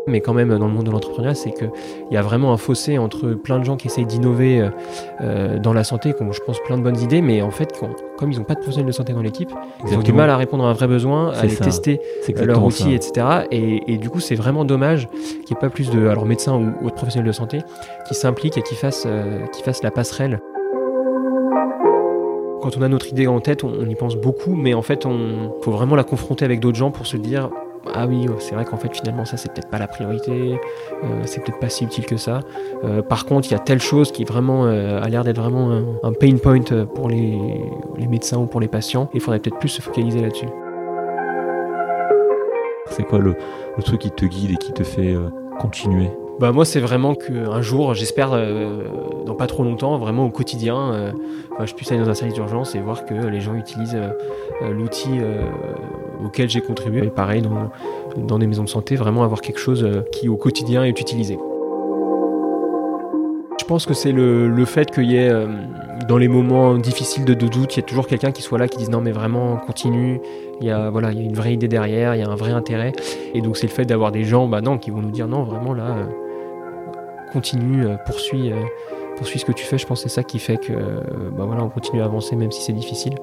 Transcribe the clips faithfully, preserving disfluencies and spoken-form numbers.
Mais quand même, dans le monde de l'entrepreneuriat, c'est qu'il y a vraiment un fossé entre plein de gens qui essayent d'innover euh, dans la santé, qui ont, je pense, plein de bonnes idées, mais en fait, quand, comme ils n'ont pas de professionnels de santé dans l'équipe, exactement. Ils ont du mal à répondre à un vrai besoin, à aller tester leurs outils, et cetera. Et, et du coup, c'est vraiment dommage qu'il n'y ait pas plus de alors, médecins ou autres professionnels de santé qui s'impliquent et qui fassent, euh, qui fassent la passerelle. Quand on a notre idée en tête, on, on y pense beaucoup, mais en fait, il faut vraiment la confronter avec d'autres gens pour se dire... Ah oui, c'est vrai qu'en fait finalement ça c'est peut-être pas la priorité, euh, c'est peut-être pas si utile que ça. Euh, par contre il y a telle chose qui vraiment euh, a l'air d'être vraiment un, un pain point pour les, les médecins ou pour les patients. Il faudrait peut-être plus se focaliser là-dessus. C'est quoi le, le truc qui te guide et qui te fait euh, continuer ? Bah moi c'est vraiment qu'un jour, j'espère euh, dans pas trop longtemps, vraiment au quotidien, euh, enfin, je puisse aller dans un service d'urgence et voir que les gens utilisent euh, l'outil euh, auquel j'ai contribué. Et pareil dans, dans des maisons de santé, vraiment avoir quelque chose euh, qui au quotidien est utilisé. Je pense que c'est le, le fait qu'il y ait, euh, dans les moments difficiles de, de doute, il y a toujours quelqu'un qui soit là, qui dise non mais vraiment continue, il y a, voilà, il y a une vraie idée derrière, il y a un vrai intérêt. Et donc c'est le fait d'avoir des gens bah non, qui vont nous dire non vraiment là, euh, continue, euh, poursuis, euh, poursuis ce que tu fais. Je pense que c'est ça qui fait que euh, bah voilà, on continue à avancer même si c'est difficile.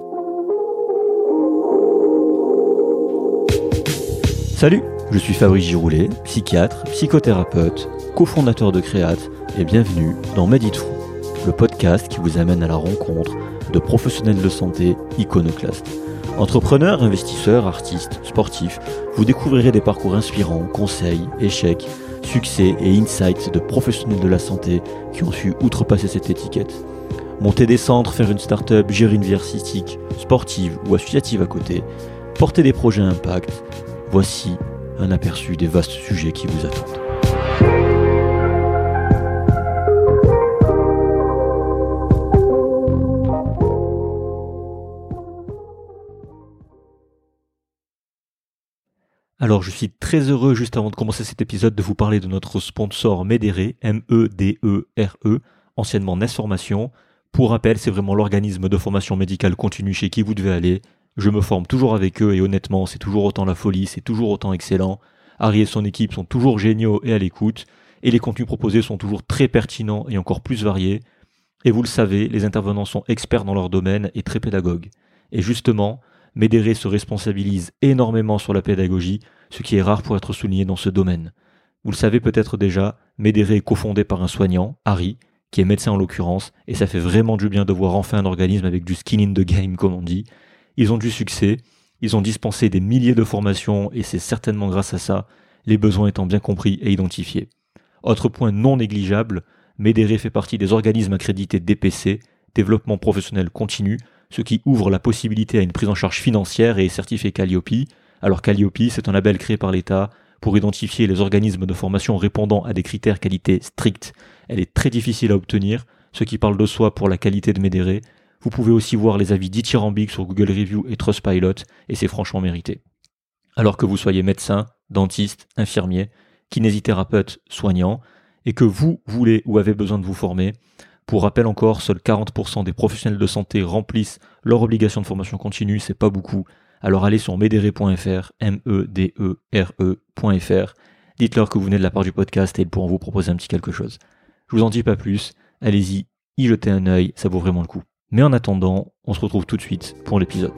Salut, je suis Fabrice Giroulet, psychiatre, psychothérapeute, cofondateur de Créate, et bienvenue dans Made It Fou, le podcast qui vous amène à la rencontre de professionnels de santé iconoclastes. Entrepreneurs, investisseurs, artistes, sportifs, vous découvrirez des parcours inspirants, conseils, échecs, succès et insights de professionnels de la santé qui ont su outrepasser cette étiquette. Monter des centres, faire une start-up, gérer une vie artistique, sportive ou associative à côté, porter des projets à impact, voici un aperçu des vastes sujets qui vous attendent. Alors, je suis très heureux, juste avant de commencer cet épisode, de vous parler de notre sponsor Medere, M E D E R E, anciennement Nest Formation. Pour rappel, c'est vraiment l'organisme de formation médicale continue chez qui vous devez aller. Je me forme toujours avec eux et honnêtement, c'est toujours autant la folie, c'est toujours autant excellent. Harry et son équipe sont toujours géniaux et à l'écoute, et les contenus proposés sont toujours très pertinents et encore plus variés. Et vous le savez, les intervenants sont experts dans leur domaine et très pédagogues. Et justement, Medere se responsabilise énormément sur la pédagogie, ce qui est rare pour être souligné dans ce domaine. Vous le savez peut-être déjà, Medere est cofondé par un soignant, Harry, qui est médecin en l'occurrence, et ça fait vraiment du bien de voir enfin un organisme avec du skin in the game, comme on dit. Ils ont du succès, ils ont dispensé des milliers de formations, et c'est certainement grâce à ça, les besoins étant bien compris et identifiés. Autre point non négligeable, Medere fait partie des organismes accrédités D P C, Développement Professionnel Continu, ce qui ouvre la possibilité à une prise en charge financière et est certifié Calliope. Alors Calliope, c'est un label créé par l'État pour identifier les organismes de formation répondant à des critères qualité stricts. Elle est très difficile à obtenir, ce qui parle de soi pour la qualité de Medere. Vous pouvez aussi voir les avis dithyrambiques sur Google Review et Trustpilot, et c'est franchement mérité. Alors que vous soyez médecin, dentiste, infirmier, kinésithérapeute, soignant, et que vous voulez ou avez besoin de vous former, pour rappel encore, seuls quarante pour cent des professionnels de santé remplissent leur obligation de formation continue, c'est pas beaucoup. Alors allez sur medere point f r, M E D E R E point f r, dites-leur que vous venez de la part du podcast et ils pourront vous proposer un petit quelque chose. Je vous en dis pas plus, allez-y, y jetez un œil, ça vaut vraiment le coup. Mais en attendant, on se retrouve tout de suite pour l'épisode.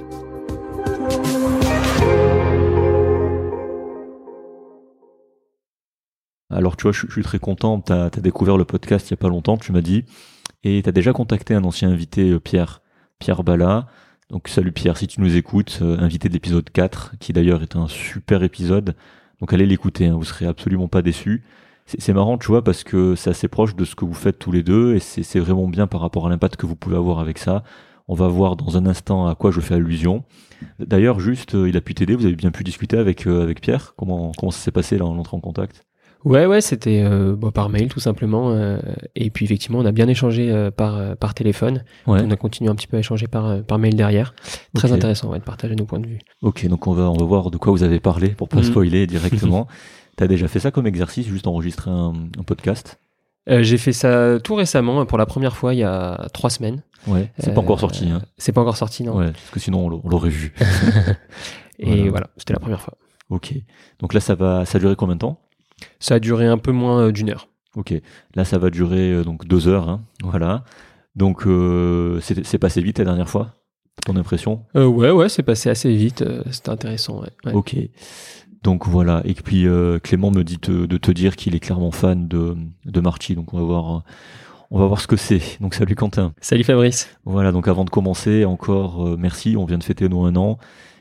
Alors tu vois, je, je suis très content, tu as découvert le podcast il y a pas longtemps, tu m'as dit, et tu as déjà contacté un ancien invité, Pierre, Pierre Bala. Donc salut Pierre, si tu nous écoutes, euh, invité de l'épisode quatre, qui d'ailleurs est un super épisode, donc allez l'écouter, hein, vous serez absolument pas déçus. C'est, c'est marrant, tu vois, parce que c'est assez proche de ce que vous faites tous les deux, et c'est, c'est vraiment bien par rapport à l'impact que vous pouvez avoir avec ça. On va voir dans un instant à quoi je fais allusion. D'ailleurs, juste, euh, il a pu t'aider, vous avez bien pu discuter avec, euh, avec Pierre. Comment, comment ça s'est passé là, en entrant en contact ? Ouais, ouais, c'était euh, bah, par mail tout simplement. Euh, et puis effectivement, on a bien échangé euh, par euh, par téléphone. Ouais. On a continué un petit peu à échanger par euh, par mail derrière. Très okay. intéressant, ouais, de partager nos points de vue. Ok, donc on va on va voir de quoi vous avez parlé pour pas mmh. spoiler directement. T'as déjà fait ça comme exercice, juste enregistrer un, un podcast ? euh, J'ai fait ça tout récemment, pour la première fois il y a trois semaines. Ouais, c'est euh, pas encore sorti. Hein. C'est pas encore sorti, non. Ouais, parce que sinon on l'aurait vu. Et voilà. voilà, c'était la première fois. Ok, donc là ça va, ça a duré combien de temps ? Ça a duré un peu moins d'une heure. Ok, là ça va durer euh, donc deux heures, hein. Voilà. Donc euh, c'est, c'est passé vite la dernière fois, ton impression? euh, Ouais, ouais, c'est passé assez vite, euh, c'était intéressant. Ouais, ouais. Ok, donc voilà. Et puis euh, Clément me dit te, de te dire qu'il est clairement fan de, de Marty, donc on va voir... Euh, On va voir ce que c'est. Donc salut Quentin. Salut Fabrice. Voilà, donc avant de commencer, encore euh, merci, on vient de fêter nos un an.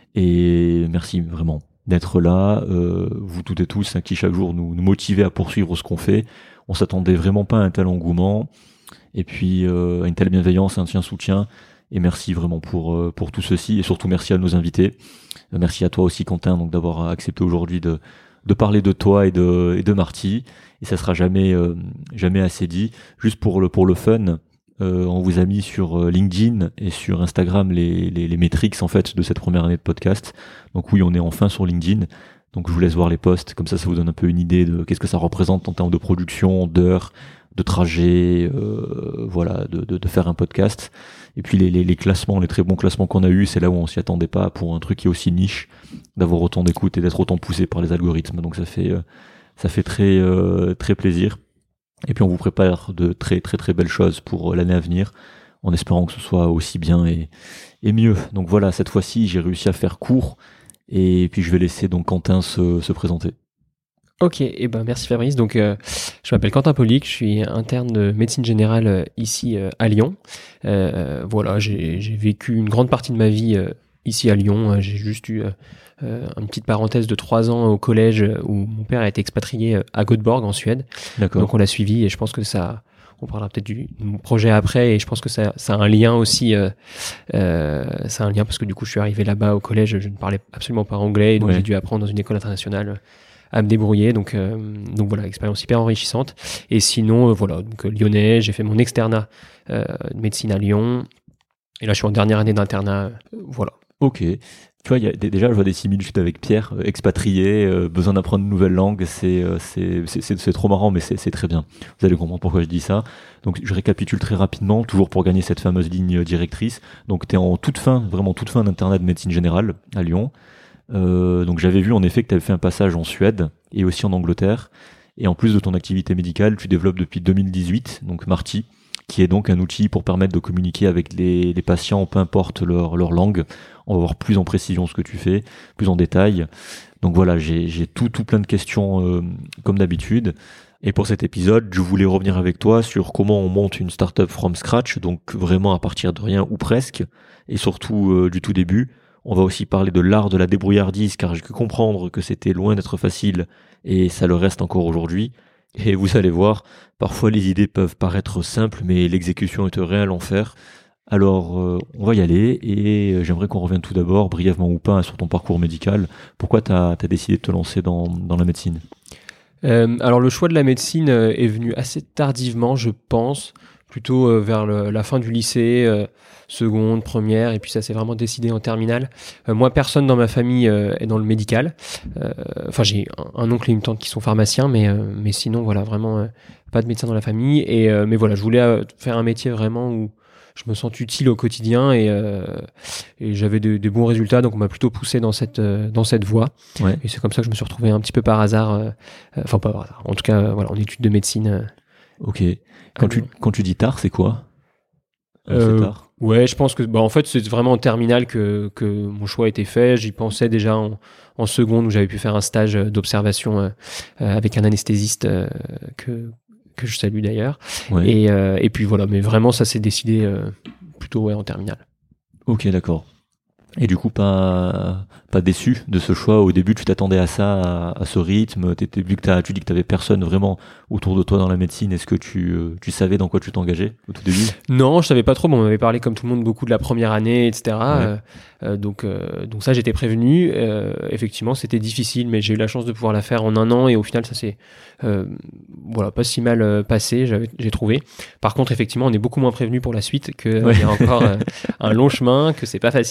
Et merci vraiment d'être là, euh, vous toutes et tous, hein, qui chaque jour nous, nous motivez à poursuivre ce qu'on fait. On s'attendait vraiment pas à un tel engouement, et puis euh, à une telle bienveillance, un tel soutien. Et merci vraiment pour, euh, pour tout ceci, et surtout merci à nos invités. Euh, merci à toi aussi Quentin, donc d'avoir accepté aujourd'hui de, de parler de toi et de, et de Marty. Et ça sera jamais, euh, jamais assez dit. Juste pour le, pour le fun, euh, on vous a mis sur LinkedIn et sur Instagram les, les, les métriques en fait de cette première année de podcast. Donc oui, on est enfin sur LinkedIn. Donc je vous laisse voir les posts, comme ça, ça vous donne un peu une idée de qu'est-ce que ça représente en termes de production, d'heures, de trajet, euh, voilà, de, de, de faire un podcast. Et puis les, les, les classements, les très bons classements qu'on a eus, c'est là où on s'y attendait pas pour un truc qui est aussi niche, d'avoir autant d'écoute et d'être autant poussé par les algorithmes. Donc ça fait euh, ça fait très euh, très plaisir. Et puis on vous prépare de très très très belles choses pour l'année à venir, en espérant que ce soit aussi bien et, et mieux. Donc voilà, cette fois-ci j'ai réussi à faire court, et puis je vais laisser donc Quentin se, se présenter. Ok, et eh ben merci Fabrice. Donc euh, je m'appelle Quentin Polic, je suis interne de médecine générale euh, ici euh, à Lyon. Euh, voilà, j'ai, j'ai vécu une grande partie de ma vie euh, ici à Lyon. J'ai juste eu euh, euh, une petite parenthèse de trois ans au collège où mon père a été expatrié à Göteborg en Suède. D'accord. Donc on l'a suivi et je pense que ça, on parlera peut-être du mon projet après, et je pense que ça, ça a un lien aussi. Euh, euh, ça a un lien parce que du coup je suis arrivé là-bas au collège, je ne parlais absolument pas anglais, donc ouais. J'ai dû apprendre dans une école internationale à me débrouiller. Donc, euh, donc voilà, expérience hyper enrichissante. Et sinon, euh, voilà, donc euh, lyonnais, j'ai fait mon externat euh, de médecine à Lyon. Et là, je suis en dernière année d'internat. Euh, voilà. Ok. Tu vois, y a, déjà, je vois des similitudes avec Pierre, euh, expatrié, euh, besoin d'apprendre une nouvelle langue, c'est, euh, c'est, c'est, c'est, c'est trop marrant, mais c'est, c'est très bien. Vous allez comprendre pourquoi je dis ça. Donc, je récapitule très rapidement, toujours pour gagner cette fameuse ligne directrice. Donc, tu es en toute fin, vraiment toute fin d'internat de médecine générale à Lyon. Euh, donc, j'avais vu en effet que tu avais fait un passage en Suède et aussi en Angleterre. Et en plus de ton activité médicale, tu développes depuis deux mille dix-huit, donc Marty, qui est donc un outil pour permettre de communiquer avec les, les patients, peu importe leur, leur langue. On va voir plus en précision ce que tu fais, plus en détail. Donc voilà, j'ai, j'ai tout, tout plein de questions euh, comme d'habitude. Et pour cet épisode, je voulais revenir avec toi sur comment on monte une startup from scratch, donc vraiment à partir de rien ou presque, et surtout euh, du tout début. On va aussi parler de l'art de la débrouillardise, car j'ai pu comprendre que c'était loin d'être facile, et ça le reste encore aujourd'hui. Et vous allez voir, parfois les idées peuvent paraître simples, mais l'exécution est un réel enfer. Alors, euh, on va y aller, et j'aimerais qu'on revienne tout d'abord, brièvement ou pas, sur ton parcours médical. Pourquoi tu as décidé de te lancer dans, dans la médecine ? euh, Alors, le choix de la médecine euh, est venu assez tardivement, je pense, plutôt euh, vers le, la fin du lycée, euh, seconde, première, et puis ça s'est vraiment décidé en terminale. Euh, moi, personne dans ma famille euh, est dans le médical. Euh, enfin, j'ai un, un oncle et une tante qui sont pharmaciens, mais, euh, mais sinon, voilà, vraiment euh, pas de médecin dans la famille. Et, euh, mais voilà, je voulais euh, faire un métier vraiment où je me sens utile au quotidien, et, euh, et j'avais de, de bons résultats, donc on m'a plutôt poussé dans cette, euh, dans cette voie. Ouais. Et c'est comme ça que je me suis retrouvé un petit peu par hasard, euh, euh, enfin pas par hasard, en tout cas, euh, voilà, en études de médecine. Euh, ok. Quand, tu, quand tu dis tard, c'est quoi ? Euh, c'est tard. Ouais, je pense que, bah, en fait, c'est vraiment en terminale que, que mon choix a été fait. J'y pensais déjà en, en seconde, où j'avais pu faire un stage d'observation euh, euh, avec un anesthésiste euh, que, que je salue d'ailleurs. Ouais. Et, euh, et puis voilà, mais vraiment, ça s'est décidé euh, plutôt ouais, en terminale. Ok, d'accord. Et du coup, pas, pas déçu de ce choix. Au début, tu t'attendais à ça, à, à ce rythme. T'étais, vu que t'as, tu dis que tu n'avais personne vraiment autour de toi dans la médecine, est-ce que tu, euh, tu savais dans quoi tu t'engageais au tout début ? Non, je savais pas trop. Bon, on m'avait parlé comme tout le monde beaucoup de la première année, et cetera. Ouais. Euh, euh, donc, euh, donc ça, j'étais prévenu. Euh, effectivement, c'était difficile, mais j'ai eu la chance de pouvoir la faire en un an, et au final, ça s'est euh, voilà, pas si mal euh, passé, j'avais, j'ai trouvé. Par contre, effectivement, on est beaucoup moins prévenu pour la suite, qu'il ouais. y a encore euh, un long chemin, que c'est pas facile, que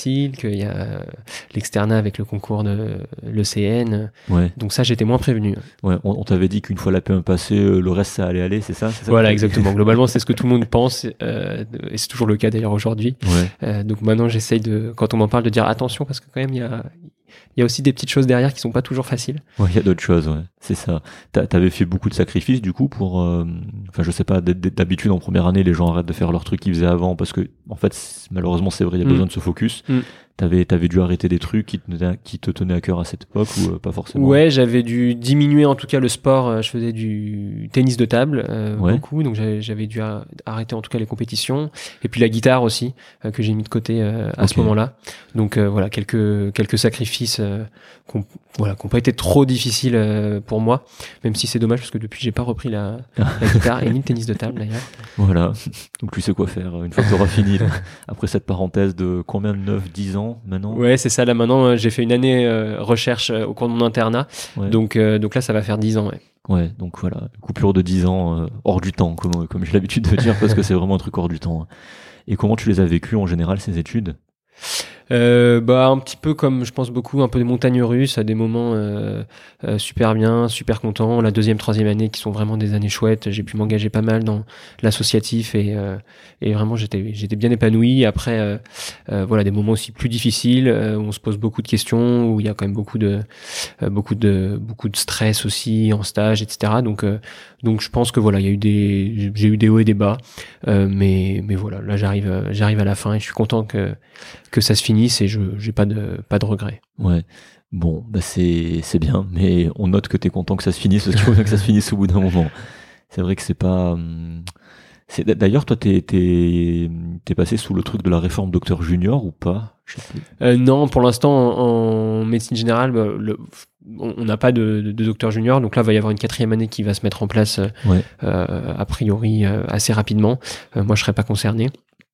qu'il y a l'externat avec le concours de l'E C N. Ouais. Donc ça, j'étais moins prévenu. Ouais, on, on t'avait dit qu'une fois la P un passée, euh, le reste ça allait aller, c'est ça, c'est ça Voilà, exactement. Globalement, c'est ce que tout le monde pense, euh, et c'est toujours le cas d'ailleurs aujourd'hui. Ouais. Euh, donc maintenant, j'essaye de, quand on m'en parle, de dire attention parce que quand même, il y a, il y a aussi des petites choses derrière qui sont pas toujours faciles. Ouais, il y a d'autres choses, ouais. C'est ça. T'a, t'avais fait beaucoup de sacrifices du coup pour, euh, enfin, je sais pas. D'habitude en première année, les gens arrêtent de faire leurs trucs qu'ils faisaient avant parce que, en fait, malheureusement, c'est vrai, il y a Mm. besoin de se focus. Mm. T'avais, t'avais dû arrêter des trucs qui te, tenaient- qui te tenaient à cœur à cette époque ou euh, pas forcément. Ouais, j'avais dû diminuer en tout cas le sport. Euh, Je faisais du tennis de table euh, Ouais. beaucoup, donc j'avais, j'avais dû a- arrêter en tout cas les compétitions. Et puis la guitare aussi euh, que j'ai mis de côté euh, à Ok. ce moment-là. Donc euh, voilà, quelques quelques sacrifices euh, qu'on voilà, qui n'ont pas été trop difficiles euh, pour moi. Même si c'est dommage parce que depuis j'ai pas repris la, la guitare et ni le tennis de table d'ailleurs. Voilà. Donc tu sais quoi faire une fois que t'auras fini là. Après cette parenthèse de combien de neuf, dix ans maintenant. Ouais, c'est ça. Là maintenant, euh, j'ai fait une année euh, recherche euh, au cours de mon internat. Ouais. Donc euh, donc là, ça va faire dix ans. Ouais. Ouais, donc voilà, coupure de dix ans euh, hors du temps, comme, comme j'ai l'habitude de dire, parce que c'est vraiment un truc hors du temps. Et comment tu les as vécues en général, ces études? Euh, bah un petit peu comme je pense beaucoup, un peu des montagnes russes, à des moments euh, euh, super bien, super content. La deuxième, troisième année qui sont vraiment des années chouettes. J'ai pu m'engager pas mal dans l'associatif et euh, et vraiment j'étais j'étais bien épanoui. Après euh, euh, voilà des moments aussi plus difficiles euh, où on se pose beaucoup de questions, où il y a quand même beaucoup de euh, beaucoup de beaucoup de stress aussi en stage, et cetera. Donc euh, donc je pense que voilà il y a eu des j'ai eu des hauts et des bas, euh, mais mais voilà là j'arrive j'arrive à la fin et je suis content que que ça se finisse et je j'ai pas de pas de regrets. Ouais. Bon, bah c'est c'est bien, mais on note que t'es content que ça se finisse, parce qu'il faut bien que ça se finisse au bout d'un moment. C'est vrai que c'est pas. hum, C'est d'ailleurs toi t'es t'es t'es passé sous le truc de la réforme Docteur Junior ou pas? Je sais plus. Euh, non, pour l'instant en, en médecine générale, bah, le, on on n'a pas de, de, de docteur junior, donc là il va y avoir une quatrième année qui va se mettre en place euh, Ouais. euh, a priori euh, assez rapidement. Euh, moi je serais pas concerné.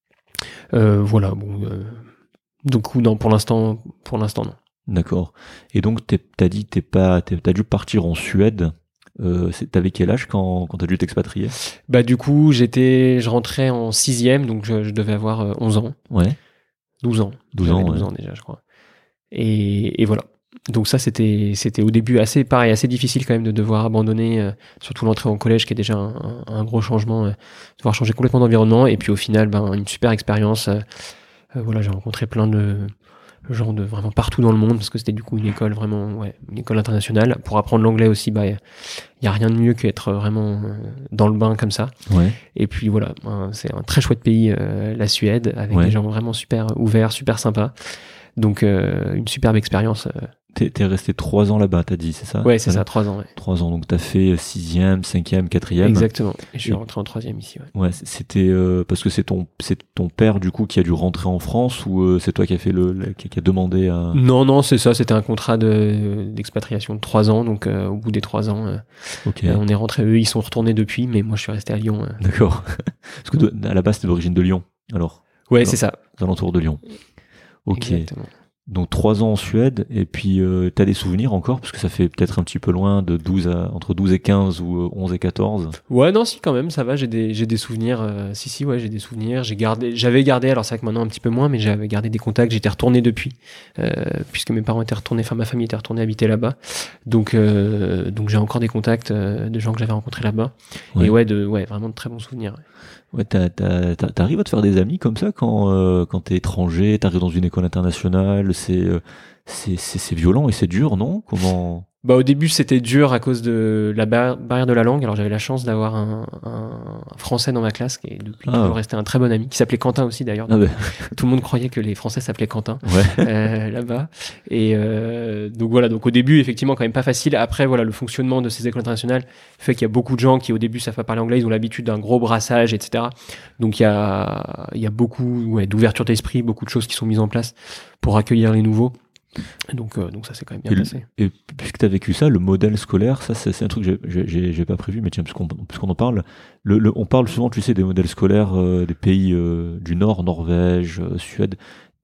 Euh, voilà, bon. Euh, donc non, pour l'instant, pour l'instant non. D'accord. Et donc t'es- t'as dit t'es pas t'es- t'as dû partir en Suède. Euh, c'est- t'avais quel âge quand quand t'as dû t'expatrier? Bah du coup j'étais, je rentrais en sixième, donc je, je devais avoir euh, onze ans, Ouais. douze ans, douze J'avais ans, douze ouais. ans déjà je crois. Et, et voilà. Donc ça c'était c'était au début assez pareil, assez difficile quand même de devoir abandonner, euh, surtout l'entrée en collège qui est déjà un, un, un gros changement, euh, devoir changer complètement d'environnement. Et puis au final, ben une super expérience. Euh, euh, voilà, j'ai rencontré plein de gens de vraiment partout dans le monde parce que c'était du coup une école vraiment, ouais, une école internationale. Pour apprendre l'anglais aussi, bah il y a rien de mieux qu'être vraiment euh, dans le bain comme ça. Ouais. Et puis voilà, hein, c'est un très chouette pays, euh, la Suède, avec Ouais. des gens vraiment super ouverts, super sympas. Donc euh, une superbe expérience. euh, T'es t'es resté trois ans là-bas, t'as dit, c'est ça? Ouais, c'est Voilà. ça, trois ans. Ouais. Trois ans, donc t'as fait sixième, cinquième, quatrième. Exactement. Et je suis Et- rentré en troisième ici. Ouais. Ouais, c- c'était euh, parce que c'est ton c'est ton père du coup qui a dû rentrer en France ou euh, c'est toi qui a fait le, le- qui, qui a demandé à. Non, non, c'est ça. C'était un contrat de d'expatriation de trois ans. Donc euh, au bout des trois ans, euh, Ok. euh, on est rentré. Eux, ils sont retournés depuis, mais moi, je suis resté à Lyon. euh. D'accord. Parce que de- à la base t'es d'origine de Lyon. Alors, Ouais, Alors, c'est ça. aux alentours de Lyon. Ok. Exactement. Donc trois ans en Suède et puis euh, t'as des souvenirs encore parce que ça fait peut-être un petit peu loin de douze à entre douze et quinze ou euh, onze et quatorze. Ouais, non, si quand même, ça va. J'ai des j'ai des souvenirs. euh, si, si, ouais, j'ai des souvenirs. J'ai gardé, j'avais gardé. Alors c'est vrai que maintenant un petit peu moins, mais j'avais gardé des contacts. J'étais retourné depuis, euh, puisque mes parents étaient retournés, enfin ma famille était retournée habiter là-bas. Donc euh, donc j'ai encore des contacts euh, de gens que j'avais rencontrés là-bas. Ouais. Et ouais, de ouais, vraiment de très bons souvenirs. ouais. Ouais, t'as- t'as- t'as- t'arrives à te faire des amis comme ça quand euh, quand t'es étranger, t'arrives dans une école internationale, c'est euh, c'est c'est c'est violent et c'est dur, non? Comment? Bah au début c'était dur à cause de la bar- barrière de la langue. Alors j'avais la chance d'avoir un, un, un Français dans ma classe qui est depuis Ah. toujours resté un très bon ami, qui s'appelait Quentin aussi d'ailleurs. Ah ben, Tout le monde croyait que les Français s'appelaient Quentin ouais. euh, là-bas. Et euh, donc voilà, donc au début effectivement quand même pas facile. Après voilà, le fonctionnement de ces écoles internationales fait qu'il y a beaucoup de gens qui au début savent pas parler anglais, ils ont l'habitude d'un gros brassage, et cetera. Donc il y a il y a beaucoup ouais, d'ouverture d'esprit, beaucoup de choses qui sont mises en place pour accueillir les nouveaux. Donc, euh, donc ça s'est quand même bien Et le- passé. Et puisque tu as vécu ça, le modèle scolaire, ça c'est c'est un truc que j'ai- j'ai j'ai- j'ai pas prévu, mais tiens, puisqu'on puisqu'on en parle, le, le- on parle souvent, tu sais, des modèles scolaires euh, des pays euh, du Nord, Norvège, euh, Suède.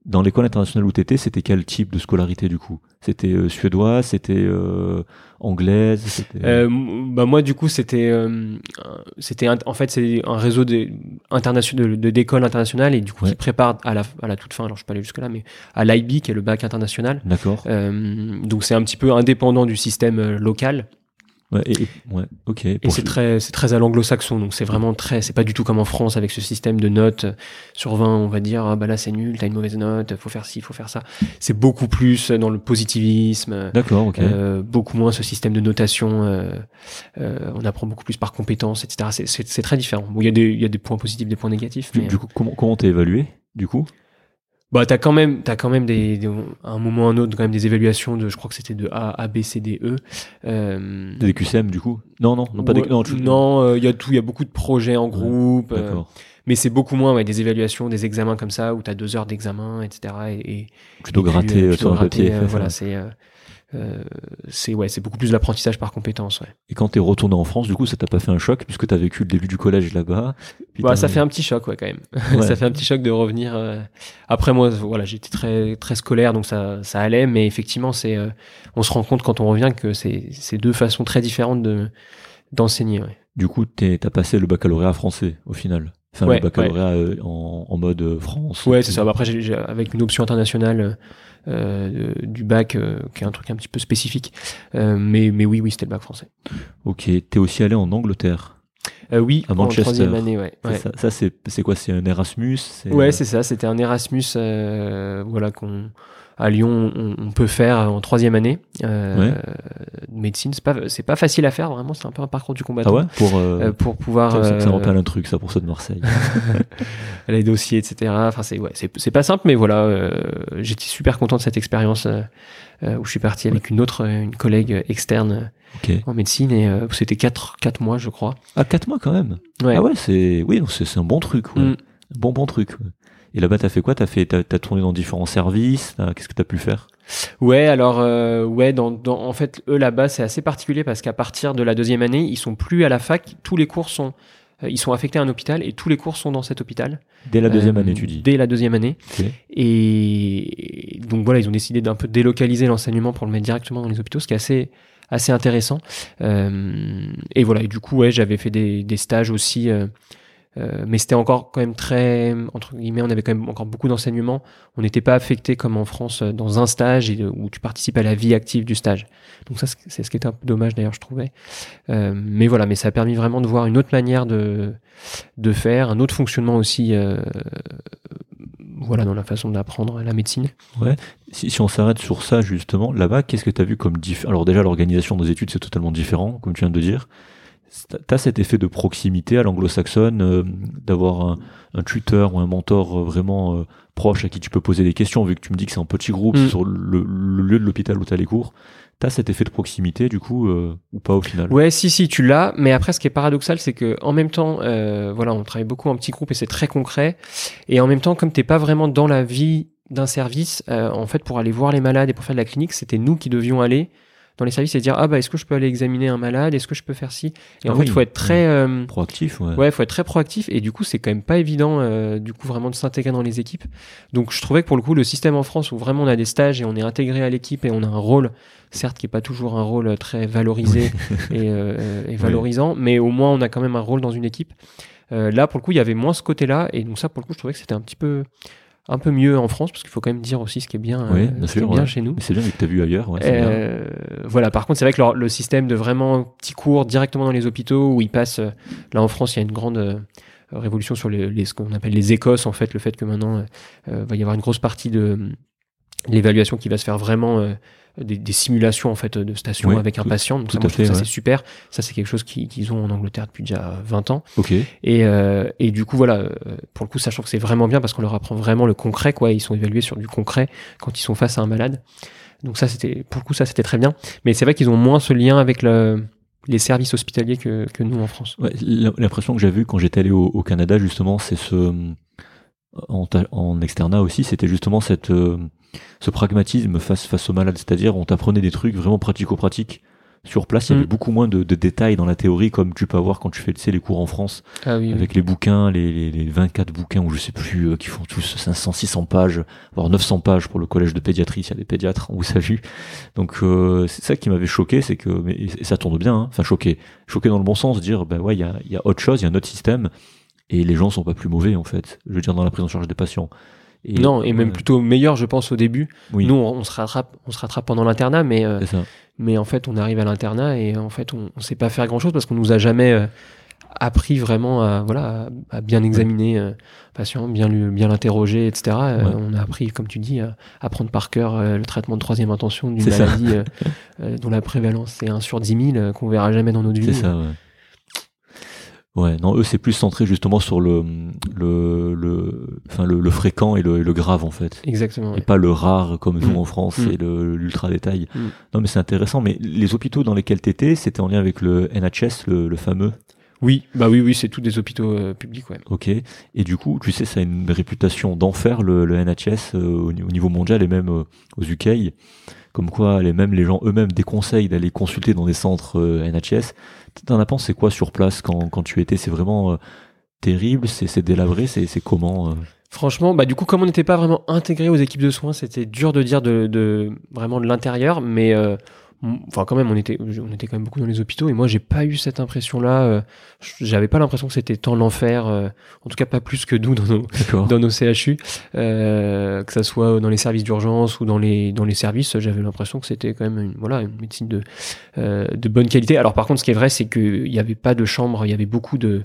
Dans l'école internationale où tu étais, c'était quel type de scolarité du coup? C'était euh, suédois, c'était euh, anglaise, c'était... Euh, bah moi du coup c'était euh, c'était un, en fait c'est un réseau de international de, de d'écoles internationales et du coup Ouais. qui prépare à la à la toute fin, alors je suis pas allé jusque là, mais à l'I B qui est le bac international. D'accord. Euh, donc c'est un petit peu indépendant du système euh, local. Ouais, et, et- ouais, ok. Et Pour- c'est très, c'est très à l'anglo-saxon, donc c'est vraiment très, c'est pas du tout comme en France avec ce système de notes sur vingt, on va dire, ah bah là c'est nul, t'as une mauvaise note, faut faire ci, faut faire ça. C'est beaucoup plus dans le positivisme, D'accord, ok. euh, beaucoup moins ce système de notation, euh, euh, on apprend beaucoup plus par compétences, et cetera. C'est, c'est, c'est très différent. Bon, il y a des, il y a des points positifs, des points négatifs, Du, mais du coup, comment comment t'es évalué du coup? bah t'as quand même, t'as quand même des, des, à un moment ou un autre, quand même des évaluations de, je crois que c'était de A, A, B, C, D, E. Euh, Des Q C M du coup? Non, non, non pas des. ouais, Non, tu- non, il y a tout, il y a beaucoup de projets en groupe. euh, D'accord. Mais c'est beaucoup moins ouais, des évaluations, des examens comme ça, où tu as deux heures d'examen, et cetera. Et, et, Tu dois et puis, gratter euh, euh, tu sur dois un papier. gratter, euh, c'est voilà, ça. c'est, euh, euh, c'est, ouais, c'est beaucoup plus de l'apprentissage par compétence. Ouais. Et quand t'es retourné en France, du coup, ça t'a pas fait un choc puisque t'as vécu le début du collège là-bas. puis Bah, t'as- ça fait un petit choc, ouais, quand même. Ouais. Ça fait un petit choc de revenir. euh, Après, moi, voilà, j'étais très, très scolaire, donc ça, ça allait. Mais effectivement, c'est, euh, on se rend compte quand on revient que c'est, c'est deux façons très différentes de, d'enseigner. Ouais. Du coup, t'es- t'as passé le baccalauréat français au final. Enfin, Ouais, le baccalauréat euh, en, en mode euh, France. Ouais, c'est ça. Bah, après, j'ai, j'ai- avec une option internationale euh, du bac, euh, qui est un truc un petit peu spécifique. Euh, mais, mais oui, oui, c'était le bac français. Ok. T'es aussi allé en Angleterre. Euh, oui, À en Manchester. troisième année, ouais. C'est Ouais, Ça, ça, c'est c'est quoi? C'est un Erasmus? C'est, ouais euh, c'est ça. C'était un Erasmus, euh, voilà, qu'on à Lyon on, on peut faire en troisième année. Euh, Ouais. Médecine, c'est pas c'est pas facile à faire, vraiment. C'est un peu un parcours du combattant. Ah ouais? Pour. euh, Euh, pour pouvoir ça, ça, ça me euh, rappelle un truc, ça, pour ceux de Marseille. les dossiers, et cetera. Enfin, c'est ouais, c'est c'est pas simple, mais voilà, euh, j'étais super content de cette expérience euh, euh, où je suis parti avec une autre, euh, une collègue externe Ok. en médecine et euh, c'était quatre quatre mois, je crois. Ah, quatre mois quand même. Ouais. Ah ouais, c'est. Oui, donc c'est c'est un bon truc. Ouais. Mm. Un bon, bon truc. Ouais. Et là-bas, t'as fait quoi? T'as fait, t'as, t'as tourné dans différents services. t'as- Qu'est-ce que t'as pu faire? Ouais, alors euh, ouais, dans, dans en fait eux là-bas c'est assez particulier parce qu'à partir de la deuxième année ils sont plus à la fac, tous les cours sont euh, ils sont affectés à un hôpital et tous les cours sont dans cet hôpital. Dès la deuxième Euh, année, tu dis. Dès la deuxième année. Ok. Et donc voilà, ils ont décidé d'un peu délocaliser l'enseignement pour le mettre directement dans les hôpitaux, ce qui est assez assez intéressant. Euh, et voilà, et du coup ouais, j'avais fait des, des stages aussi. Euh, Euh, mais c'était encore quand même très, entre guillemets, on avait quand même encore beaucoup d'enseignements. On n'était pas affecté comme en France euh, dans un stage et, où tu participes à la vie active du stage. Donc ça, c'est ce qui était un peu dommage d'ailleurs, je trouvais. Euh, mais voilà, mais ça a permis vraiment de voir une autre manière de de faire, un autre fonctionnement aussi. Euh, voilà, dans la façon d'apprendre la médecine. Ouais. Si, si on s'arrête sur ça justement, là-bas, qu'est-ce que t'as vu comme diff... Alors déjà, l'organisation des études c'est totalement différent, comme tu viens de dire. T'as cet effet de proximité à l'anglo-saxonne, euh, d'avoir un, un tuteur ou un mentor euh, vraiment euh, proche à qui tu peux poser des questions, vu que tu me dis que c'est un petit groupe, Mm. c'est sur le, le lieu de l'hôpital où t'as les cours. T'as cet effet de proximité, du coup, euh, ou pas au final? Ouais, si, si, tu l'as. Mais après, ce qui est paradoxal, c'est que en même temps, euh, voilà, on travaille beaucoup en petits groupes et c'est très concret. Et en même temps, comme t'es pas vraiment dans la vie d'un service, euh, en fait, pour aller voir les malades et pour faire de la clinique, c'était nous qui devions aller dans les services et dire ah bah est-ce que je peux aller examiner un malade, est-ce que je peux faire ci. Et en Ah fait, oui. il faut être très euh, Proactif, ouais. ouais, faut être très proactif et du coup, c'est quand même pas évident euh, du coup vraiment de s'intégrer dans les équipes. Donc je trouvais que pour le coup, le système en France où vraiment on a des stages et on est intégré à l'équipe et on a un rôle, certes qui est pas toujours un rôle très valorisé et, euh, et valorisant, mais au moins on a quand même un rôle dans une équipe. Euh, là, pour le coup, il y avait moins ce côté-là et donc ça, pour le coup, je trouvais que c'était un petit peu un peu mieux en France parce qu'il faut quand même dire aussi ce qui est bien, Oui, euh, bien ce qui est sûr, bien ouais. chez nous. Mais c'est bien, vu que t'as vu ailleurs, ouais, c'est bien. Euh, voilà, par contre, c'est vrai que le, le système de vraiment petits cours directement dans les hôpitaux où ils passent, euh, là en France, il y a une grande euh, révolution sur les, les, ce qu'on appelle les écosses, en fait, le fait que maintenant, euh, va y avoir une grosse partie de euh, l'évaluation qui va se faire vraiment euh, des, des simulations en fait de stations Oui, avec un tout- patient. Donc tout ça, moi, à je trouve fait, ça ouais. c'est super. Ça, c'est quelque chose qui- qu'ils ont en Angleterre depuis déjà vingt ans. Ok. Et, euh, et du coup, voilà, euh, pour le coup, ça, je trouve que c'est vraiment bien parce qu'on leur apprend vraiment le concret, quoi. Ils sont évalués sur du concret quand ils sont face à un malade. Donc ça, c'était, pour le coup, ça, c'était très bien. Mais c'est vrai qu'ils ont moins ce lien avec le, les services hospitaliers que, que nous en France. Ouais, l'impression que j'ai vue quand j'étais allé au, au Canada, justement, c'est ce, en, ta- en externat aussi, c'était justement cette, euh, ce pragmatisme face, face aux malades. C'est-à-dire, on t'apprenait des trucs vraiment pratico-pratiques sur place, il y avait Mm. beaucoup moins de, de détails dans la théorie, comme tu peux avoir quand tu fais, tu sais, les cours en France, Ah oui, avec oui. les bouquins, les, les, les vingt-quatre bouquins, ou je sais plus, euh, qui font tous cinq cents, six cents pages, voire neuf cents pages pour le collège de pédiatrie, s'il y a des pédiatres, on vous salue. Donc, euh, c'est ça qui m'avait choqué, c'est que, mais, et ça tourne bien, hein. Enfin, choqué. Choqué dans le bon sens, dire, ben ouais, il y a, il y a autre chose, il y a un autre système, et les gens sont pas plus mauvais, en fait. Je veux dire, dans la prise en charge des patients. Et, Non, et même ouais, plutôt meilleur, je pense, au début. oui, Nous, on, on se rattrape, on se rattrape pendant l'internat, mais, euh, c'est ça. mais en fait, on arrive à l'internat et en fait, on, on sait pas faire grand chose parce qu'on nous a jamais euh, appris vraiment à, voilà, à, à bien examiner euh, le patient, bien lui, bien l'interroger, et cetera. Euh, Ouais. On a appris, comme tu dis, à apprendre par cœur euh, le traitement de troisième intention d'une C'est ça. maladie euh, euh, dont la prévalence c'est un sur dix mille, euh, qu'on verra jamais dans notre vie. C'est ça, ouais. Ouais, non, eux, c'est plus centré justement sur le, le, le, enfin, le, le fréquent et le, et le grave, en fait. Exactement. Et Ouais. pas le rare comme nous Mm. en France Mm. et le, l'ultra détail. Mm. Non, mais c'est intéressant. Mais les hôpitaux dans lesquels t'étais, c'était en lien avec le N H S, le, le fameux. Oui, bah oui, oui, c'est tous des hôpitaux euh, publics, ouais. Ok. Et du coup, tu sais, ça a une réputation d'enfer, le, le N H S, euh, au, au niveau mondial et même euh, aux U K. Comme quoi, les, même les gens eux-mêmes déconseillent d'aller consulter dans des centres euh, N H S. T'en as pensé quoi sur place quand, quand tu étais? C'est vraiment euh, terrible, c'est, c'est délabré, c'est, c'est comment euh Franchement, bah du coup, comme on n'était pas vraiment intégré aux équipes de soins, c'était dur de dire de, de vraiment de l'intérieur, mais euh, m- enfin quand même, on était, on était quand même beaucoup dans les hôpitaux et moi, j'ai pas eu cette impression-là. euh, J'avais pas l'impression que c'était tant l'enfer, euh, en tout cas pas plus que nous dans nos D'accord. dans nos C H U, euh, que ça soit dans les services d'urgence ou dans les dans les services. J'avais l'impression que c'était quand même une, voilà une médecine de euh, de bonne qualité. Alors par contre, ce qui est vrai, c'est qu'il y avait pas de chambre, il y avait beaucoup de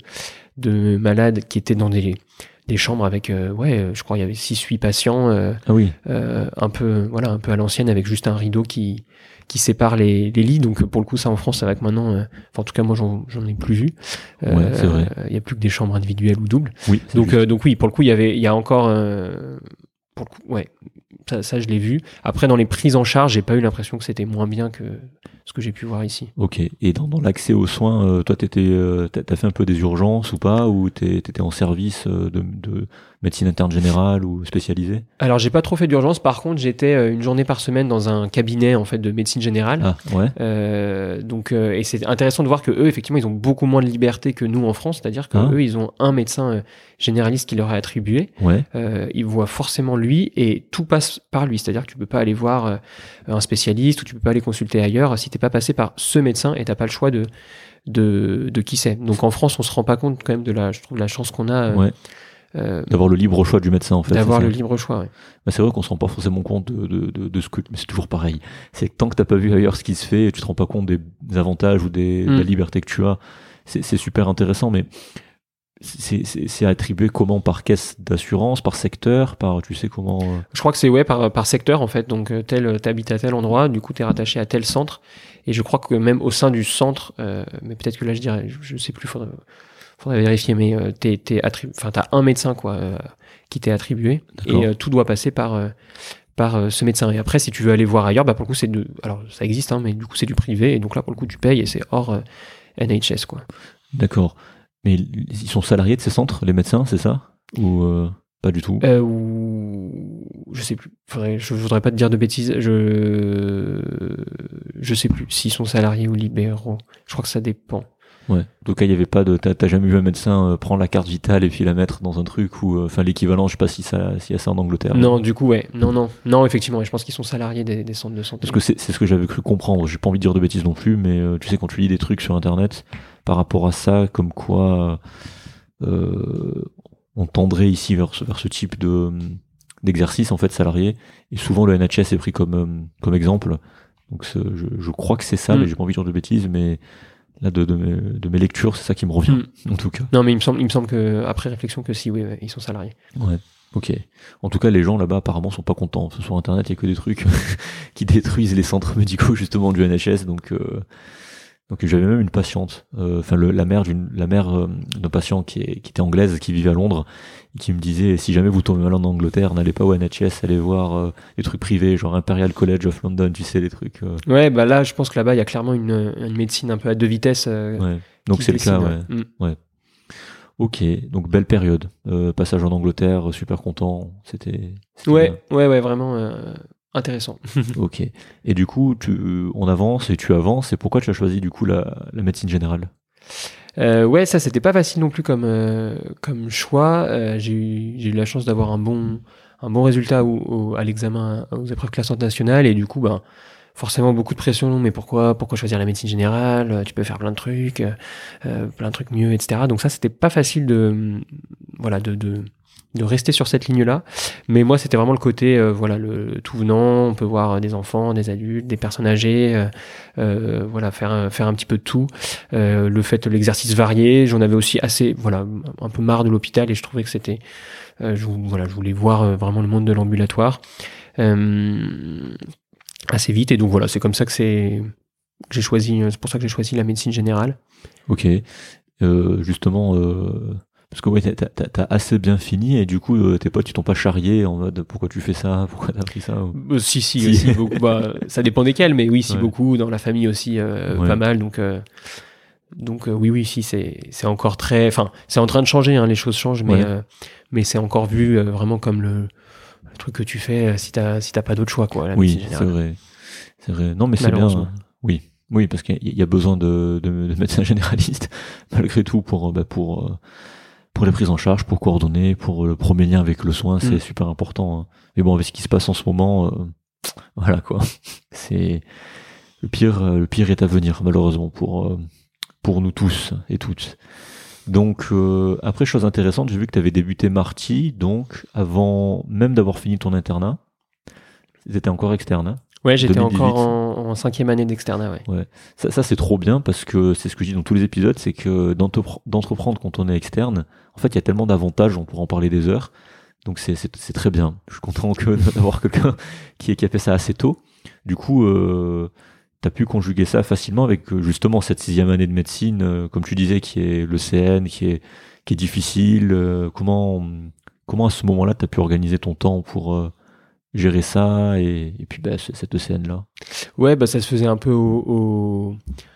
de malades qui étaient dans des des chambres avec euh, ouais je crois il y avait six huit patients euh, Ah oui. euh, un peu voilà un peu à l'ancienne avec juste un rideau qui qui sépare les, les lits. Donc pour le coup ça en France c'est vrai que maintenant euh, enfin en tout cas moi j'en j'en ai plus vu. Euh, Ouais, c'est vrai. il y a plus que des chambres individuelles ou doubles. Oui. c'est Donc juste. euh, donc oui pour le coup il y avait il y a encore euh, pour le coup ouais ça, ça je l'ai vu. Après dans les prises en charge j'ai pas eu l'impression que c'était moins bien que ce que j'ai pu voir ici. Ok. Et dans, dans l'accès aux soins, euh, toi, t'étais, euh, t'as, t'as fait un peu des urgences ou pas, ou t'es, t'étais en service euh, de, de médecine interne générale ou spécialisée? Alors j'ai pas trop fait d'urgence. Par contre j'étais euh, une journée par semaine dans un cabinet en fait de médecine générale. Ah ouais. Euh, donc euh, et c'est intéressant de voir que eux effectivement ils ont beaucoup moins de liberté que nous en France, c'est-à-dire que Ah. eux ils ont un médecin euh, généraliste qui leur est attribué, Ouais. euh, ils voient forcément lui et tout passe par lui, c'est-à-dire que tu peux pas aller voir euh, un spécialiste ou tu peux pas aller consulter ailleurs si t'es pas passé par ce médecin et t'as pas le choix de de, de qui c'est. Donc en France on se rend pas compte quand même de la je trouve la chance qu'on a euh, Ouais. euh, D'avoir le libre choix du médecin, en fait. d'avoir c'est le ça. libre choix. Ouais. Bah, c'est vrai qu'on se rend pas forcément compte de, de, de, de ce que, mais c'est toujours pareil. C'est que tant que t'as pas vu ailleurs ce qui se fait, tu te rends pas compte des, des avantages ou des, de la Mm. liberté que tu as. C'est, c'est super intéressant, mais c'est, c'est, c'est attribué comment? Par caisse d'assurance, par secteur, par, tu sais comment, euh, Je crois que c'est ouais par par secteur en fait. Donc euh, tel t'habites à tel endroit, du coup t'es rattaché à tel centre. Et je crois que même au sein du centre, euh, mais peut-être que là je dirais, je, je sais plus, faudrait, faudrait vérifier. Mais euh, t'es t'es attribué, enfin t'as un médecin quoi euh, qui t'est attribué D'accord. et euh, tout doit passer par euh, par euh, ce médecin. Et après si tu veux aller voir ailleurs, bah pour le coup c'est de, alors ça existe hein, mais du coup c'est du privé et donc là pour le coup tu payes et c'est hors euh, N H S quoi. d'accord. Mais ils sont salariés de ces centres, les médecins, c'est ça? Ou, euh, pas du tout? Euh, ou je sais plus. Faudrait, je voudrais pas te dire de bêtises. Je je sais plus s'ils sont salariés ou libéraux. Je crois que ça dépend. Ouais. Donc, il y avait pas de, t'as, t'as jamais vu un médecin euh, prendre la carte vitale et puis la mettre dans un truc ou, enfin, euh, l'équivalent, je sais pas si ça, s'il y a ça en Angleterre. Non, du coup, ouais. Non, non. Non, effectivement, je pense qu'ils sont salariés des, des centres de santé. Parce que c'est, c'est ce que j'avais cru comprendre. J'ai pas envie de dire de bêtises non plus, mais euh, tu sais, quand tu lis des trucs sur Internet par rapport à ça, comme quoi euh, on tendrait ici vers ce, vers ce type de, d'exercice, en fait, salarié. Et souvent, le N H S est pris comme, euh, comme exemple. Donc, je, je crois que c'est ça, Mm. mais j'ai pas envie de dire de bêtises, mais là, de, de, mes, de mes lectures, c'est ça qui me revient, Mm. en tout cas. Non, mais il me semble, il me semble que après réflexion que si, oui, ouais, ils sont salariés. Ouais. Ok. En tout cas, les gens là-bas apparemment sont pas contents. Sur Internet, il y a que des trucs qui détruisent les centres médicaux justement du N H S. Donc, euh, donc j'avais même une patiente, enfin euh, la mère d'une, la mère euh, d'un patient qui, est, qui était anglaise, qui vivait à Londres, et qui me disait si jamais vous tombez malade en Angleterre, n'allez pas au N H S, allez voir euh, des trucs privés, genre Imperial College of London, tu sais les trucs. Euh... Ouais, bah là, je pense que là-bas, il y a clairement une, une médecine un peu à deux vitesses. Euh, ouais. Donc c'est le cas, ouais. Mm. Ouais. Ok, donc belle période. Euh, passage en Angleterre, super content. C'était. c'était ouais, bien. ouais, ouais, vraiment. Euh, intéressant. Ok. Et du coup, tu, on avance et tu avances. Et pourquoi tu as choisi du coup la, la médecine générale? Euh, ouais, ça c'était pas facile non plus comme euh, comme choix. Euh, j'ai eu j'ai eu la chance d'avoir un bon un bon résultat au, au, à l'examen aux épreuves classantes nationales et du coup ben forcément beaucoup de pression. Mais pourquoi pourquoi choisir la médecine générale? Tu peux faire plein de trucs, euh, plein de trucs mieux, et cetera. Donc ça c'était pas facile de voilà de de de rester sur cette ligne-là. Mais moi, c'était vraiment le côté, euh, voilà, le tout venant. On peut voir des enfants, des adultes, des personnes âgées, euh, euh, voilà, faire faire un petit peu de tout. Euh, le fait de l'exercice varié, j'en avais aussi assez, voilà, un peu marre de l'hôpital et je trouvais que c'était, euh, je, voilà, je voulais voir euh, vraiment le monde de l'ambulatoire euh, assez vite. Et donc voilà, c'est comme ça que c'est, que j'ai choisi. C'est pour ça que j'ai choisi la médecine générale. Ok. Euh, justement. Euh... Parce que ouais, t'as, t'as, t'as assez bien fini et du coup euh, tes potes ils t'ont pas charrié en mode pourquoi tu fais ça, pourquoi t'as pris ça ou... euh, Si si, si. Aussi, beaucoup, bah, ça dépend desquels, mais oui si ouais. beaucoup dans la famille aussi euh, ouais. Pas mal donc euh, donc euh, oui oui si c'est c'est encore très, enfin c'est en train de changer hein, les choses changent mais ouais. euh, mais c'est encore vu euh, vraiment comme le, le truc que tu fais euh, si t'as si t'as pas d'autre choix quoi. La oui c'est vrai c'est vrai non mais c'est bien oui oui parce qu'il y a besoin de de, de médecins généralistes malgré tout pour bah, pour euh, pour les prises en charge, pour coordonner, pour le premier lien avec le soin, c'est mmh. super important. Hein. Mais bon, avec ce qui se passe en ce moment, euh, voilà quoi. C'est le pire, le pire est à venir malheureusement pour euh, pour nous tous et toutes. Donc euh, après, chose intéressante, j'ai vu que tu avais débuté Marty, donc avant même d'avoir fini ton internat, t'étais encore externe. Hein Ouais, j'étais deux mille dix-huit. Encore en, en cinquième année d'externat, ouais. ouais. Ça, ça c'est trop bien parce que c'est ce que je dis dans tous les épisodes, c'est que d'entreprendre quand on est externe, en fait, il y a tellement d'avantages, on pourra en parler des heures. Donc c'est, c'est, c'est très bien. Je suis content que d'avoir quelqu'un qui, qui a fait ça assez tôt. Du coup, euh, t'as pu conjuguer ça facilement avec justement cette sixième année de médecine, euh, comme tu disais, qui est le C N, qui est, qui est difficile. Euh, comment, comment à ce moment-là, t'as pu organiser ton temps pour... Euh, gérer ça et, et puis bah, cette scène là. Ouais, bah ça se faisait un peu au, au,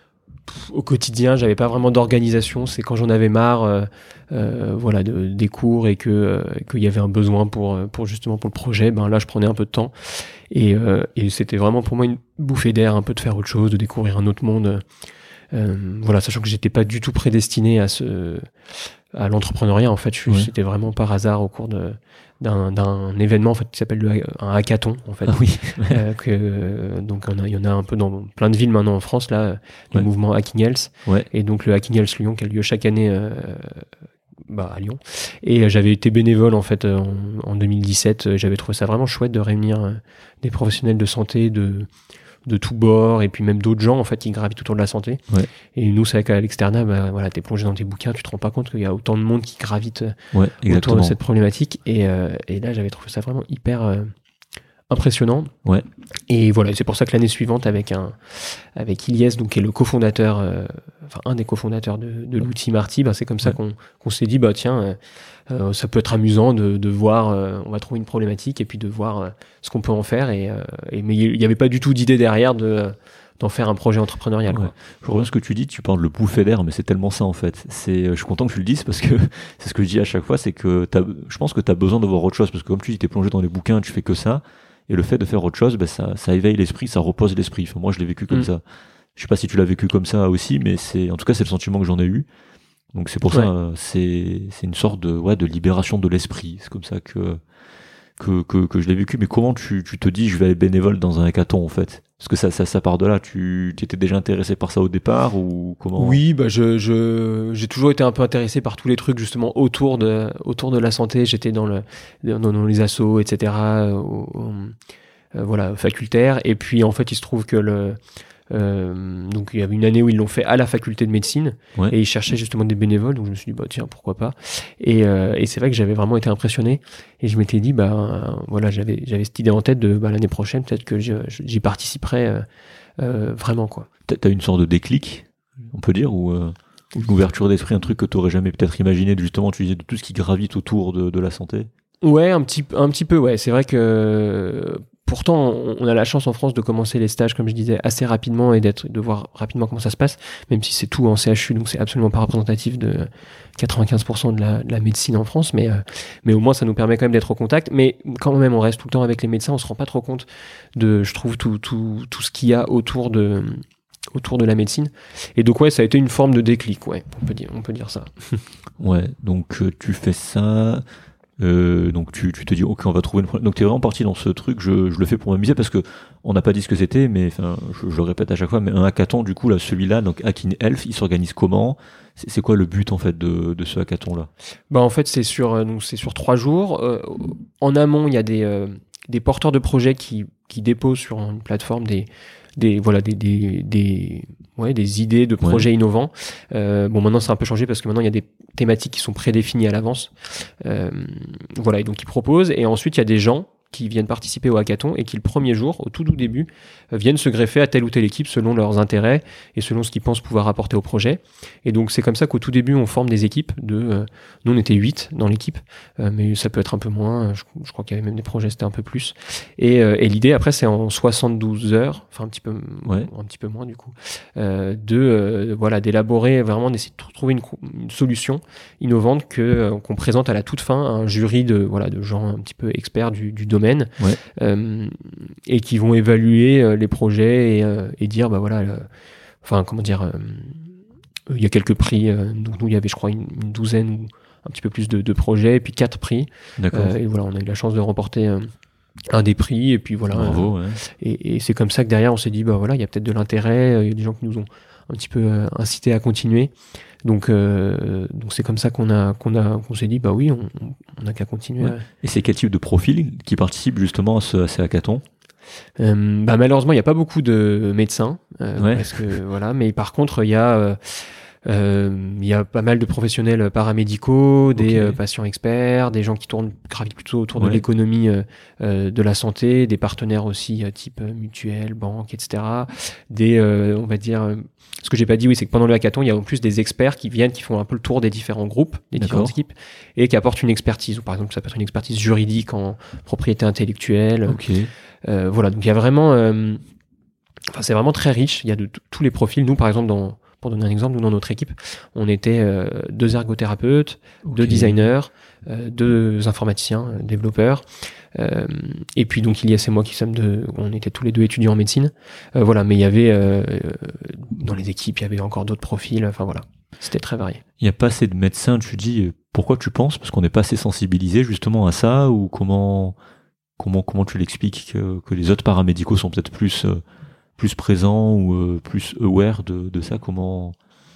au quotidien. J'avais pas vraiment d'organisation. C'est quand j'en avais marre, euh, euh, voilà, de, des cours et que euh, qu'il y avait un besoin pour pour justement pour le projet. Ben là, je prenais un peu de temps et, euh, et c'était vraiment pour moi une bouffée d'air, un peu de faire autre chose, de découvrir un autre monde. Euh, voilà, sachant que j'étais pas du tout prédestiné à ce à l'entrepreneuriat. En fait, je, ouais. C'était vraiment par hasard au cours de d'un, d'un événement en fait qui s'appelle le, un hackathon en fait. Ah oui. euh, que euh, donc il y, y en a un peu dans plein de villes maintenant en France là, le ouais. mouvement Hacking Health. Ouais. Et donc le Hacking Health Lyon qui a lieu chaque année euh, bah, à Lyon. Et euh, j'avais été bénévole en fait en, en deux mille dix-sept. J'avais trouvé ça vraiment chouette de réunir euh, des professionnels de santé de de tous bords et puis même d'autres gens en fait qui gravitent autour de la santé. Ouais. Et nous c'est vrai qu'à l'externat, bah, voilà, t'es plongé dans tes bouquins, tu te rends pas compte qu'il y a autant de monde qui gravite ouais, autour de cette problématique. Et, euh, et là j'avais trouvé ça vraiment hyper euh, impressionnant. Ouais. Et voilà, c'est pour ça que l'année suivante avec un avec Ilyes, donc qui est le cofondateur, euh, enfin un des cofondateurs de, de l'outil Marty, bah, c'est comme ça ouais. qu'on qu'on s'est dit bah tiens. Euh, Euh, ça peut être amusant de, de voir, euh, on va trouver une problématique et puis de voir euh, ce qu'on peut en faire. Et, euh, et mais il n'y avait pas du tout d'idée derrière de, d'en faire un projet entrepreneurial. Ouais. Quoi. Je reviens à ce que tu dis, tu parles de bouffée d'air, mais c'est tellement ça en fait. C'est, je suis content que tu le dises parce que c'est ce que je dis à chaque fois, c'est que t'as, je pense que tu as besoin de voir autre chose parce que comme tu dis, tu es plongé dans les bouquins, tu fais que ça. Et le fait de faire autre chose, ben, ça, ça éveille l'esprit, ça repose l'esprit. Enfin, moi, je l'ai vécu comme mmh. ça. Je sais pas si tu l'as vécu comme ça aussi, mais c'est, en tout cas, c'est le sentiment que j'en ai eu. Donc c'est pour ouais. ça, euh, c'est c'est une sorte de ouais de libération de l'esprit. C'est comme ça que que que, que je l'ai vécu. Mais comment tu tu te dis je vais aller bénévole dans un hackathon en fait? Parce que ça ça ça part de là. Tu étais déjà intéressé par ça au départ ou comment? Oui, bah je je j'ai toujours été un peu intéressé par tous les trucs justement autour de autour de la santé. J'étais dans le dans, dans les assos, et cetera. Au, au, euh, voilà facultaire. Et puis en fait il se trouve que le Euh, donc il y avait une année où ils l'ont fait à la faculté de médecine ouais. et ils cherchaient justement des bénévoles, donc je me suis dit bah tiens pourquoi pas et, euh, et c'est vrai que j'avais vraiment été impressionné et je m'étais dit bah euh, voilà j'avais j'avais cette idée en tête de bah, l'année prochaine peut-être que j'y, j'y participerai euh, euh, vraiment quoi. T'as, t'as une sorte de déclic on peut dire ou euh, une ouverture d'esprit, un truc que t'aurais jamais peut-être imaginé justement tu disais de tout ce qui gravite autour de, de la santé. Ouais, un petit, un petit peu, ouais. C'est vrai que pourtant, on, on a la chance en France de commencer les stages, comme je disais, assez rapidement et d'être, de voir rapidement comment ça se passe, même si c'est tout en C H U, donc c'est absolument pas représentatif de quatre-vingt-quinze pour cent de la, de la médecine en France, mais, euh, mais au moins ça nous permet quand même d'être au contact. Mais quand même, on reste tout le temps avec les médecins, on se rend pas trop compte de, je trouve, tout, tout, tout ce qu'il y a autour de, autour de la médecine. Et donc, ouais, ça a été une forme de déclic, ouais, on peut dire, on peut dire ça. Ouais, donc euh, tu fais ça. Euh, donc tu, tu te dis ok on va trouver une donc t'es vraiment parti dans ce truc je, je le fais pour m'amuser parce que on n'a pas dit ce que c'était mais enfin je, je le répète à chaque fois mais un hackathon du coup là celui-là donc Hack in Health il s'organise comment c'est, c'est quoi le but en fait de, de ce hackathon là? Bah en fait c'est sur donc c'est sur trois jours euh, en amont il y a des euh, des porteurs de projets qui qui déposent sur une plateforme des des voilà des des des ouais des idées de projets ouais. innovants. Euh, bon maintenant c'est un peu changé parce que maintenant il y a des thématiques qui sont prédéfinies à l'avance. Euh, voilà et donc ils proposent et ensuite il y a des gens qui viennent participer au hackathon et qui le premier jour, au tout doux début, euh, viennent se greffer à telle ou telle équipe selon leurs intérêts et selon ce qu'ils pensent pouvoir apporter au projet. Et donc c'est comme ça qu'au tout début on forme des équipes de, euh, nous on était huit dans l'équipe, euh, mais ça peut être un peu moins, je, je crois qu'il y avait même des projets c'était un peu plus. Et, euh, et l'idée après c'est en soixante-douze heures, enfin un petit peu, ouais. un petit peu moins du coup, euh, de euh, voilà d'élaborer vraiment d'essayer de trouver une, une solution innovante que euh, qu'on présente à la toute fin à un jury de voilà de gens un petit peu experts du, du domaine. Ouais. Euh, et qui vont évaluer euh, les projets et, euh, et dire bah voilà euh, enfin comment dire il euh, y a quelques prix euh, donc nous il y avait je crois une, une douzaine ou un petit peu plus de, de projets et puis quatre prix. D'accord. Euh, et voilà on a eu la chance de remporter euh, un des prix et puis voilà. Bravo, euh, ouais. et, et c'est comme ça que derrière on s'est dit bah voilà il y a peut-être de l'intérêt, il y a des gens qui nous ont un petit peu euh, incité à continuer. Donc, euh, donc c'est comme ça qu'on a, qu'on a, qu'on s'est dit, bah oui, on, on a qu'à continuer. Ouais. Et c'est quel type de profil qui participe justement à, ce, à ces hackathons? euh, bah malheureusement, il n'y a pas beaucoup de médecins, euh, ouais. parce que voilà. Mais par contre, il y a, euh, euh, il y a pas mal de professionnels paramédicaux, des okay. euh, patients experts, des gens qui tournent gravitent plutôt autour ouais. de l'économie euh, euh, de la santé, des partenaires aussi euh, type euh, mutuelle, banque, et cetera. Des, euh, on va dire. Euh, Ce que j'ai pas dit, oui, c'est que pendant le hackathon, il y a en plus des experts qui viennent, qui font un peu le tour des différents groupes, des D'accord. différentes équipes, et qui apportent une expertise. Ou par exemple, ça peut être une expertise juridique en propriété intellectuelle. Okay. Euh, voilà, donc il y a vraiment, euh, enfin c'est vraiment très riche. Il y a de t- tous les profils. Nous, par exemple, dans, pour donner un exemple, nous dans notre équipe, on était euh, deux ergothérapeutes, okay. deux designers, euh, deux informaticiens, euh, développeurs. Euh, et puis donc il y a c'est moi qui sommes de, on était tous les deux étudiants en médecine, euh, voilà. Mais il y avait euh, dans les équipes, il y avait encore d'autres profils. Enfin voilà, c'était très varié. Il n'y a pas assez de médecins. Tu dis pourquoi tu penses? Parce qu'on n'est pas assez sensibilisé justement à ça ou comment comment comment tu l'expliques que, que les autres paramédicaux sont peut-être plus euh, plus présents ou euh, plus aware de de ça? Comment?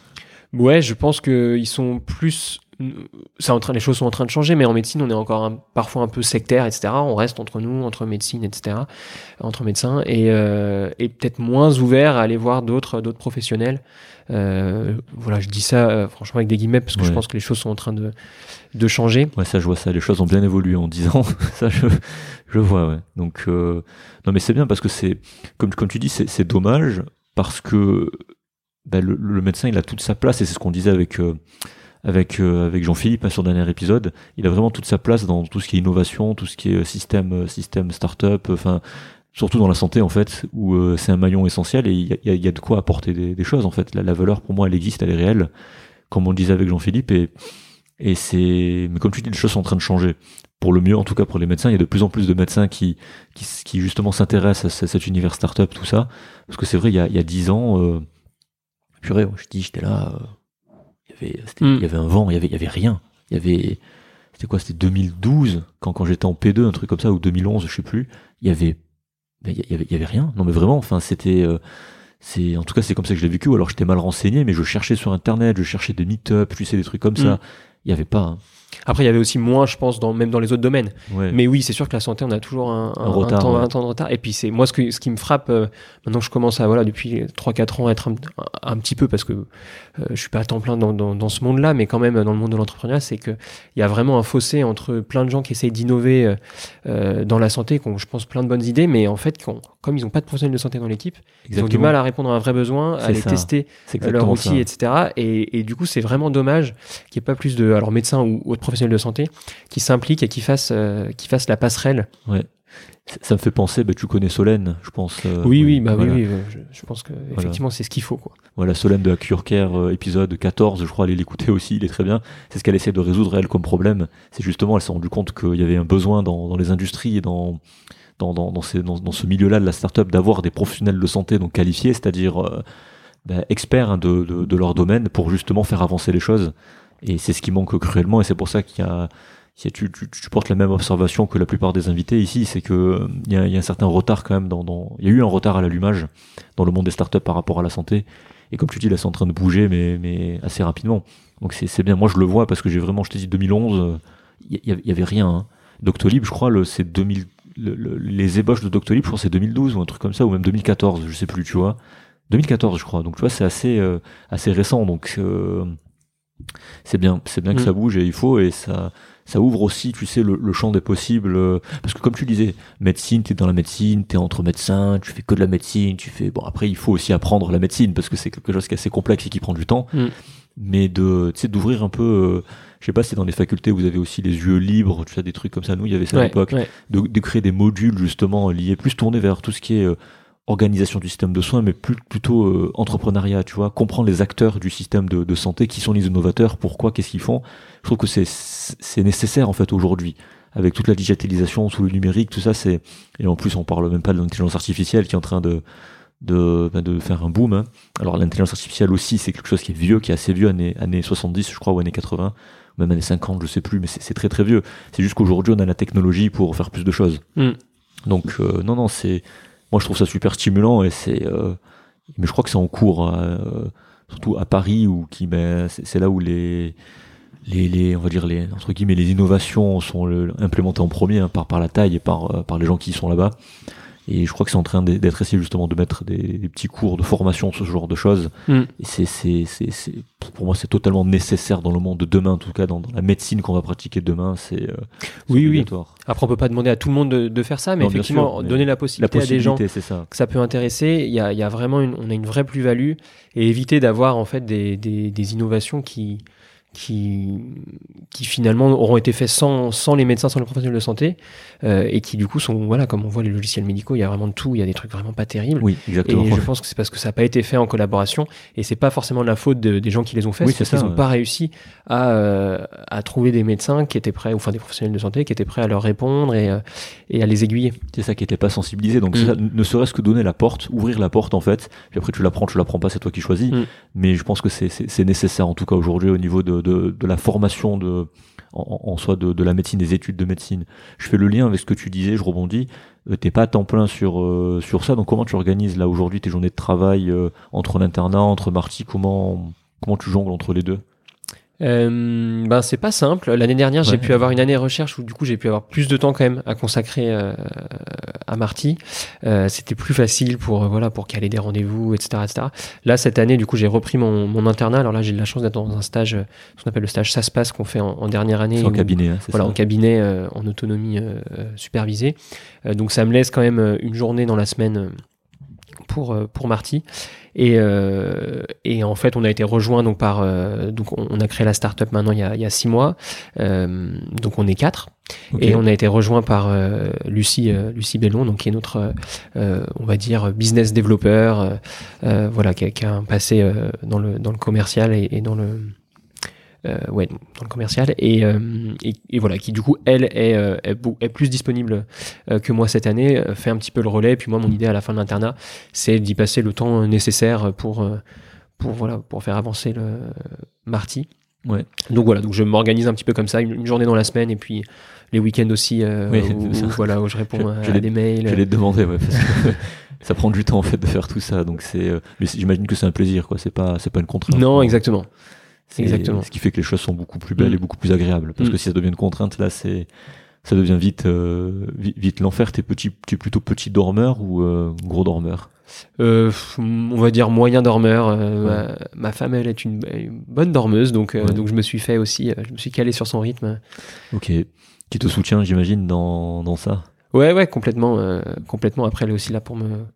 Ouais, je pense que ils sont plus. C'est en train, les choses sont en train de changer, mais en médecine, on est encore un, parfois un peu sectaire, et cetera. On reste entre nous, entre médecine, et cetera. Entre médecins, et, euh, et peut-être moins ouvert à aller voir d'autres, d'autres professionnels. Euh, voilà, je dis ça euh, franchement avec des guillemets parce que ouais. je pense que les choses sont en train de de changer. Ouais, ça, je vois ça. Les choses ont bien évolué en dix ans. ça, je je vois. Ouais. Donc euh, non, mais c'est bien parce que c'est comme comme tu dis, c'est, c'est dommage parce que ben, le, le médecin, il a toute sa place et c'est ce qu'on disait avec. Euh, avec euh, avec Jean-Philippe sur le dernier épisode, il a vraiment toute sa place dans tout ce qui est innovation, tout ce qui est système système start-up, enfin surtout dans la santé en fait, où euh, c'est un maillon essentiel et il y a, y a de quoi apporter des, des choses en fait. La, la valeur pour moi elle existe, elle est réelle, comme on le disait avec Jean-Philippe et et c'est mais comme tu dis les choses sont en train de changer pour le mieux en tout cas pour les médecins. Il y a de plus en plus de médecins qui qui, qui justement s'intéressent à cet univers start-up tout ça parce que c'est vrai il y a il y a dix ans, euh, purée, je dis j'étais là. Euh, Il y, avait, mm. il y avait un vent, il y avait, il y avait rien. Il y avait, c'était quoi? C'était deux mille douze, quand, quand j'étais en P deux, un truc comme ça, ou deux mille onze, je sais plus. Il y avait, il y avait, il y avait rien. Non, mais vraiment, enfin, c'était, euh, c'est, en tout cas, c'est comme ça que je l'ai vécu. Ou alors, j'étais mal renseigné, mais je cherchais sur Internet, je cherchais des meet-up, tu sais, des trucs comme mm. ça. Il y avait pas, hein. Après, il y avait aussi moins, je pense, dans, même dans les autres domaines. Ouais. Mais oui, c'est sûr que la santé, on a toujours un, un, un, retard, un, temps, ouais. un temps de retard. Et puis, c'est moi, ce, que, ce qui me frappe, euh, maintenant que je commence à, voilà, depuis trois quatre ans, à être un, un, un petit peu, parce que euh, je suis pas à temps plein dans, dans, dans ce monde-là, mais quand même dans le monde de l'entrepreneuriat, c'est qu'il y a vraiment un fossé entre plein de gens qui essayent d'innover euh, dans la santé, qui ont, je pense, plein de bonnes idées, mais en fait, qui ont, comme ils n'ont pas de professionnels de santé dans l'équipe, Exactement. Ils ont du mal à répondre à un vrai besoin, à c'est aller ça. tester leurs outils, et cetera. Et, et du coup, c'est vraiment dommage qu'il n'y ait pas plus de alors médecins ou autres professionnels de santé qui s'impliquent et qui fassent, euh, qui fassent la passerelle ouais. Ça me fait penser, bah, tu connais Solène, je pense. Euh, oui, oui, bah voilà. oui, oui, je, je pense que voilà. Effectivement, c'est ce qu'il faut, quoi. Voilà, Solène de la Cure Care, euh, épisode quatorze, je crois, allez l'écouter aussi, il est très bien. C'est ce qu'elle essaie de résoudre, elle, comme problème. C'est justement, elle s'est rendue compte qu'il y avait un besoin dans, dans les industries et dans, dans, dans, dans, ces, dans, dans ce milieu-là de la start-up d'avoir des professionnels de santé donc qualifiés, c'est-à-dire euh, bah, experts hein, de, de, de leur domaine pour justement faire avancer les choses. Et c'est ce qui manque cruellement, et c'est pour ça qu'il y a Tu, tu, tu portes la même observation que la plupart des invités ici, c'est que il y a, y a un certain retard quand même dans, dans, il y a eu un retard à l'allumage dans le monde des startups par rapport à la santé. Et comme tu dis, là, c'est en train de bouger, mais, mais assez rapidement. Donc c'est, c'est bien. Moi, je le vois parce que j'ai vraiment, je t'ai dit, deux mille onze, il y, y, y avait rien. Hein. Doctolib, je crois, le, c'est deux mille, le, le, les ébauches de Doctolib, je crois, c'est deux mille douze ou un truc comme ça, ou même deux mille quatorze, je sais plus, tu vois. deux mille quatorze, je crois. Donc tu vois, c'est assez, euh, assez récent. Donc euh, c'est bien, c'est bien que mmh. ça bouge et il faut et ça. Ça ouvre aussi, tu sais, le, le champ des possibles. Euh, parce que comme tu disais, médecine, t'es dans la médecine, t'es entre médecins, tu fais que de la médecine, tu fais... Bon, après, il faut aussi apprendre la médecine, parce que c'est quelque chose qui est assez complexe et qui prend du temps. Mm. Mais de, tu sais, d'ouvrir un peu... Euh, je sais pas si dans les facultés, vous avez aussi les yeux libres, tu sais, des trucs comme ça. Nous, il y avait ça ouais, à l'époque. Ouais. De, de créer des modules, justement, liés, plus tournés vers tout ce qui est... Euh, organisation du système de soins, mais plus, plutôt euh, entrepreneuriat, tu vois, comprendre les acteurs du système de, de santé, qui sont les innovateurs, pourquoi, qu'est-ce qu'ils font. Je trouve que c'est, c'est nécessaire, en fait, aujourd'hui. Avec toute la digitalisation, tout le numérique, tout ça, c'est... Et en plus, on parle même pas de l'intelligence artificielle qui est en train de, de, ben de faire un boom. Hein. Alors, l'intelligence artificielle aussi, c'est quelque chose qui est vieux, qui est assez vieux, années, années soixante-dix, je crois, ou années quatre-vingts, même années cinquante, je sais plus, mais c'est, c'est très très vieux. C'est juste qu'aujourd'hui, on a la technologie pour faire plus de choses. Mm. Donc, euh, non, non, c'est... Moi, je trouve ça super stimulant et c'est, euh, mais je crois que c'est en cours, euh, surtout à Paris où qui, ben, c'est, c'est là où les, les, les, on va dire les entre guillemets les innovations sont le, implémentées en premier hein, par par la taille et par par les gens qui sont là-bas. Et je crois que c'est en train d'être essayé justement de mettre des, des petits cours de formation, ce genre de choses. Mm. Et c'est, c'est, c'est, c'est, pour moi, c'est totalement nécessaire dans le monde de demain, en tout cas dans, dans la médecine qu'on va pratiquer demain. C'est, euh, c'est oui, obligatoire. Oui. Après, on peut pas demander à tout le monde de, de faire ça, mais non, effectivement, sûr, mais donner la possibilité, la possibilité à des gens c'est ça. Que ça peut intéresser. Il y a, il y a vraiment, une, on a une vraie plus-value et éviter d'avoir en fait des, des, des innovations qui qui qui finalement auront été faits sans sans les médecins, sans les professionnels de santé euh, et qui du coup sont voilà comme on voit les logiciels médicaux, il y a vraiment de tout, il y a des trucs vraiment pas terribles. Oui, exactement. Et je pense que c'est parce que ça n'a pas été fait en collaboration et c'est pas forcément de la faute de, des gens qui les ont fait, oui, c'est, c'est parce ça, qu'ils n'ont ouais. pas réussi à euh, à trouver des médecins qui étaient prêts, ou enfin des professionnels de santé qui étaient prêts à leur répondre et euh, et à les aiguiller. C'est ça qui n'était pas sensibilisé. Donc mmh. ça, ne serait-ce que donner la porte, ouvrir la porte en fait. Puis après tu la prends, tu la prends pas, c'est toi qui choisis. Mmh. Mais je pense que c'est c'est, c'est nécessaire en tout cas aujourd'hui au niveau de de, de la formation de, en, en soi de, de la médecine, des études de médecine. Je fais le lien avec ce que tu disais, je rebondis. Euh, t'es pas à temps plein sur euh, sur ça, donc comment tu organises là aujourd'hui tes journées de travail euh, entre l'internat, entre Marty, comment comment tu jongles entre les deux? Euh, ben c'est pas simple. L'année dernière, ouais. j'ai pu avoir une année recherche où du coup j'ai pu avoir plus de temps quand même à consacrer euh, à Marty. Euh, c'était plus facile pour euh, voilà pour caler des rendez-vous, et cetera, et cetera. Là cette année, du coup, j'ai repris mon, mon internat. Alors là, j'ai de la chance d'être dans un stage, euh, ce qu'on appelle le stage Ça se passe qu'on fait en, en dernière année. C'est en où, cabinet, hein, c'est voilà, ça. en cabinet, euh, en autonomie euh, supervisée. Euh, donc ça me laisse quand même une journée dans la semaine pour pour Marty. Et, euh, et en fait, on a été rejoint donc par euh, donc on, on a créé la startup maintenant il y a il y a six mois. Euh, donc on est quatre. Okay. Et on a été rejoint par euh, Lucie euh, Lucie Bellon, donc qui est notre euh, on va dire business développeur, euh, voilà, qui a, qui a un passé euh, dans le dans le commercial et, et dans le Euh, ouais, dans le commercial et, euh, et, et voilà, qui du coup elle est, euh, est, est plus disponible euh, que moi cette année, euh, fait un petit peu le relais. Puis moi, mon idée à la fin de l'internat, c'est d'y passer le temps nécessaire pour euh, pour voilà pour faire avancer le Marty. Ouais. Donc voilà, donc je m'organise un petit peu comme ça, une, une journée dans la semaine et puis les week-ends aussi, euh, oui, où, où, voilà, où je réponds je, à, je à des mails. Je l'ai demandé, ouais, parce que ça prend du temps en fait de faire tout ça. Donc c'est, euh, mais j'imagine que c'est un plaisir, quoi. C'est pas c'est pas une contrainte. Non, quoi. Exactement. C'est Exactement. Ce qui fait que les choses sont beaucoup plus belles mmh. et beaucoup plus agréables. Parce mmh. que si ça devient une contrainte, là, c'est, ça devient vite, euh, vite, vite l'enfer. T'es petit, t'es plutôt petit dormeur ou euh, gros dormeur? Euh, on va dire moyen dormeur. Euh, ouais. ma, ma femme, elle est une, une bonne dormeuse, donc, euh, ouais. donc je me suis fait aussi, je me suis calé sur son rythme. Ok. Qui te soutient, j'imagine, dans, dans ça? Ouais, ouais, complètement, euh, complètement. Après, elle est aussi là pour me,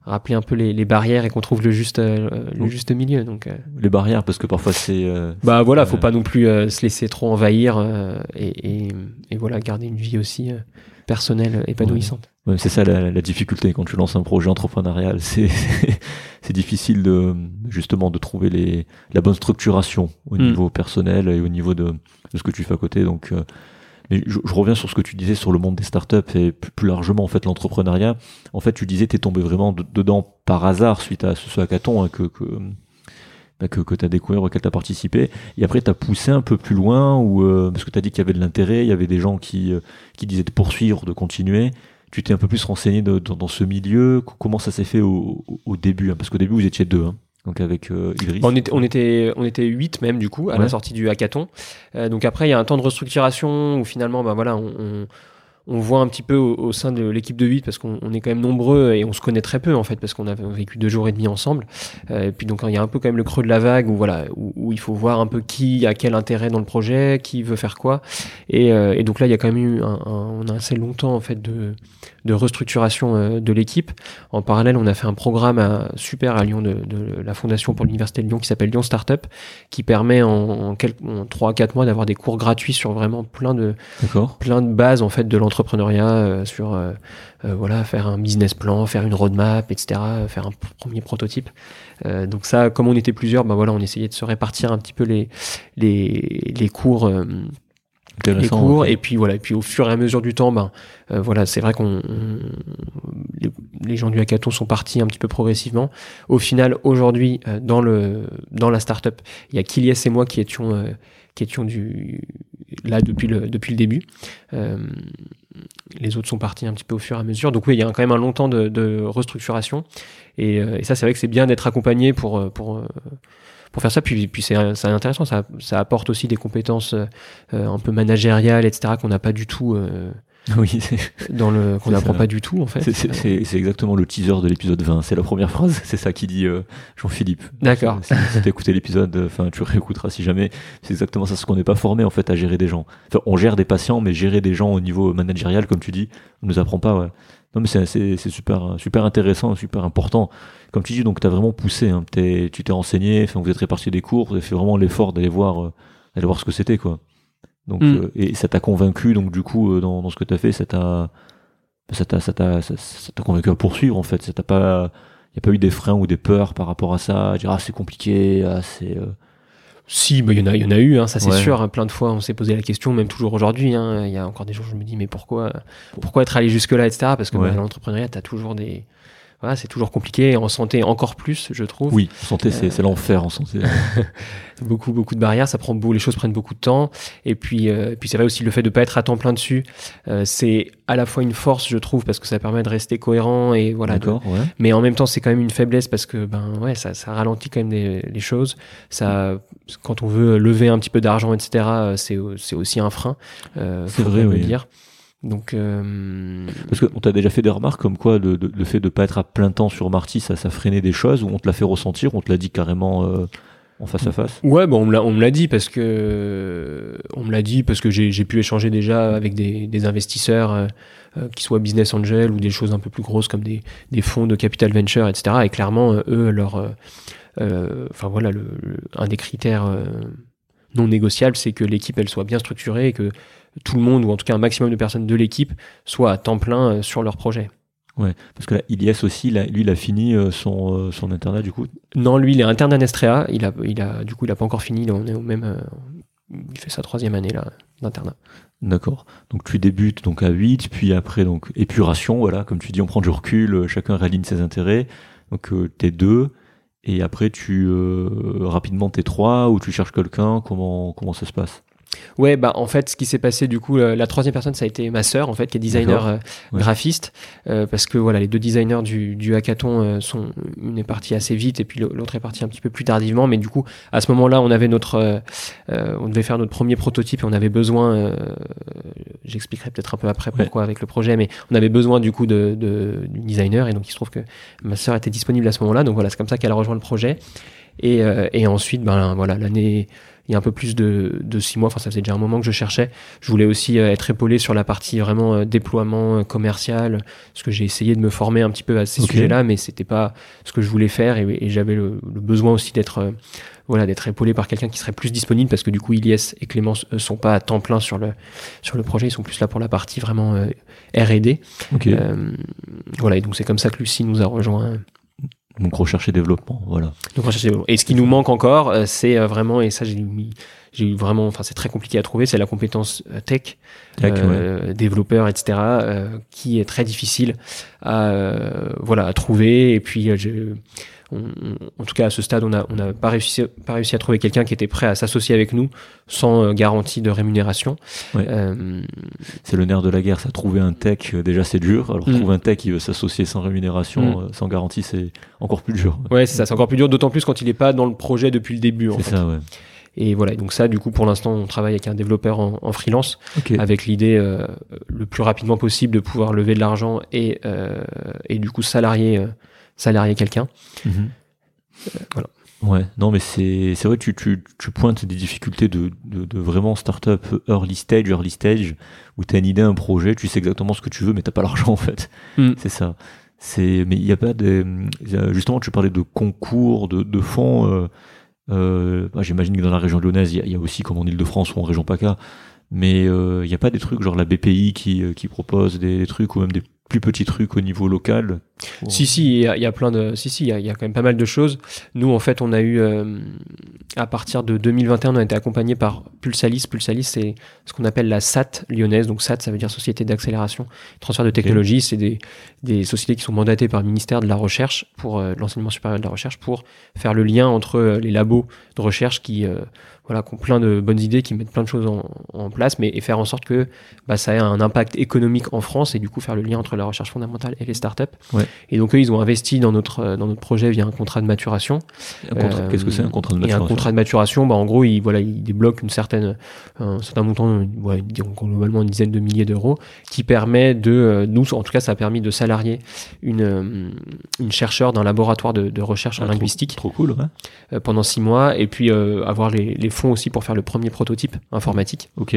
rappeler un peu les, les barrières et qu'on trouve le juste euh, le juste milieu. Donc euh... les barrières, parce que parfois c'est euh, bah voilà, faut euh... pas non plus euh, se laisser trop envahir euh, et, et, et voilà, garder une vie aussi euh, personnelle épanouissante. Ouais. Ouais, c'est ça la, la difficulté quand tu lances un projet entrepreneurial, c'est c'est difficile de justement de trouver les la bonne structuration au mm. niveau personnel et au niveau de, de ce que tu fais à côté. Donc euh, mais je, je reviens sur ce que tu disais sur le monde des startups et plus, plus largement en fait l'entrepreneuriat. En fait, tu disais t'es tombé vraiment de, dedans par hasard suite à ce, ce hackathon hein, que que bah, que, que t'as découvert auquel t'as participé. Et après t'as poussé un peu plus loin ou euh, parce que t'as dit qu'il y avait de l'intérêt, il y avait des gens qui euh, qui disaient de poursuivre, de continuer. Tu t'es un peu plus renseigné de, de, dans ce milieu. Comment ça s'est fait au, au début hein, parce qu'au début vous étiez deux. Hein. Donc avec euh, Idriss. On était, on était, on était huit même du coup à ouais. la sortie du hackathon. Euh, donc après il y a un temps de restructuration où finalement bah voilà on, on, on voit un petit peu au, au sein de l'équipe de huit parce qu'on on est quand même nombreux et on se connaît très peu en fait parce qu'on a vécu deux jours et demi ensemble. Euh, et puis donc il y a un peu quand même le creux de la vague où voilà où, où il faut voir un peu qui a quel intérêt dans le projet, qui veut faire quoi. Et, euh, et donc là il y a quand même eu un, un, on a assez longtemps en fait de de restructuration euh, de l'équipe. En parallèle, on a fait un programme à, super à Lyon de, de la Fondation pour l'Université de Lyon qui s'appelle Lyon Startup, qui permet en, en, quelques, en trois à quatre mois d'avoir des cours gratuits sur vraiment plein de, plein de bases en fait de l'entrepreneuriat, euh, sur euh, euh, voilà, faire un business plan, faire une roadmap, et cetera, faire un premier prototype. Euh, donc ça, comme on était plusieurs, ben voilà, on essayait de se répartir un petit peu les, les, les cours. Euh, les cours okay. et puis voilà et puis au fur et à mesure du temps ben euh, voilà c'est vrai qu'on on, les, les gens du hackathon sont partis un petit peu progressivement. Au final aujourd'hui euh, dans le dans la startup il y a Kiliès et moi qui étions euh, qui étions du là depuis le depuis le début. Euh, les autres sont partis un petit peu au fur et à mesure. Donc oui, il y a quand même un long temps de, de restructuration et, euh, et ça c'est vrai que c'est bien d'être accompagné pour pour euh, pour faire ça, puis, puis c'est, c'est intéressant, ça, ça apporte aussi des compétences euh, un peu managériales, et cetera, qu'on n'a pas du tout, euh, oui, dans le, qu'on n'apprend pas du tout, en fait. C'est, c'est, c'est, c'est exactement le teaser de l'épisode vingt, c'est la première phrase, c'est ça qui dit euh, Jean-Philippe. D'accord. Si, si t'as écouté l'épisode, enfin, tu réécouteras si jamais, c'est exactement ça, ce qu'on n'est pas formé, en fait, à gérer des gens. Enfin, on gère des patients, mais gérer des gens au niveau managérial, comme tu dis, on nous apprend pas, ouais. Non, mais c'est, c'est, c'est super, super intéressant, super important. Comme tu dis, donc tu as vraiment poussé, hein. T'es, tu t'es renseigné, enfin, vous êtes répartis des cours, vous avez fait vraiment l'effort d'aller voir, euh, d'aller voir ce que c'était, quoi. Donc, mm. euh, et ça t'a convaincu, donc du coup, euh, dans, dans ce que tu as fait, ça t'a, ça t'a, ça t'a, ça, ça t'a convaincu à poursuivre, en fait. Ça t'a pas, il y a pas eu des freins ou des peurs par rapport à ça, à dire ah c'est compliqué, ah c'est. Euh... Si, bah il y en a, il y en a eu, hein, ça c'est ouais. sûr. Hein, plein de fois, on s'est posé la question, même toujours aujourd'hui. Hein, il y a encore des jours, je me dis mais pourquoi, pourquoi être allé jusque là, et cetera. Parce que ouais. bah, dans l'entrepreneuriat, t'as toujours des Voilà, c'est toujours compliqué, en santé encore plus, je trouve. Oui, en santé, c'est, euh, c'est l'enfer en santé. beaucoup, beaucoup de barrières, ça prend beau, les choses prennent beaucoup de temps. Et puis, euh, puis c'est vrai aussi le fait de pas être à temps plein dessus, euh, c'est à la fois une force, je trouve, parce que ça permet de rester cohérent et voilà. D'accord, de, ouais. Mais en même temps, c'est quand même une faiblesse parce que ben ouais, ça, ça ralentit quand même des, les choses. Ça, quand on veut lever un petit peu d'argent, et cetera, c'est, c'est aussi un frein. Euh, c'est vrai, oui. dire. Donc, euh... parce qu'on t'a déjà fait des remarques comme quoi le, le, le fait de pas être à plein temps sur Marty, ça, ça freinait des choses, ou on te l'a fait ressentir, on te l'a dit carrément euh, en face à face. Ouais, bon, on me l'a, on me l'a dit parce que on me l'a dit parce que j'ai, j'ai pu échanger déjà avec des, des investisseurs, euh, euh, qui soient business angel ou des choses un peu plus grosses comme des, des fonds de capital venture, et cetera. Et clairement, euh, eux, leur, euh, euh, enfin voilà, le, le, un des critères euh, non négociables, c'est que l'équipe elle soit bien structurée et que tout le monde, ou en tout cas un maximum de personnes de l'équipe, soit à temps plein sur leur projet. Ouais, parce que là, Iliès aussi, là, lui, il a fini son, euh, son internat, du coup. Non, lui, il est interne à Nestréa. Il a, il a, du coup, il a pas encore fini. On est au même, euh, il fait sa troisième année, là, d'internat. D'accord. Donc, tu débutes, donc, à huit, puis après, donc, épuration, voilà. Comme tu dis, on prend du recul, chacun réaligne ses intérêts. Donc, euh, t'es deux. Et après, tu, euh, rapidement, t'es trois, ou tu cherches quelqu'un. Comment, comment ça se passe? Ouais, bah en fait, ce qui s'est passé du coup, la, la troisième personne, ça a été ma sœur en fait, qui est designer euh, ouais. graphiste, euh, parce que voilà, les deux designers du, du hackathon euh, sont, une est partie assez vite et puis l'autre est partie un petit peu plus tardivement, mais du coup, à ce moment-là, on avait notre, euh, euh, on devait faire notre premier prototype et on avait besoin, euh, j'expliquerai peut-être un peu après pourquoi ouais. avec le projet, mais on avait besoin du coup de, de d'une designer et donc il se trouve que ma sœur était disponible à ce moment-là, donc voilà, c'est comme ça qu'elle a rejoint le projet et, euh, et ensuite, ben voilà, l'année il y a un peu plus de, de six mois. Enfin, ça faisait déjà un moment que je cherchais. Je voulais aussi euh, être épaulé sur la partie vraiment euh, déploiement euh, commercial, parce que j'ai essayé de me former un petit peu à ces Okay. sujets-là, mais c'était pas ce que je voulais faire, et, et j'avais le, le besoin aussi d'être, euh, voilà, d'être épaulé par quelqu'un qui serait plus disponible, parce que du coup, Ilyes et Clémence euh, sont pas à temps plein sur le sur le projet, ils sont plus là pour la partie vraiment euh, R et D. Okay. Euh, voilà, et donc c'est comme ça que Lucie nous a rejoint. Donc recherche et développement, voilà. Donc recherche et développement. Et ce qui nous manque encore, euh, c'est euh, vraiment, et ça j'ai mis, j'ai eu vraiment, enfin c'est très compliqué à trouver, c'est la compétence euh, tech, Tech, euh, ouais. développeur, et cetera, euh, qui est très difficile à, euh, voilà, à trouver. Et puis euh, je, on, on, en tout cas à ce stade, on a, on n'a pas réussi, pas réussi à trouver quelqu'un qui était prêt à s'associer avec nous sans euh, garantie de rémunération. Ouais. Euh, C'est le nerf de la guerre, ça. Trouver un tech, euh, déjà c'est dur. Alors Mm. trouver un tech qui veut s'associer sans rémunération, Mm. euh, sans garantie, c'est encore plus dur. ouais, c'est ça, c'est encore plus dur, d'autant plus quand il n'est pas dans le projet depuis le début. En C'est fait. ça, ouais. Et voilà, donc ça, du coup, pour l'instant, on travaille avec un développeur en, en freelance, Ok. avec l'idée euh, le plus rapidement possible de pouvoir lever de l'argent et, euh, et du coup salarier, euh, salarier quelqu'un. Mhm. Euh, voilà. Ouais, non, mais c'est c'est vrai que tu, tu, tu pointes des difficultés de, de, de vraiment start-up early stage, early stage, où tu as une idée, un projet, tu sais exactement ce que tu veux, mais t'as pas l'argent en fait. Mm. C'est ça. C'est, mais il n'y a pas de. Justement, tu parlais de concours, de, de fonds. Euh, euh, bah, j'imagine que dans la région lyonnaise, il y, y a aussi, comme en Ile-de-France ou en région PACA, mais il euh, n'y a pas des trucs genre la B P I qui, qui propose des, des trucs, ou même des plus petits trucs au niveau local. Pour... Si, si, il y, a, il y a plein de. Si, si, il y a, il y a quand même pas mal de choses. Nous, en fait, on a eu, euh, à partir de deux mille vingt et un, on a été accompagné par Pulsalis. Pulsalis, c'est ce qu'on appelle la S A T lyonnaise. Donc, S A T, ça veut dire Société d'accélération et transfert de technologie. Okay. C'est des, des sociétés qui sont mandatées par le ministère de la Recherche, pour euh, l'enseignement supérieur de la Recherche, pour faire le lien entre euh, les labos de recherche qui, euh, voilà, qui ont plein de bonnes idées, qui mettent plein de choses en, en place, mais et faire en sorte que bah, ça ait un impact économique en France, et du coup faire le lien entre la recherche fondamentale et les startups. Ouais. Et donc eux, ils ont investi dans notre dans notre projet via un contrat de maturation. Un contrat, euh, qu'est-ce que c'est un contrat de maturation? Et un contrat de maturation, bah en gros, il voilà, il débloque une certaine un certain montant, ouais, globalement une dizaine de milliers d'euros, qui permet de nous, en tout cas, ça a permis de salarier une une chercheure d'un laboratoire de, de recherche ah, en trop, linguistique. Trop cool, ouais. Euh, pendant six mois, et puis euh, avoir les les fonds aussi pour faire le premier prototype informatique. Ok.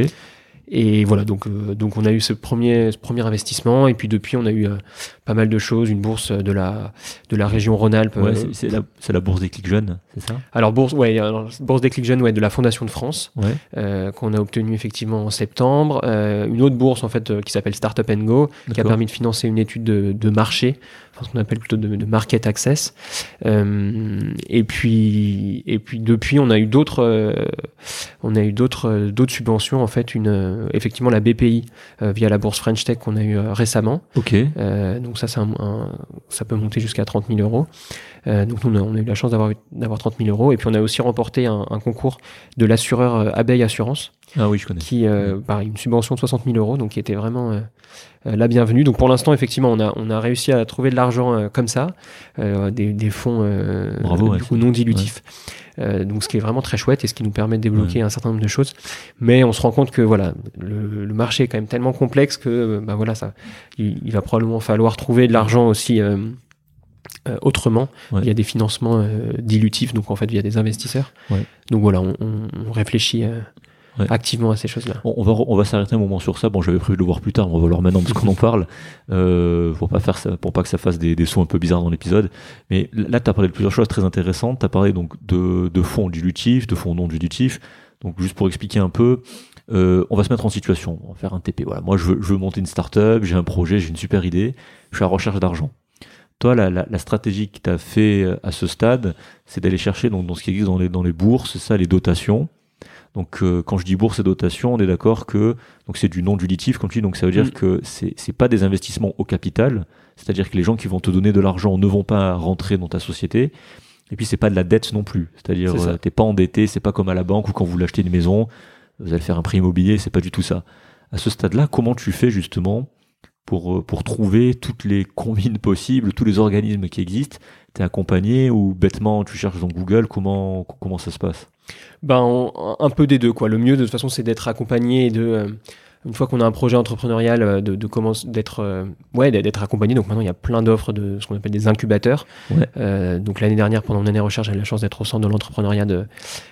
Et voilà, donc euh, donc on a eu ce premier ce premier investissement, et puis depuis on a eu euh, pas mal de choses, une bourse de la de la région Rhône-Alpes. Ouais, euh, c'est, c'est la c'est la bourse des clics jeunes, c'est ça? Alors bourse ouais, alors, bourse des clics jeunes, ouais, de la Fondation de France, ouais. euh, qu'on a obtenue effectivement en septembre. Euh, une autre bourse en fait euh, qui s'appelle Startup and Go, D'accord. qui a permis de financer une étude de, de marché, enfin ce qu'on appelle plutôt de, de market access. Euh, et puis et puis depuis on a eu d'autres euh, on a eu d'autres euh, d'autres subventions, en fait, une euh, effectivement la B P I euh, via la bourse French Tech qu'on a eu euh, récemment. Ok. Euh, donc ça c'est un, un, ça peut monter jusqu'à trente mille euros. Euh, donc nous on a, on a eu la chance d'avoir d'avoir trente mille euros, et puis on a aussi remporté un, un concours de l'assureur euh, Abeille Assurance. Ah oui, je connais. Qui euh, par une subvention de soixante mille euros, donc qui était vraiment euh, euh, la bienvenue. Donc pour l'instant, effectivement, on a on a réussi à trouver de l'argent euh, comme ça, euh, des des fonds euh, Bravo, du ouais, coup non dilutifs. Ouais. Euh, donc ce qui est vraiment très chouette, et ce qui nous permet de débloquer ouais. un certain nombre de choses. Mais on se rend compte que voilà, le, le marché est quand même tellement complexe que bah voilà, ça, il, il va probablement falloir trouver de l'argent aussi. Euh, Euh, autrement, ouais. il y a des financements euh, dilutifs, donc en fait via des investisseurs. Ouais. Donc voilà, on, on, on réfléchit euh, ouais. activement à ces choses-là. On, on va on va s'arrêter un moment sur ça. Bon, j'avais prévu de le voir plus tard, mais on va le voir maintenant parce qu'on en parle, euh, pour pas faire ça, pour pas que ça fasse des, des sons un peu bizarres dans l'épisode. Mais là, tu as parlé de plusieurs choses très intéressantes. Tu as parlé donc de, de fonds dilutifs, de fonds non dilutifs. Donc juste pour expliquer un peu. Euh, on va se mettre en situation, on va faire un T P. Voilà, moi je veux, je veux monter une start-up, j'ai un projet, j'ai une super idée, je suis à la recherche d'argent. Toi, la, la, la stratégie que tu as fait à ce stade, c'est d'aller chercher donc, dans ce qui existe dans les, dans les bourses, c'est ça, les dotations. Donc, euh, quand je dis bourse et dotation, on est d'accord que donc c'est du non dilutif, comme tu dis, donc ça veut dire mmh. que c'est, c'est pas des investissements au capital, c'est-à-dire que les gens qui vont te donner de l'argent ne vont pas rentrer dans ta société. Et puis, c'est pas de la dette non plus, c'est-à-dire c'est euh, t'es pas endetté, c'est pas comme à la banque où quand vous l'achetez une maison, vous allez faire un prêt immobilier, c'est pas du tout ça. À ce stade-là, comment tu fais justement pour pour trouver toutes les combines possibles, tous les organismes qui existent? T'es accompagné ou bêtement tu cherches dans Google? Comment comment ça se passe? Ben on, un peu des deux, quoi. Le mieux de toute façon c'est d'être accompagné et de euh, une fois qu'on a un projet entrepreneurial, de, de commencer d'être euh, ouais d'être accompagné. Donc maintenant il y a plein d'offres de ce qu'on appelle des incubateurs. Ouais. Euh, donc l'année dernière pendant mon année recherche, j'ai eu la chance d'être au centre de l'entrepreneuriat de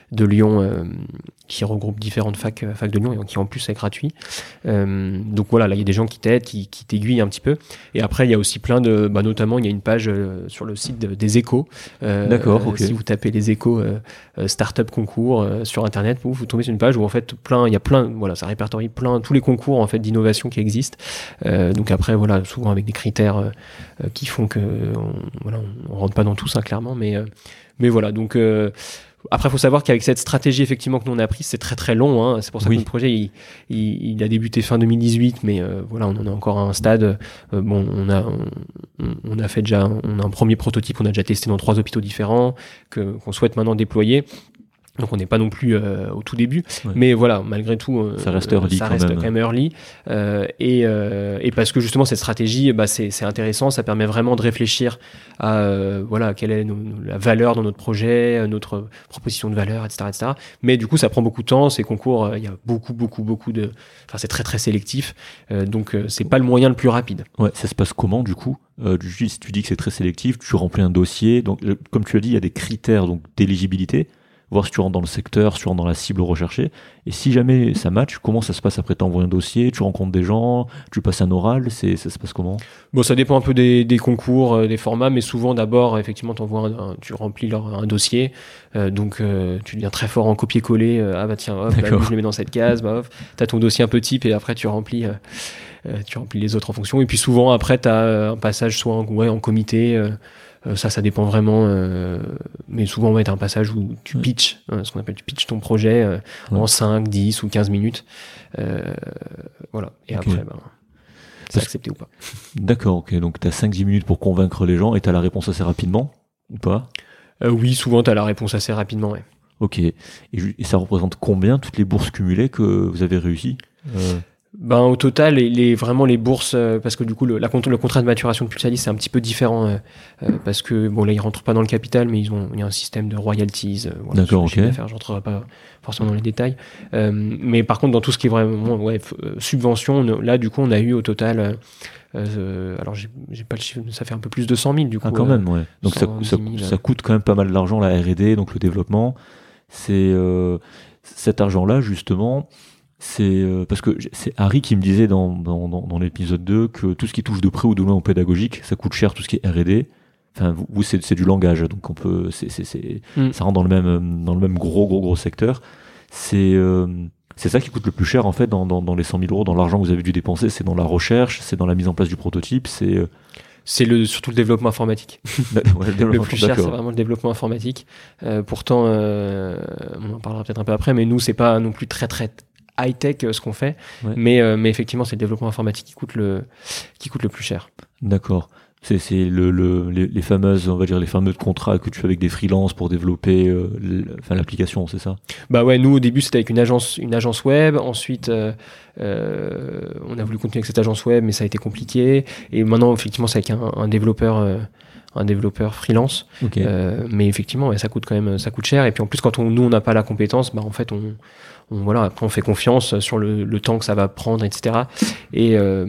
de Lyon euh, qui regroupe différentes facs, facs de Lyon et qui en plus est gratuit. Euh, donc voilà, là il y a des gens qui t'aident, qui, qui t'aiguillent un petit peu. Et après il y a aussi plein de, bah, notamment il y a une page euh, sur le site de, des échos. Euh, D'accord. euh, Okay. Si vous tapez les échos euh, euh, startup concours euh, sur internet, vous, vous tombez sur une page où en fait plein, il y a plein, voilà, ça répertorie plein tous les concours en fait d'innovation qui existent. Euh, donc après voilà, souvent avec des critères euh, euh, qui font que on, voilà, on, on rentre pas dans tout ça clairement, mais euh, mais voilà donc. Euh, Après, il faut savoir qu'avec cette stratégie effectivement que nous on a prise, c'est très très long. Hein. C'est pour ça oui. que notre projet il, il, il a débuté fin deux mille dix-huit, mais euh, voilà, on en est encore à un stade. Euh, bon, on a on, on a fait déjà, on a un premier prototype, on a déjà testé dans trois hôpitaux différents que qu'on souhaite maintenant déployer. Donc on n'est pas non plus euh, au tout début, ouais. mais voilà, malgré tout, euh, ça reste early, ça quand, reste même. quand même early. Euh, et, euh, et parce que justement cette stratégie, bah, c'est, c'est intéressant, ça permet vraiment de réfléchir à euh, voilà quelle est nos, la valeur dans notre projet, notre proposition de valeur, et cetera, et cetera. Mais du coup, ça prend beaucoup de temps. Ces concours, il euh, y a beaucoup, beaucoup, beaucoup de, enfin c'est très, très sélectif. Euh, donc euh, c'est pas le moyen le plus rapide. Ouais, ça se passe comment du coup? Euh, si tu dis que c'est très sélectif, tu remplis un dossier. Donc comme tu as dit, il y a des critères donc d'éligibilité. Voir si tu rentres dans le secteur, si tu rentres dans la cible recherchée. Et si jamais ça match, comment ça se passe après? T'envoies un dossier, tu rencontres des gens, tu passes un oral, c'est, ça se passe comment? Bon, ça dépend un peu des, des concours, euh, des formats, mais souvent d'abord, effectivement, t'envoies un, un, tu remplis leur, un dossier, euh, donc euh, tu deviens très fort en copier-coller. Euh, ah bah tiens, hop, là, je le mets dans cette case, bah hop, t'as ton dossier un peu type et après tu remplis, euh, euh, tu remplis les autres en fonction. Et puis souvent après, t'as un passage soit en, ouais, en comité. Euh, Ça, ça dépend vraiment, euh, mais souvent on va être un passage où tu pitches, hein, ce qu'on appelle tu pitches ton projet euh, ouais. en cinq, dix ou quinze minutes. Euh, voilà. Et okay. après, ben, c'est accepté ou pas. D'accord, ok. Donc tu as cinq dix minutes pour convaincre les gens et tu as la réponse assez rapidement ou pas? euh, Oui, souvent tu as la réponse assez rapidement, ouais. Ok. Et, et ça représente combien toutes les bourses cumulées que vous avez réussi? euh... Ben, au total, les, les, vraiment les bourses, euh, parce que du coup, le, la, le contrat de maturation de Pulsalis, c'est un petit peu différent, euh, euh, parce que, bon, là, ils rentrent pas dans le capital, mais ils ont, il y a un système de royalties. Euh, voilà, D'accord, ok. Je rentrerai pas forcément dans les détails. Euh, mais par contre, dans tout ce qui est vraiment, ouais, euh, subvention, on, là, du coup, on a eu au total, euh, alors, j'ai, j'ai pas le chiffre, ça fait un peu plus de cent mille, du coup. Ah, quand même, ouais. Donc, ça, ça, ça coûte quand même pas mal d'argent, la R et D, donc le développement. C'est, euh, cet argent-là, justement, c'est euh, parce que c'est Harry qui me disait dans, dans, dans, dans l'épisode deux que tout ce qui touche de près ou de loin au pédagogique, ça coûte cher, tout ce qui est R et D. Enfin, vous, c'est, c'est du langage, donc on peut, c'est, c'est, c'est, mm. ça rentre dans le même, dans le même gros, gros, gros secteur. C'est, euh, c'est ça qui coûte le plus cher, en fait, dans, dans, dans les cent mille euros, dans l'argent que vous avez dû dépenser, c'est dans la recherche, c'est dans la mise en place du prototype, c'est... Euh... C'est le, surtout le développement informatique. ouais, le, développement, le plus cher, d'accord. c'est vraiment le développement informatique. Euh, pourtant, euh, on en parlera peut-être un peu après, mais nous, c'est pas non plus très, très high-tech euh, ce qu'on fait, ouais. mais, euh, mais effectivement, c'est le développement informatique qui coûte le, qui coûte le plus cher. D'accord. C'est, c'est le, le, les, les fameuses, on va dire, les fameux contrats que tu fais avec des freelances pour développer euh, enfin, l'application, c'est ça? Bah ouais, nous, au début, c'était avec une agence, une agence web. Ensuite, euh, euh, on a voulu continuer avec cette agence web, mais ça a été compliqué. Et maintenant, effectivement, c'est avec un, un développeur... Euh, un développeur freelance, okay. euh, mais effectivement ouais, ça coûte quand même ça coûte cher et puis en plus quand on, nous on n'a pas la compétence, bah en fait on, on voilà après on fait confiance sur le, le temps que ça va prendre, etc. Et euh,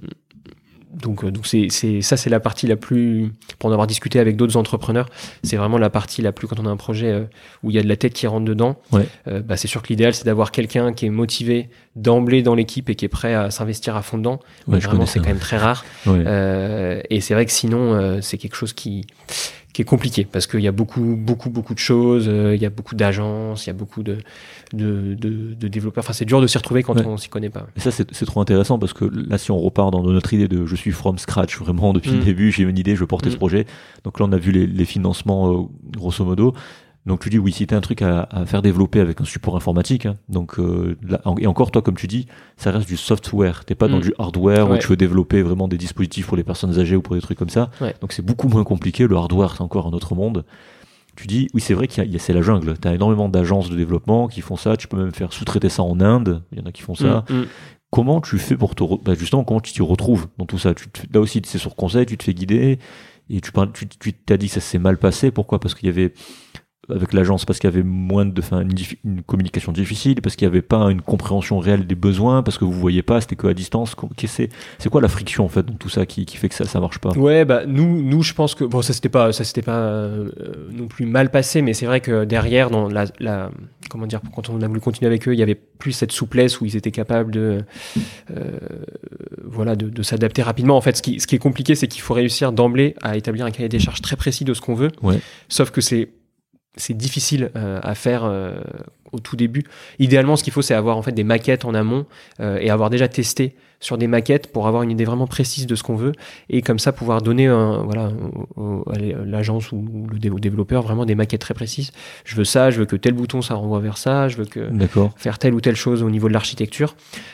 donc donc c'est c'est ça c'est la partie la plus, pour en avoir discuté avec d'autres entrepreneurs, c'est vraiment la partie la plus, quand on a un projet euh, où il y a de la tech qui rentre dedans, ouais. euh, bah c'est sûr que l'idéal c'est d'avoir quelqu'un qui est motivé d'emblée dans l'équipe et qui est prêt à s'investir à fond dedans. Ouais, mais vraiment c'est quand même très rare. Ouais. Euh, et c'est vrai que sinon euh, c'est quelque chose qui qui est compliqué parce qu'il y a beaucoup beaucoup beaucoup de choses, euh, il y a beaucoup d'agences, il y a beaucoup de de, de, de développeurs. Enfin c'est dur de s'y retrouver quand ouais. on s'y connaît pas. Et ça c'est, c'est trop intéressant parce que là si on repart dans notre idée de je suis from scratch vraiment depuis mmh. le début, j'ai une idée, je veux porter mmh. ce projet. Donc là on a vu les, les financements euh, grosso modo. Donc tu dis oui, si t'as un truc à, à faire développer avec un support informatique, hein, donc euh, là, et encore toi comme tu dis, ça reste du software. T'es pas mmh. dans du hardware ouais. où tu veux développer vraiment des dispositifs pour les personnes âgées ou pour des trucs comme ça. Ouais. Donc c'est beaucoup moins compliqué. Le hardware c'est encore un autre monde. Tu dis oui, c'est vrai qu'il y a, il y a c'est la jungle. T'as énormément d'agences de développement qui font ça. Tu peux même faire sous-traiter ça en Inde. Il y en a qui font ça. Mmh. Comment tu fais pour te re... bah justement comment tu t'y retrouves dans tout ça? Tu te... Là aussi c'est sur conseil, tu te fais guider et tu parles, tu, tu t'as dit que ça s'est mal passé. Pourquoi? Parce qu'il y avait avec l'agence parce qu'il y avait moins de, enfin, une, une communication difficile, parce qu'il n'y avait pas une compréhension réelle des besoins, parce que vous voyez pas, c'était que à distance. C'est, c'est quoi la friction en fait dans tout ça qui, qui fait que ça, ça marche pas? Ouais, bah nous, nous, je pense que bon, ça c'était pas, ça c'était pas euh, non plus mal passé, mais c'est vrai que derrière, dans la, la, comment dire, quand on a voulu continuer avec eux, il y avait plus cette souplesse où ils étaient capables de, euh, voilà, de, de s'adapter rapidement. En fait, ce qui, ce qui est compliqué, c'est qu'il faut réussir d'emblée à établir un cahier des charges très précis de ce qu'on veut. Ouais. Sauf que c'est c'est difficile euh, à faire euh, au tout début. Idéalement, ce qu'il faut, c'est avoir en fait des maquettes en amont euh, et avoir déjà testé sur des maquettes pour avoir une idée vraiment précise de ce qu'on veut et comme ça pouvoir donner un, voilà, au, au, à l'agence ou, ou le dé- au développeur vraiment des maquettes très précises. Je veux ça, je veux que tel bouton ça renvoie vers ça, je veux que D'accord. faire telle ou telle chose au niveau de l'architecture.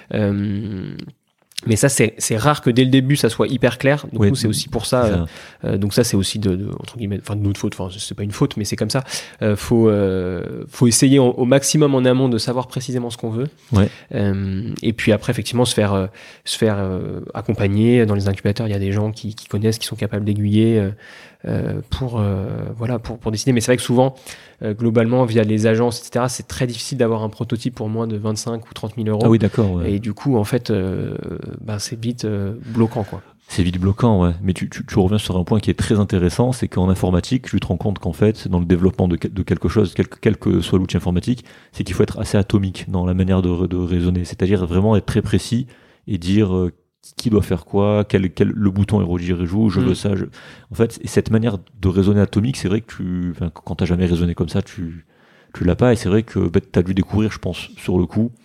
Euh, Mais ça, c'est, c'est rare que dès le début, ça soit hyper clair. Donc, ouais, nous, c'est aussi pour ça. ça. Euh, donc, ça, c'est aussi de, de, entre guillemets, enfin, de notre faute. Enfin, c'est pas une faute, mais c'est comme ça. Euh, faut, euh, faut essayer au, au maximum en amont de savoir précisément ce qu'on veut. Ouais. Euh, et puis après, effectivement, se faire, euh, se faire euh, accompagner. Dans les incubateurs, il y a des gens qui, qui connaissent, qui sont capables d'aiguiller euh, euh, pour, euh, voilà, pour, pour décider. Mais c'est vrai que souvent, euh, globalement, via les agences, et cetera, c'est très difficile d'avoir un prototype pour moins de vingt-cinq ou trente mille euros. Ah oui, d'accord. Ouais. Et du coup, en fait, euh, ben, c'est vite euh, bloquant, quoi. C'est vite bloquant, ouais. Mais tu, tu, tu reviens sur un point qui est très intéressant, c'est qu'en informatique, tu te rends compte qu'en fait, dans le développement de, de quelque chose, quel, quel que soit l'outil informatique, c'est qu'il faut être assez atomique dans la manière de, de raisonner. C'est-à-dire vraiment être très précis et dire euh, qui doit faire quoi, quel, quel, le bouton érodir et joue, je mmh. veux ça. Je... En fait, cette manière de raisonner atomique, c'est vrai que tu, enfin, quand t'as jamais raisonné comme ça, tu, tu l'as pas. Et c'est vrai que bah, t'as dû découvrir, je pense, sur le coup,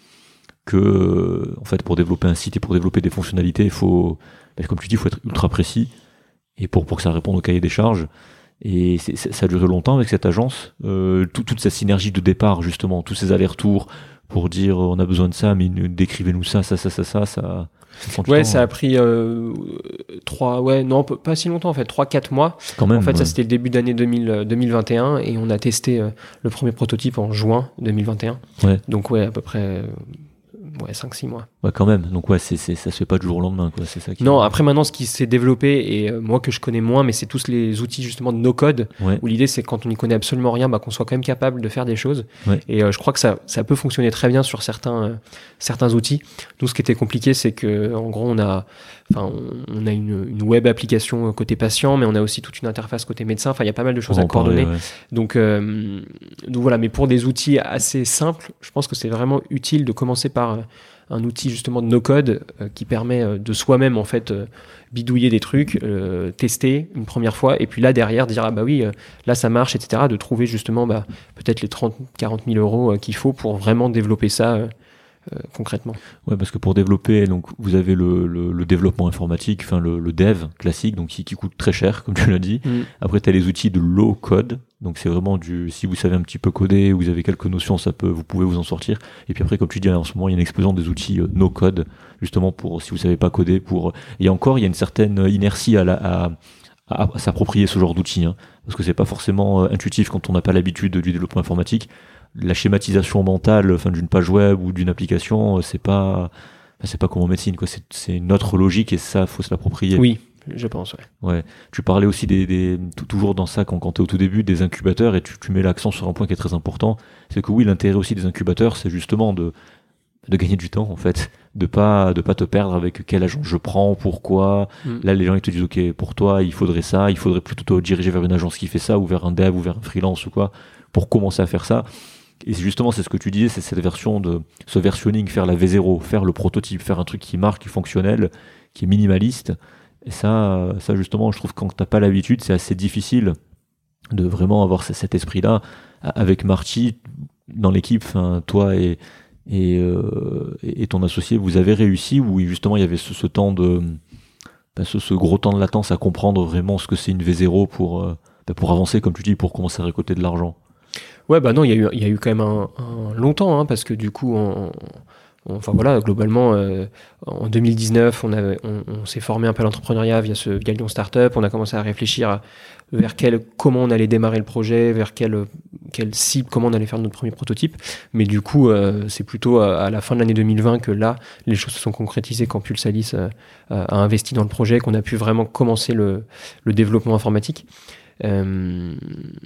que, en fait, pour développer un site et pour développer des fonctionnalités, il faut, bah, comme tu dis, il faut être ultra précis et pour, pour que ça réponde au cahier des charges. Et c'est, c'est, ça a duré longtemps avec cette agence, euh, tout, toute cette synergie de départ, justement, tous ces allers-retours pour dire on a besoin de ça, mais décrivez-nous ça, ça, ça, ça, ça, ça. ça ouais, temps, ça a pris euh, trois, ouais, non, pas si longtemps en fait, trois, quatre mois. Quand même. En fait, ouais. ça c'était le début d'année deux mille, deux mille vingt et un et on a testé euh, le premier prototype en juin deux mille vingt et un. Ouais. Donc ouais, à peu près. Euh, Ouais, cinq six mois. Ouais, quand même. Donc, ouais, c'est, c'est, ça se fait pas du jour au lendemain, quoi. C'est ça qui... Non, après, maintenant, ce qui s'est développé, et euh, moi que je connais moins, mais c'est tous les outils, justement, de no-code, ouais. où l'idée, c'est quand on n'y connaît absolument rien, bah, qu'on soit quand même capable de faire des choses. Ouais. Et euh, je crois que ça, ça peut fonctionner très bien sur certains, euh, certains outils. Nous, ce qui était compliqué, c'est que, en gros, on a, enfin, on, on a une, une web application côté patient, mais on a aussi toute une interface côté médecin. Enfin, il y a pas mal de choses on à coordonner. Parler, ouais. Donc, euh, donc, voilà. Mais pour des outils assez simples, je pense que c'est vraiment utile de commencer par euh, un outil justement de no-code euh, qui permet euh, de soi-même en fait euh, bidouiller des trucs, euh, tester une première fois et puis là derrière dire ah bah oui euh, là ça marche, et cetera. De trouver justement bah, peut-être les trente quarante mille euros euh, qu'il faut pour vraiment développer ça euh, euh, concrètement. Ouais, parce que pour développer, donc vous avez le, le, le développement informatique, enfin le, le dev classique, donc qui, qui coûte très cher comme tu l'as dit. Mm. Après tu as les outils de low code. Donc c'est vraiment du, si vous savez un petit peu coder, vous avez quelques notions, ça peut, vous pouvez vous en sortir. Et puis après, comme tu dis, en ce moment, il y a une explosion des outils euh, no code, justement pour, si vous savez pas coder, pour, et encore, il y a une certaine inertie à la, à, à, à s'approprier ce genre d'outils, hein, parce que c'est pas forcément euh, intuitif quand on n'a pas l'habitude du développement informatique. La schématisation mentale, enfin, d'une page web ou d'une application, c'est pas, c'est pas comme en médecine, quoi. C'est, c'est une autre logique et ça, faut se l'approprier. Oui. Je pense, ouais. Ouais. Tu parlais aussi des, des toujours dans ça quand, quand t'es au tout début des incubateurs et tu, tu mets l'accent sur un point qui est très important, c'est que oui, l'intérêt aussi des incubateurs, c'est justement de de gagner du temps en fait, de pas de pas te perdre avec quel agent je prends, pourquoi. Mm. Là, les gens ils te disent ok, pour toi, il faudrait ça, il faudrait plutôt te diriger vers une agence qui fait ça ou vers un dev ou vers un freelance ou quoi pour commencer à faire ça. Et justement, c'est ce que tu disais, c'est cette version de ce versionning, faire la V zéro, faire le prototype, faire un truc qui marche, qui est fonctionnel, qui est minimaliste. Et ça, ça justement, je trouve que quand t'as pas l'habitude, c'est assez difficile de vraiment avoir cet esprit-là. Avec Marty, dans l'équipe, toi et, et, euh, et ton associé, vous avez réussi, où justement il y avait ce, ce temps de, ben ce, ce gros temps de latence à comprendre vraiment ce que c'est une V zéro pour, ben pour avancer, comme tu dis, pour commencer à récolter de l'argent. Ouais, bah non, il y a eu, il y a eu quand même un, un long temps, hein, parce que du coup, on, Enfin voilà, globalement, euh, en deux mille dix-neuf, on, avait, on, on s'est formé un peu à l'entrepreneuriat via ce Galion Startup. On a commencé à réfléchir à, vers quel, comment on allait démarrer le projet, vers quelle, quelle cible, comment on allait faire notre premier prototype. Mais du coup, euh, c'est plutôt à, à la fin de l'année deux mille vingt que là, les choses se sont concrétisées quand Pulsalis euh, a investi dans le projet, qu'on a pu vraiment commencer le, le développement informatique. Euh,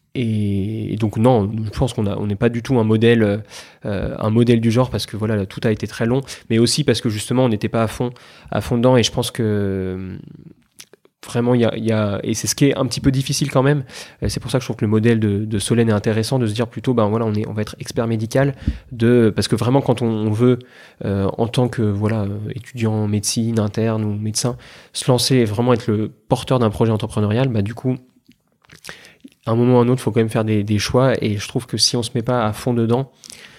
et, et donc non, je pense qu'on a, on n'est pas du tout un modèle, euh, un modèle du genre parce que voilà, tout a été très long, mais aussi parce que justement on n'était pas à fond, à fond dedans. Et je pense que vraiment il y a, il y a, et c'est ce qui est un petit peu difficile quand même. C'est pour ça que je trouve que le modèle de, de Solène est intéressant, de se dire plutôt, ben voilà, on est, on va être expert médical, de, parce que vraiment quand on, on veut, euh, en tant que voilà étudiant en médecine, interne ou médecin, se lancer et vraiment être le porteur d'un projet entrepreneurial, bah du coup. À un moment ou à un autre, il faut quand même faire des, des choix, et je trouve que si on se met pas à fond dedans,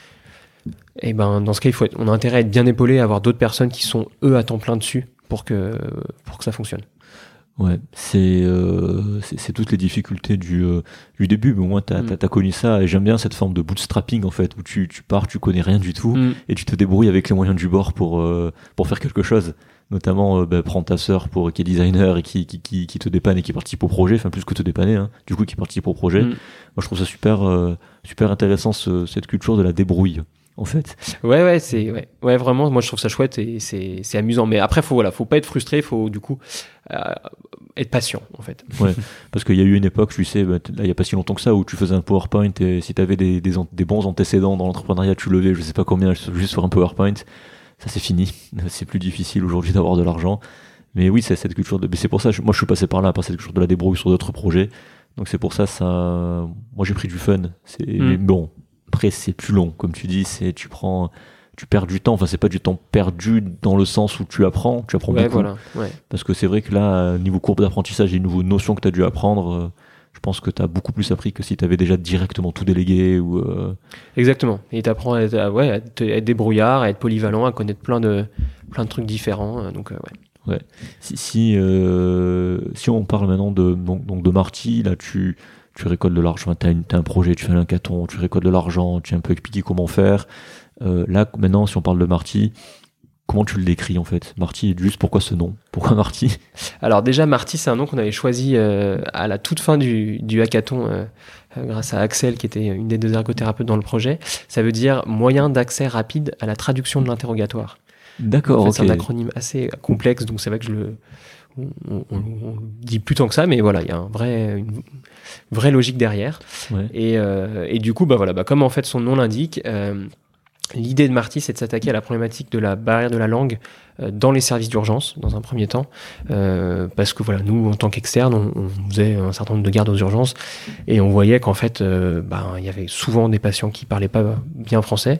et ben dans ce cas, il faut être, on a intérêt à être bien épaulé, à avoir d'autres personnes qui sont eux à temps plein dessus pour que pour que ça fonctionne. Ouais, c'est euh, c'est, c'est toutes les difficultés du euh, du début, mais au moins t'as, mm. t'as t'as connu ça, et j'aime bien cette forme de bootstrapping en fait, où tu tu pars, tu connais rien du tout, mm. et tu te débrouilles avec les moyens du bord pour euh, pour faire quelque chose. Notamment, euh, bah, prends ta sœur pour qui est designer et qui qui qui qui te dépanne et qui participe au projet, enfin plus que te dépanner, hein, du coup qui participe au projet. Mm. Moi, je trouve ça super euh, super intéressant, ce, cette culture de la débrouille. En fait. Ouais, ouais, c'est, ouais, ouais, vraiment, moi je trouve ça chouette et c'est, c'est amusant. Mais après, faut, voilà, faut pas être frustré, faut du coup euh, être patient, en fait. Ouais, parce qu'il y a eu une époque, tu sais, bah, là, il y a pas si longtemps que ça, où tu faisais un PowerPoint et si t'avais des, des, des bons antécédents dans l'entrepreneuriat, tu levais, je sais pas combien, juste sur un PowerPoint. Ça, c'est fini. C'est plus difficile aujourd'hui d'avoir de l'argent. Mais oui, c'est cette culture de, mais c'est pour ça, moi je suis passé par là, par cette culture de la débrouille sur d'autres projets. Donc c'est pour ça, ça, moi j'ai pris du fun. C'est, mm. mais bon. Après, c'est plus long, comme tu dis, c'est tu prends, tu perds du temps. Enfin, c'est pas du temps perdu dans le sens où tu apprends, tu apprends ouais, beaucoup. Voilà, ouais. Parce que c'est vrai que là, niveau courbe d'apprentissage et niveau notions que tu as dû apprendre, euh, je pense que tu as beaucoup plus appris que si tu avais déjà directement tout délégué ou. Euh... Exactement. Et tu apprends à être, à, ouais, à être débrouillard, à être polyvalent, à connaître plein de, plein de trucs différents. Donc, euh, ouais. Ouais. Si si euh, si on parle maintenant de donc, donc de Marty, là tu tu récoltes de l'argent, tu as un projet, tu fais un hackathon, tu récoltes de l'argent, tu es un peu expliqué comment faire. Euh, là, maintenant, si on parle de Marty, comment tu le décris en fait ? Marty, juste pourquoi ce nom ? Pourquoi Marty ? Alors déjà, Marty, c'est un nom qu'on avait choisi euh, à la toute fin du, du hackathon euh, euh, grâce à Axel, qui était une des deux ergothérapeutes dans le projet. Ça veut dire moyen d'accès rapide à la traduction de l'interrogatoire. D'accord, en fait, ok. C'est un acronyme assez complexe, donc c'est vrai que je le... On, on, on dit plus tant que ça, mais voilà, il y a un vrai, une vraie logique derrière. Ouais. Et, euh, et du coup, bah voilà, bah comme en fait son nom l'indique, euh, l'idée de Marty, c'est de s'attaquer à la problématique de la barrière de la langue euh, dans les services d'urgence, dans un premier temps, euh, parce que voilà, nous, en tant qu'externes, on, on faisait un certain nombre de gardes aux urgences, et on voyait qu'en fait, euh, bah, il y avait souvent des patients qui parlaient pas bien français,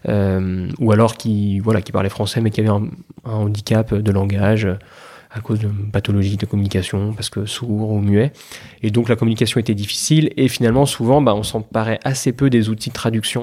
euh, ou alors qui, voilà, qui parlaient français, mais qui avaient un, un handicap de langage, à cause de pathologies de communication, parce que sourd ou muet. Et donc la communication était difficile, et finalement souvent bah, on s'emparait assez peu des outils de traduction,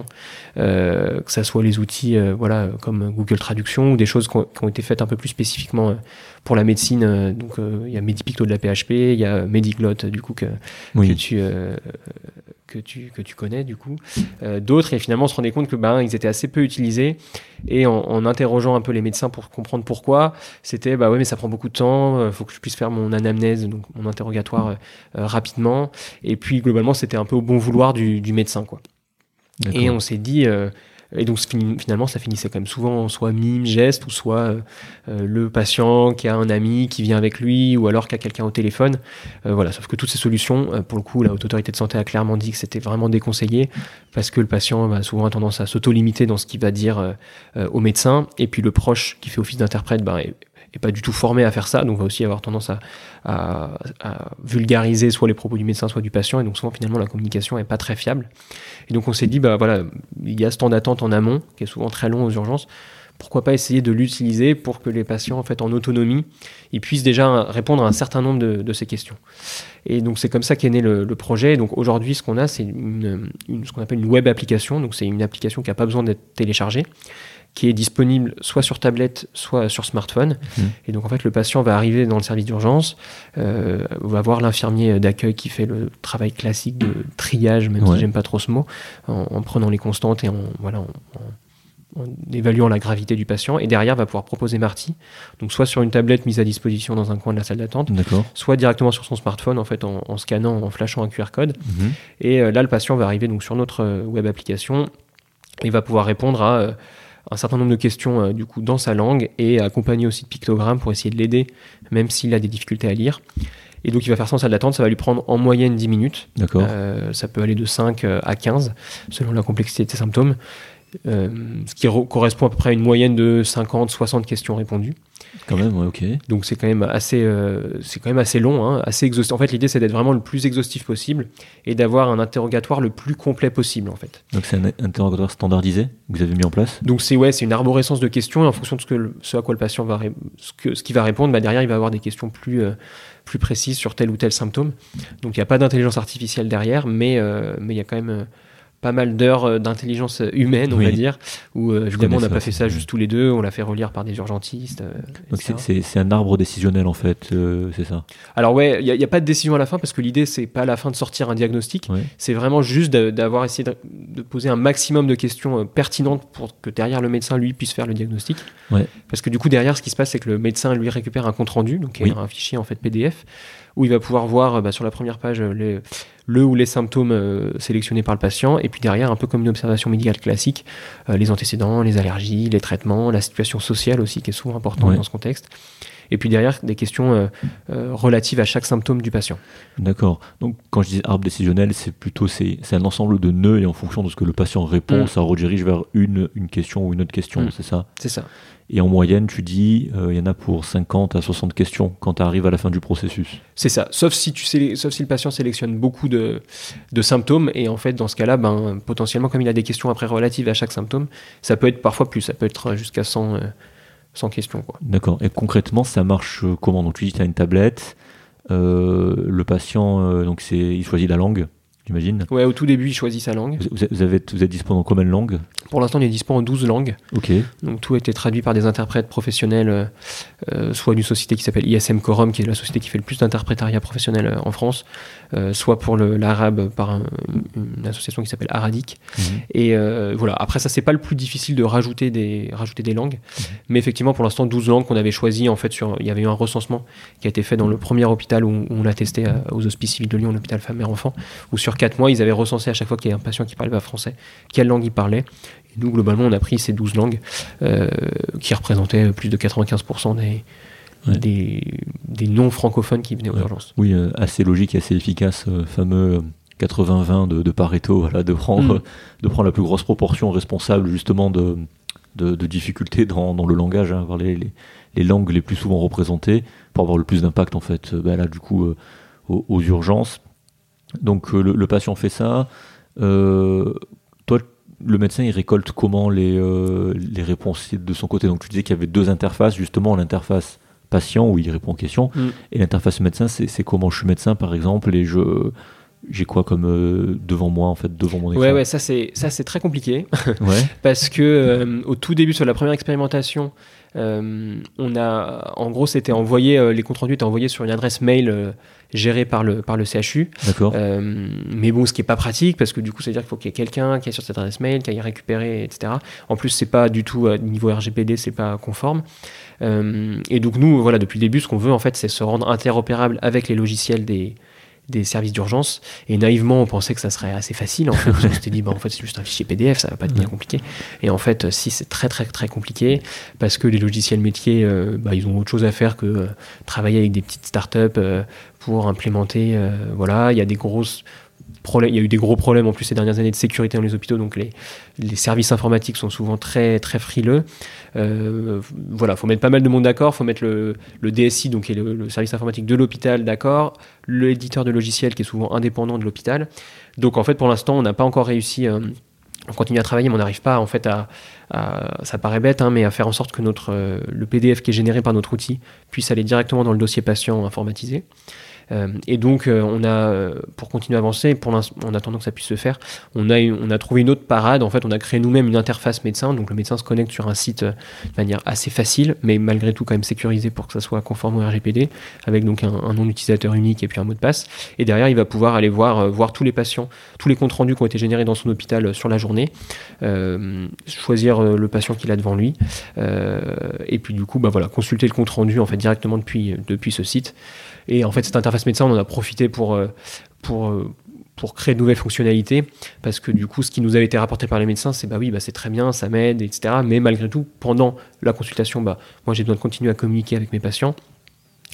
euh, que ça soit les outils euh, voilà, comme Google Traduction, ou des choses qui ont, qui ont été faites un peu plus spécifiquement euh, pour la médecine. Euh, donc il euh, y a Medipicto de la P H P, il y a Mediglot du coup que, oui. que tu... Euh, que tu, que tu connais du coup, euh, d'autres, et finalement on se rendait compte que ben, ils étaient assez peu utilisés, et en, en interrogeant un peu les médecins pour comprendre pourquoi, c'était bah ouais mais ça prend beaucoup de temps, euh, faut que je puisse faire mon anamnèse, donc mon interrogatoire euh, euh, rapidement, et puis globalement c'était un peu au bon vouloir du, du médecin quoi. D'accord. Et on s'est dit euh, et donc finalement ça finissait quand même souvent soit mime, geste, ou soit euh, le patient qui a un ami qui vient avec lui, ou alors qui a quelqu'un au téléphone. Euh, voilà, sauf que toutes ces solutions, euh, pour le coup, la Haute Autorité de Santé a clairement dit que c'était vraiment déconseillé, parce que le patient va souvent a tendance à s'auto-limiter dans ce qu'il va dire euh, euh, au médecin, et puis le proche qui fait office d'interprète ben, est, est pas du tout formé à faire ça, donc va aussi avoir tendance à, à, à vulgariser soit les propos du médecin, soit du patient, et donc souvent finalement la communication est pas très fiable. Et donc on s'est dit, bah voilà, il y a ce temps d'attente en amont, qui est souvent très long aux urgences, pourquoi pas essayer de l'utiliser pour que les patients, en fait, en autonomie, ils puissent déjà répondre à un certain nombre de, de ces questions. Et donc c'est comme ça qu'est né le, le projet. Et donc aujourd'hui, ce qu'on a, c'est une, une, ce qu'on appelle une web application, donc c'est une application qui n'a pas besoin d'être téléchargée, qui est disponible soit sur tablette, soit sur smartphone. Mmh. Et donc, en fait, le patient va arriver dans le service d'urgence, euh, va voir l'infirmier d'accueil qui fait le travail classique de triage, même ouais. si j'aime pas trop ce mot, en, en prenant les constantes et en, voilà, en, en, en évaluant la gravité du patient. Et derrière, va pouvoir proposer Marty, donc soit sur une tablette mise à disposition dans un coin de la salle d'attente, D'accord. soit directement sur son smartphone, en fait, en, en scannant, en flashant un Q R code. Mmh. Et euh, là, le patient va arriver donc sur notre euh, web application et va pouvoir répondre à... Euh, un certain nombre de questions euh, du coup dans sa langue, et accompagné aussi de pictogrammes pour essayer de l'aider même s'il a des difficultés à lire. Et donc il va faire ça en salle d'attente, ça va lui prendre en moyenne dix minutes. D'accord. Euh, ça peut aller de cinq à quinze selon la complexité de ses symptômes. Euh, ce qui re- correspond à peu près à une moyenne de cinquante à soixante questions répondues. Quand même, ouais, ok. Donc c'est quand même assez, euh, c'est quand même assez long, hein, assez exhaustif. En fait, l'idée c'est d'être vraiment le plus exhaustif possible et d'avoir un interrogatoire le plus complet possible, en fait. Donc c'est un interrogatoire standardisé que vous avez mis en place ? Donc c'est ouais, c'est une arborescence de questions et en fonction de ce, que le, ce à quoi le patient va, ré- ce, que, ce qu'il va répondre, bah derrière il va avoir des questions plus, euh, plus précises sur tel ou tel symptôme. Donc il n'y a pas d'intelligence artificielle derrière, mais euh, mais il y a quand même euh, pas mal d'heures d'intelligence humaine, on oui. va dire, où euh, évidemment on n'a ça, pas fait ça juste tous les deux, on l'a fait relire par des urgentistes. Euh, Donc c'est, c'est, c'est un arbre décisionnel en fait, euh, c'est ça ? Alors ouais, il n'y a, a pas de décision à la fin parce que l'idée c'est pas à la fin de sortir un diagnostic, ouais. c'est vraiment juste de, d'avoir essayé de, de poser un maximum de questions euh, pertinentes pour que derrière le médecin lui puisse faire le diagnostic. Ouais. Parce que du coup derrière ce qui se passe c'est que le médecin lui récupère un compte rendu, donc oui. un fichier en fait P D F, où il va pouvoir voir bah, sur la première page les, le ou les symptômes euh, sélectionnés par le patient, et puis derrière, un peu comme une observation médicale classique, euh, les antécédents, les allergies, les traitements, la situation sociale aussi, qui est souvent importante ouais. dans ce contexte. Et puis derrière, des questions euh, euh, relatives à chaque symptôme du patient. D'accord. Donc, quand je dis arbre décisionnel, c'est plutôt c'est, c'est un ensemble de nœuds, et en fonction de ce que le patient répond, mmh. ça redirige vers une, une question ou une autre question, mmh. c'est ça ? C'est ça. Et en moyenne, tu dis, il euh, y en a pour cinquante à soixante questions quand tu arrives à la fin du processus. C'est ça, sauf si, tu sé- sauf si le patient sélectionne beaucoup de, de symptômes, et en fait, dans ce cas-là, ben, potentiellement, comme il a des questions après relatives à chaque symptôme, ça peut être parfois plus, ça peut être jusqu'à cent, euh, cent questions. Quoi. D'accord, et concrètement, ça marche comment ? Donc tu dis, tu as une tablette, euh, le patient, euh, donc c'est, il choisit la langue, j'imagine ? Ouais, au tout début, il choisit sa langue. Vous, vous, avez, vous êtes dispo dans combien de langues ? Pour l'instant, on est dispo en douze langues. Ok. Donc tout a été traduit par des interprètes professionnels, euh, soit d'une société qui s'appelle I S M Quorum, qui est la société qui fait le plus d'interprétariat professionnel en France, euh, soit pour le, l'arabe par un, une association qui s'appelle Aradik. Mmh. Et euh, voilà. Après, ça c'est pas le plus difficile de rajouter des rajouter des langues, mmh. mais effectivement, pour l'instant, douze langues qu'on avait choisies. En fait, sur, il y avait eu un recensement qui a été fait dans le premier hôpital où, où on l'a testé à, aux Hospices Civils de Lyon, l'hôpital femme-mère-enfant, où sur quatre mois, ils avaient recensé à chaque fois qu'il y avait un patient qui parlait pas français, quelle langue il parlait. Et nous, globalement, on a pris ces douze langues euh, qui représentaient plus de quatre-vingt-quinze pour cent des, ouais. des, des non-francophones qui venaient aux ouais. urgences. Oui, euh, assez logique et assez efficace, euh, fameux quatre-vingts vingt de, de Pareto, voilà, de, prendre, mmh. de prendre la plus grosse proportion responsable justement de, de, de difficultés dans, dans le langage, hein, avoir les, les, les langues les plus souvent représentées pour avoir le plus d'impact en fait, ben là, du coup, euh, aux, aux urgences. Donc euh, le, le patient fait ça. Euh, toi, le médecin, il récolte comment les, euh, les réponses de son côté ? Donc tu disais qu'il y avait deux interfaces, justement, l'interface patient où il répond aux questions, mm. et l'interface médecin, c'est, c'est comment je suis médecin, par exemple, et je... J'ai quoi comme euh, devant moi, en fait, devant mon écran ? Ouais, ouais, ça c'est, ça c'est très compliqué. Ouais. Parce que euh, au tout début, sur la première expérimentation, euh, on a, en gros, c'était envoyé, euh, les comptes rendus étaient envoyés sur une adresse mail euh, gérée par le, par le C H U. D'accord. Euh, mais bon, ce qui n'est pas pratique, parce que du coup, ça veut dire qu'il faut qu'il y ait quelqu'un qui est sur cette adresse mail, qui aille récupérer, et cetera. En plus, c'est pas du tout, euh, niveau R G P D, c'est pas conforme. Euh, et donc, nous, voilà, depuis le début, ce qu'on veut, en fait, c'est se rendre interopérable avec les logiciels des. des services d'urgence, et naïvement on pensait que ça serait assez facile en fait, parce qu'on s'était dit bah, en fait c'est juste un fichier P D F, ça va pas être bien compliqué, et en fait si, c'est très très très compliqué, parce que les logiciels métiers euh, bah, ils ont autre chose à faire que euh, travailler avec des petites startups euh, pour implémenter, euh, voilà, il y a des grosses problèmes, il y a eu des gros problèmes en plus ces dernières années de sécurité dans les hôpitaux, donc les, les services informatiques sont souvent très très frileux. Euh, voilà, faut mettre pas mal de monde d'accord, faut mettre le, le D S I, donc qui est le, le service informatique de l'hôpital, d'accord, l'éditeur de logiciel qui est souvent indépendant de l'hôpital. Donc en fait pour l'instant on n'a pas encore réussi, euh, on continue à travailler mais on n'arrive pas en fait à, à ça paraît bête hein, mais à faire en sorte que notre, euh, le P D F qui est généré par notre outil puisse aller directement dans le dossier patient informatisé. Euh, et donc euh, on a euh, pour continuer à avancer, pour en attendant que ça puisse se faire, on a, on a trouvé une autre parade. En fait on a créé nous-mêmes une interface médecin, donc le médecin se connecte sur un site euh, de manière assez facile mais malgré tout quand même sécurisé pour que ça soit conforme au R G P D, avec donc un, un nom d'utilisateur unique et puis un mot de passe, et derrière il va pouvoir aller voir, euh, voir tous les patients, tous les comptes rendus qui ont été générés dans son hôpital euh, sur la journée, euh, choisir euh, le patient qu'il a devant lui, euh, et puis du coup bah, voilà, consulter le compte rendu en fait, directement depuis, depuis ce site. Et en fait, cette interface médecin, on en a profité pour, pour, pour créer de nouvelles fonctionnalités, parce que du coup, ce qui nous avait été rapporté par les médecins, c'est bah oui, bah c'est très bien, ça m'aide, et cetera. Mais malgré tout, pendant la consultation, bah, moi j'ai besoin de continuer à communiquer avec mes patients.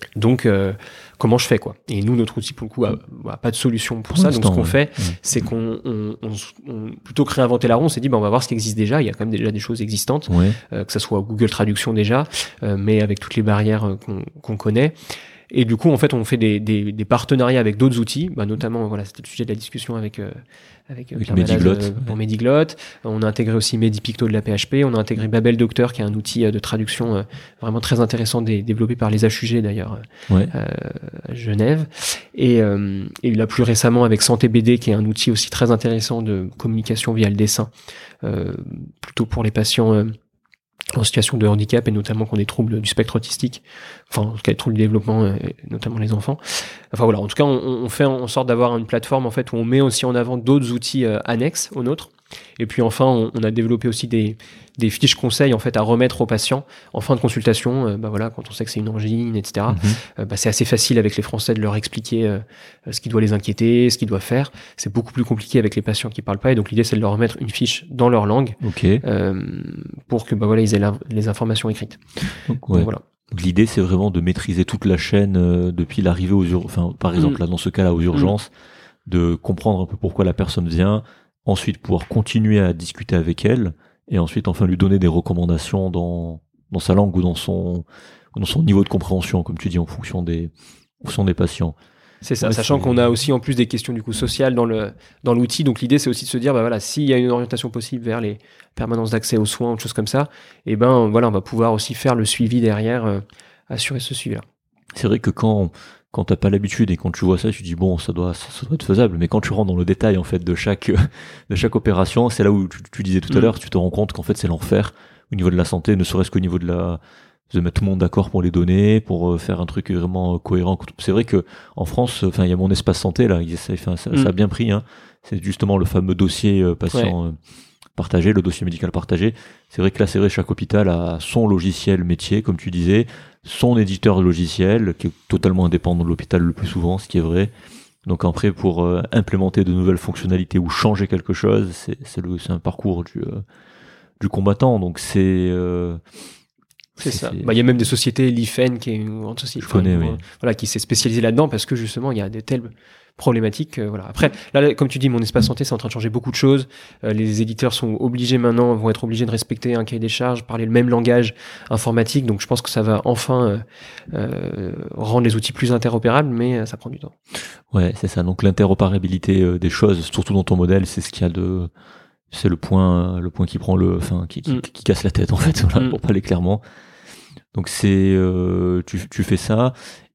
Donc, euh, comment je fais, quoi? Et nous, notre outil, pour le coup, a, a pas de solution pour, pour ça. Donc, ce qu'on ouais. fait, mmh. c'est qu'on, on, on, on, plutôt que réinventer la roue, on s'est dit, ben, on va voir ce qui existe déjà. Il y a quand même déjà des choses existantes, ouais. euh, que ça soit Google Traduction déjà, euh, mais avec toutes les barrières euh, qu'on, qu'on connaît. Et du coup, en fait, on fait des, des, des partenariats avec d'autres outils, bah, notamment, voilà, c'était le sujet de la discussion avec, euh, avec, avec Medigloot, euh, pour ouais. Medigloot. On a intégré aussi Medipicto de la P H P. On a intégré Babel Doctor, qui est un outil euh, de traduction euh, vraiment très intéressant, dé, développé par les H U G d'ailleurs, ouais. euh, à Genève. Et, euh, et là, plus récemment, avec Santé B D, qui est un outil aussi très intéressant de communication via le dessin, euh, plutôt pour les patients euh, en situation de handicap et notamment qui ont des troubles du spectre autistique, enfin en tout cas des troubles du développement, et notamment les enfants. Enfin voilà, en tout cas on, on fait en sorte d'avoir une plateforme en fait où on met aussi en avant d'autres outils euh, annexes aux nôtres. Et puis enfin on, on a développé aussi des, des fiches conseils en fait à remettre aux patients en fin de consultation. Euh, bah voilà, quand on sait que c'est une angine, et cetera. Mm-hmm. Euh, bah c'est assez facile avec les Français de leur expliquer euh, ce qui doit les inquiéter, ce qu'ils doivent faire. C'est beaucoup plus compliqué avec les patients qui parlent pas. Et donc l'idée c'est de leur remettre une fiche dans leur langue, okay. euh, pour que bah voilà ils aient la, les informations écrites. Donc, ouais. donc voilà. L'idée, c'est vraiment de maîtriser toute la chaîne euh, depuis l'arrivée aux urgences, enfin, par exemple, mmh. là, dans ce cas-là, aux urgences, mmh. de comprendre un peu pourquoi la personne vient, ensuite pouvoir continuer à discuter avec elle, et ensuite, enfin, lui donner des recommandations dans, dans sa langue ou dans son, dans son niveau de compréhension, comme tu dis, en fonction des, en fonction des patients. C'est ça, ouais, sachant c'est... qu'on a aussi en plus des questions du coup sociales dans le dans l'outil. Donc l'idée c'est aussi de se dire bah voilà, s'il y a une orientation possible vers les permanences d'accès aux soins ou des choses comme ça, et ben voilà, on va pouvoir aussi faire le suivi derrière, euh, assurer ce suivi-là. C'est vrai que quand quand t'as pas l'habitude et quand tu vois ça, tu dis bon, ça doit ça, ça doit être faisable. Mais quand tu rentres dans le détail en fait de chaque de chaque opération, c'est là où tu, tu disais tout à mmh. l'heure, tu te rends compte qu'en fait c'est l'enfer au niveau de la santé, ne serait-ce qu'au niveau de la de mettre tout le monde d'accord pour les données, pour faire un truc vraiment cohérent. C'est vrai que en France, enfin, il y a mon espace santé là, ça, ça, ça mm. a bien pris. Hein. C'est justement le fameux dossier patient ouais. partagé, le dossier médical partagé. C'est vrai que là, c'est vrai, chaque hôpital a son logiciel métier, comme tu disais, son éditeur de logiciel qui est totalement indépendant de l'hôpital le plus souvent, ce qui est vrai. Donc après, pour euh, implémenter de nouvelles fonctionnalités ou changer quelque chose, c'est, c'est, le, c'est un parcours du, euh, du combattant. Donc c'est euh, C'est, c'est ça. Bah, il y a même des sociétés, l'I F E N, qui est une grande société, je connais, euh, oui. voilà, qui s'est spécialisée là-dedans parce que justement, il y a des telles problématiques. Euh, voilà. Après, là, comme tu dis, mon espace santé, c'est en train de changer beaucoup de choses. Euh, les éditeurs sont obligés maintenant, vont être obligés de respecter un cahier des charges, parler le même langage informatique. Donc, je pense que ça va enfin euh, euh, rendre les outils plus interopérables, mais euh, ça prend du temps. Ouais, c'est ça. Donc, l'interopérabilité euh, des choses, surtout dans ton modèle, c'est ce qu'il y a de, c'est le point, le point qui prend le, enfin, qui, qui, mm. qui casse la tête en fait, voilà, mm. pour parler clairement. Donc c'est euh, tu tu fais ça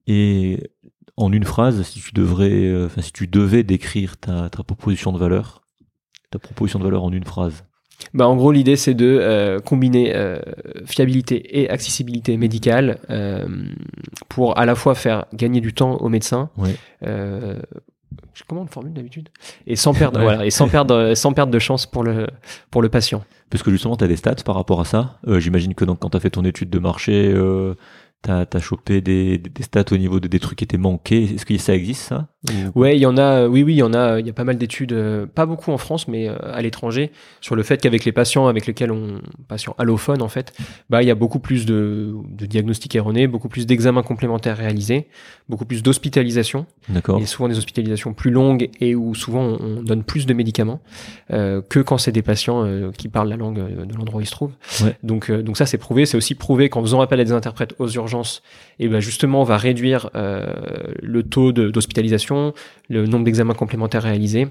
et en une phrase, si tu devrais, enfin euh, si tu devais décrire ta ta proposition de valeur, ta proposition de valeur en une phrase. Bah en gros l'idée c'est de euh, combiner euh, fiabilité et accessibilité médicale euh, pour à la fois faire gagner du temps aux médecins. Ouais. Euh, Comment on le formule d'habitude ? Et sans perdre, ouais. voilà, et sans perdre, sans perdre de chance pour le pour le patient. Parce que justement, tu as des stats par rapport à ça. Euh, j'imagine que donc quand tu as fait ton étude de marché, euh, tu as chopé des, des stats au niveau de des trucs qui étaient manqués. Est-ce que ça existe ça ? Ouais, il y en a. Oui, oui, il y en a. Il y a pas mal d'études, euh, pas beaucoup en France, mais euh, à l'étranger, sur le fait qu'avec les patients avec lesquels on, patients allophones en fait, bah il y a beaucoup plus de, de diagnostics erronés, beaucoup plus d'examens complémentaires réalisés, beaucoup plus d'hospitalisations. D'accord. Et souvent des hospitalisations plus longues et où souvent on, on donne plus de médicaments euh, que quand c'est des patients euh, qui parlent la langue de l'endroit où ils se trouvent. Ouais. Donc, euh, donc ça c'est prouvé. C'est aussi prouvé qu'en faisant appel à des interprètes aux urgences, et ben justement on va réduire euh, le taux de, d'hospitalisation, le nombre d'examens complémentaires réalisés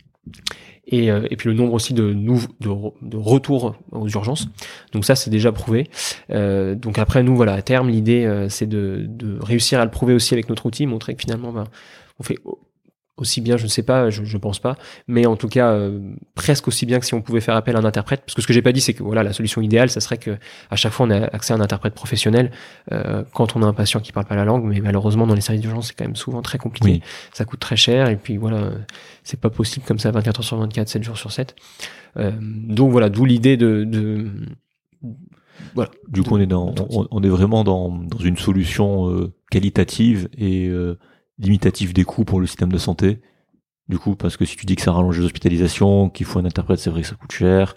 et, euh, et puis le nombre aussi de, nou- de, de retours aux urgences. Donc ça, c'est déjà prouvé. Euh, donc après, nous, voilà, à terme, l'idée, euh, c'est de, de réussir à le prouver aussi avec notre outil, montrer que finalement, ben, on fait aussi bien, je ne sais pas, je, je pense pas, mais en tout cas euh, presque aussi bien que si on pouvait faire appel à un interprète. Parce que ce que j'ai pas dit, c'est que voilà, la solution idéale, ça serait que à chaque fois on a accès à un interprète professionnel euh, quand on a un patient qui parle pas la langue. Mais malheureusement, dans les services d'urgence, c'est quand même souvent très compliqué. Oui. Ça coûte très cher et puis voilà, c'est pas possible comme ça vingt-quatre heures sur vingt-quatre, sept jours sur sept. Euh, donc voilà, d'où l'idée de, de voilà. Du coup, on est dans, on, on est vraiment dans dans une solution euh, qualitative et euh, limitatif des coûts pour le système de santé. Du coup, parce que si tu dis que ça rallonge les hospitalisations, qu'il faut un interprète, c'est vrai que ça coûte cher.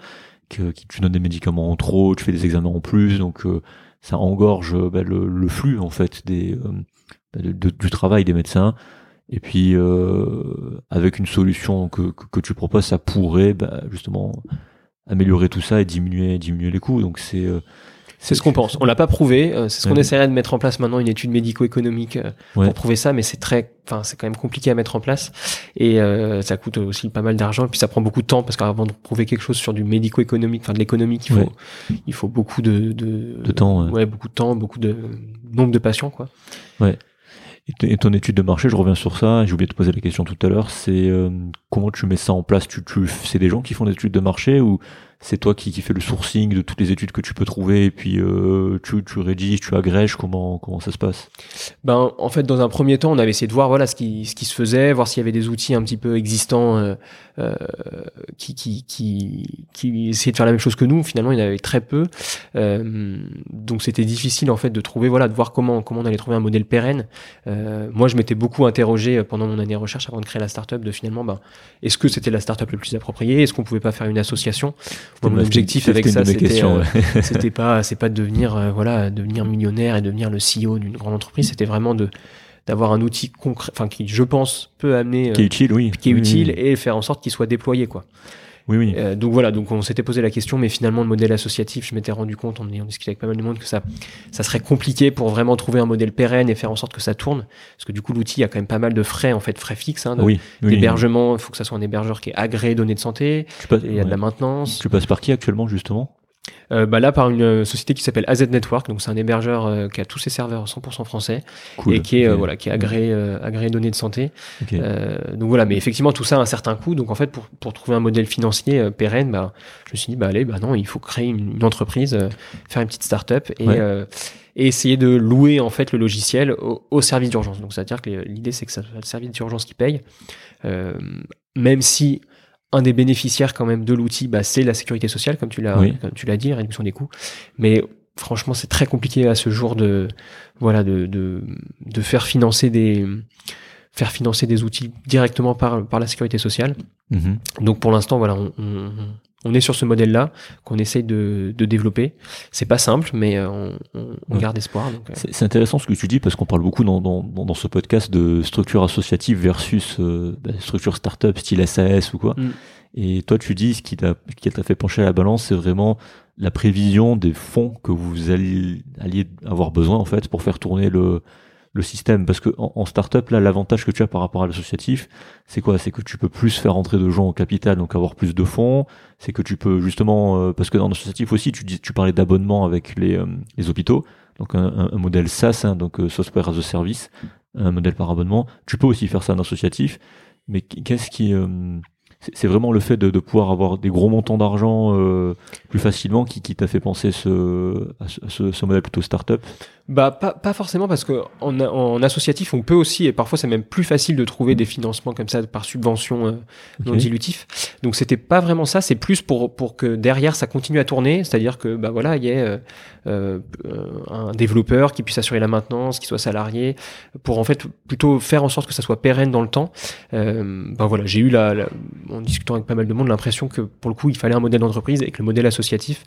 que qui tu donnes des médicaments en trop, tu fais des examens en plus, donc euh, ça engorge bah, le, le flux en fait des euh, de, de, du travail des médecins. Et puis euh, avec une solution que, que, que tu proposes, ça pourrait bah, justement améliorer tout ça et diminuer diminuer les coûts. Donc c'est euh, C'est ce qu'on pense. On l'a pas prouvé. Euh, c'est ce qu'on Ouais. essaierait de mettre en place maintenant, une étude médico-économique euh, Ouais. pour prouver ça, mais c'est très, enfin, c'est quand même compliqué à mettre en place et euh, ça coûte aussi pas mal d'argent et puis ça prend beaucoup de temps parce qu'avant de prouver quelque chose sur du médico-économique, enfin de l'économique, il faut, Ouais. il faut beaucoup de, de, De temps, ouais. ouais, beaucoup de temps, beaucoup de nombre de patients, quoi. Ouais. Et, t- et ton étude de marché, je reviens sur ça, j'ai oublié de te poser la question tout à l'heure, c'est euh, comment tu mets ça en place, tu, tu, c'est des gens qui font des études de marché ou c'est toi qui, qui fais le sourcing de toutes les études que tu peux trouver et puis euh, tu, tu rédiges, tu agrèges, comment, comment ça se passe? Ben, en fait, dans un premier temps, on avait essayé de voir, voilà, ce qui, ce qui se faisait, voir s'il y avait des outils un petit peu existants, euh, euh, qui, qui, qui, qui essayaient de faire la même chose que nous. Finalement, il y en avait très peu. Euh, donc, c'était difficile, en fait, de trouver, voilà, de voir comment, comment on allait trouver un modèle pérenne. Euh, moi, je m'étais beaucoup interrogé pendant mon année de recherche avant de créer la startup, de finalement, ben, est-ce que c'était la startup le plus appropriée? Est-ce qu'on pouvait pas faire une association? Moi, mon C'était- objectif c'était avec une ça, de mes c'était, questions, euh, ouais. c'était pas, c'est pas de devenir, euh, voilà, devenir millionnaire et devenir le C E O d'une grande entreprise. C'était vraiment de, d'avoir un outil concret, enfin, qui, je pense, peut amener, Qui est euh, utile, oui. qui est Oui, utile oui. et faire en sorte qu'il soit déployé, quoi. Oui, oui. Euh, donc voilà, donc on s'était posé la question, mais finalement le modèle associatif, je m'étais rendu compte en ayant discuté avec pas mal de monde que ça, ça serait compliqué pour vraiment trouver un modèle pérenne et faire en sorte que ça tourne, parce que du coup l'outil a quand même pas mal de frais, en fait, frais fixes, hein, de- oui, oui. d'hébergement. Il faut que ça soit un hébergeur qui est agréé données de santé, Tu passes, il y a de la ouais. maintenance. Tu passes par qui actuellement, justement? Euh, bah là, par une euh, société qui s'appelle A Z Network, donc c'est un hébergeur euh, qui a tous ses serveurs cent pour cent français Cool. et qui est euh, Ok. voilà, qui est agréé, euh, agréé données de santé. Ok. Euh, donc voilà, mais effectivement tout ça a un certain coût. Donc en fait, pour pour trouver un modèle financier euh, pérenne, bah je me suis dit bah allez, bah non, il faut créer une, une entreprise, euh, faire une petite start-up et Ouais. euh, et essayer de louer en fait le logiciel au, au service d'urgence. Donc c'est-à-dire que l'idée c'est que ça soit le service d'urgence qui paye, euh, même si un des bénéficiaires quand même de l'outil, bah, c'est la sécurité sociale, comme tu l'as, Oui. comme tu l'as dit, la réduction des coûts. Mais franchement, c'est très compliqué à ce jour de, voilà, de, de, de faire financer des, faire financer des outils directement par, par la sécurité sociale. Mhm. Donc pour l'instant, voilà, on, on, on est sur ce modèle-là qu'on essaye de, de développer. C'est pas simple, mais euh, on, on, on Ouais. garde espoir. Donc, euh, C'est c'est intéressant ce que tu dis parce qu'on parle beaucoup dans, dans, dans dans ce podcast de structure associative versus euh, bah, structure startup style S A S ou quoi. Mm. Et toi, tu dis ce qui t'a qui t'a fait pencher à la balance, c'est vraiment la prévision des fonds que vous alliez, alliez avoir besoin en fait pour faire tourner le le système. Parce que en, en startup là, l'avantage que tu as par rapport à l'associatif, c'est quoi? C'est que tu peux plus faire entrer de gens au capital, donc avoir plus de fonds. C'est que tu peux justement euh, parce que dans l'associatif aussi, tu dis tu parlais d'abonnement avec les euh, les hôpitaux. Donc un, un, un modèle SaaS, hein, donc euh, software as a service, un modèle par abonnement. Tu peux aussi faire ça en associatif, mais qu'est-ce qui euh, c'est c'est vraiment le fait de, de pouvoir avoir des gros montants d'argent euh, plus facilement qui, qui t'a fait penser ce, à ce, à ce, ce modèle plutôt start-up? Bah pas, pas forcément parce que en, en associatif on peut aussi et parfois c'est même plus facile de trouver des financements comme ça par subvention euh, non Ok. dilutif. Donc c'était pas vraiment ça, c'est plus pour pour que derrière ça continue à tourner, c'est-à-dire que bah voilà il y ait euh, euh, un développeur qui puisse assurer la maintenance, qui soit salarié, pour en fait plutôt faire en sorte que ça soit pérenne dans le temps. Euh, bah voilà j'ai eu la, la en discutant avec pas mal de monde l'impression que pour le coup il fallait un modèle d'entreprise et que le modèle associatif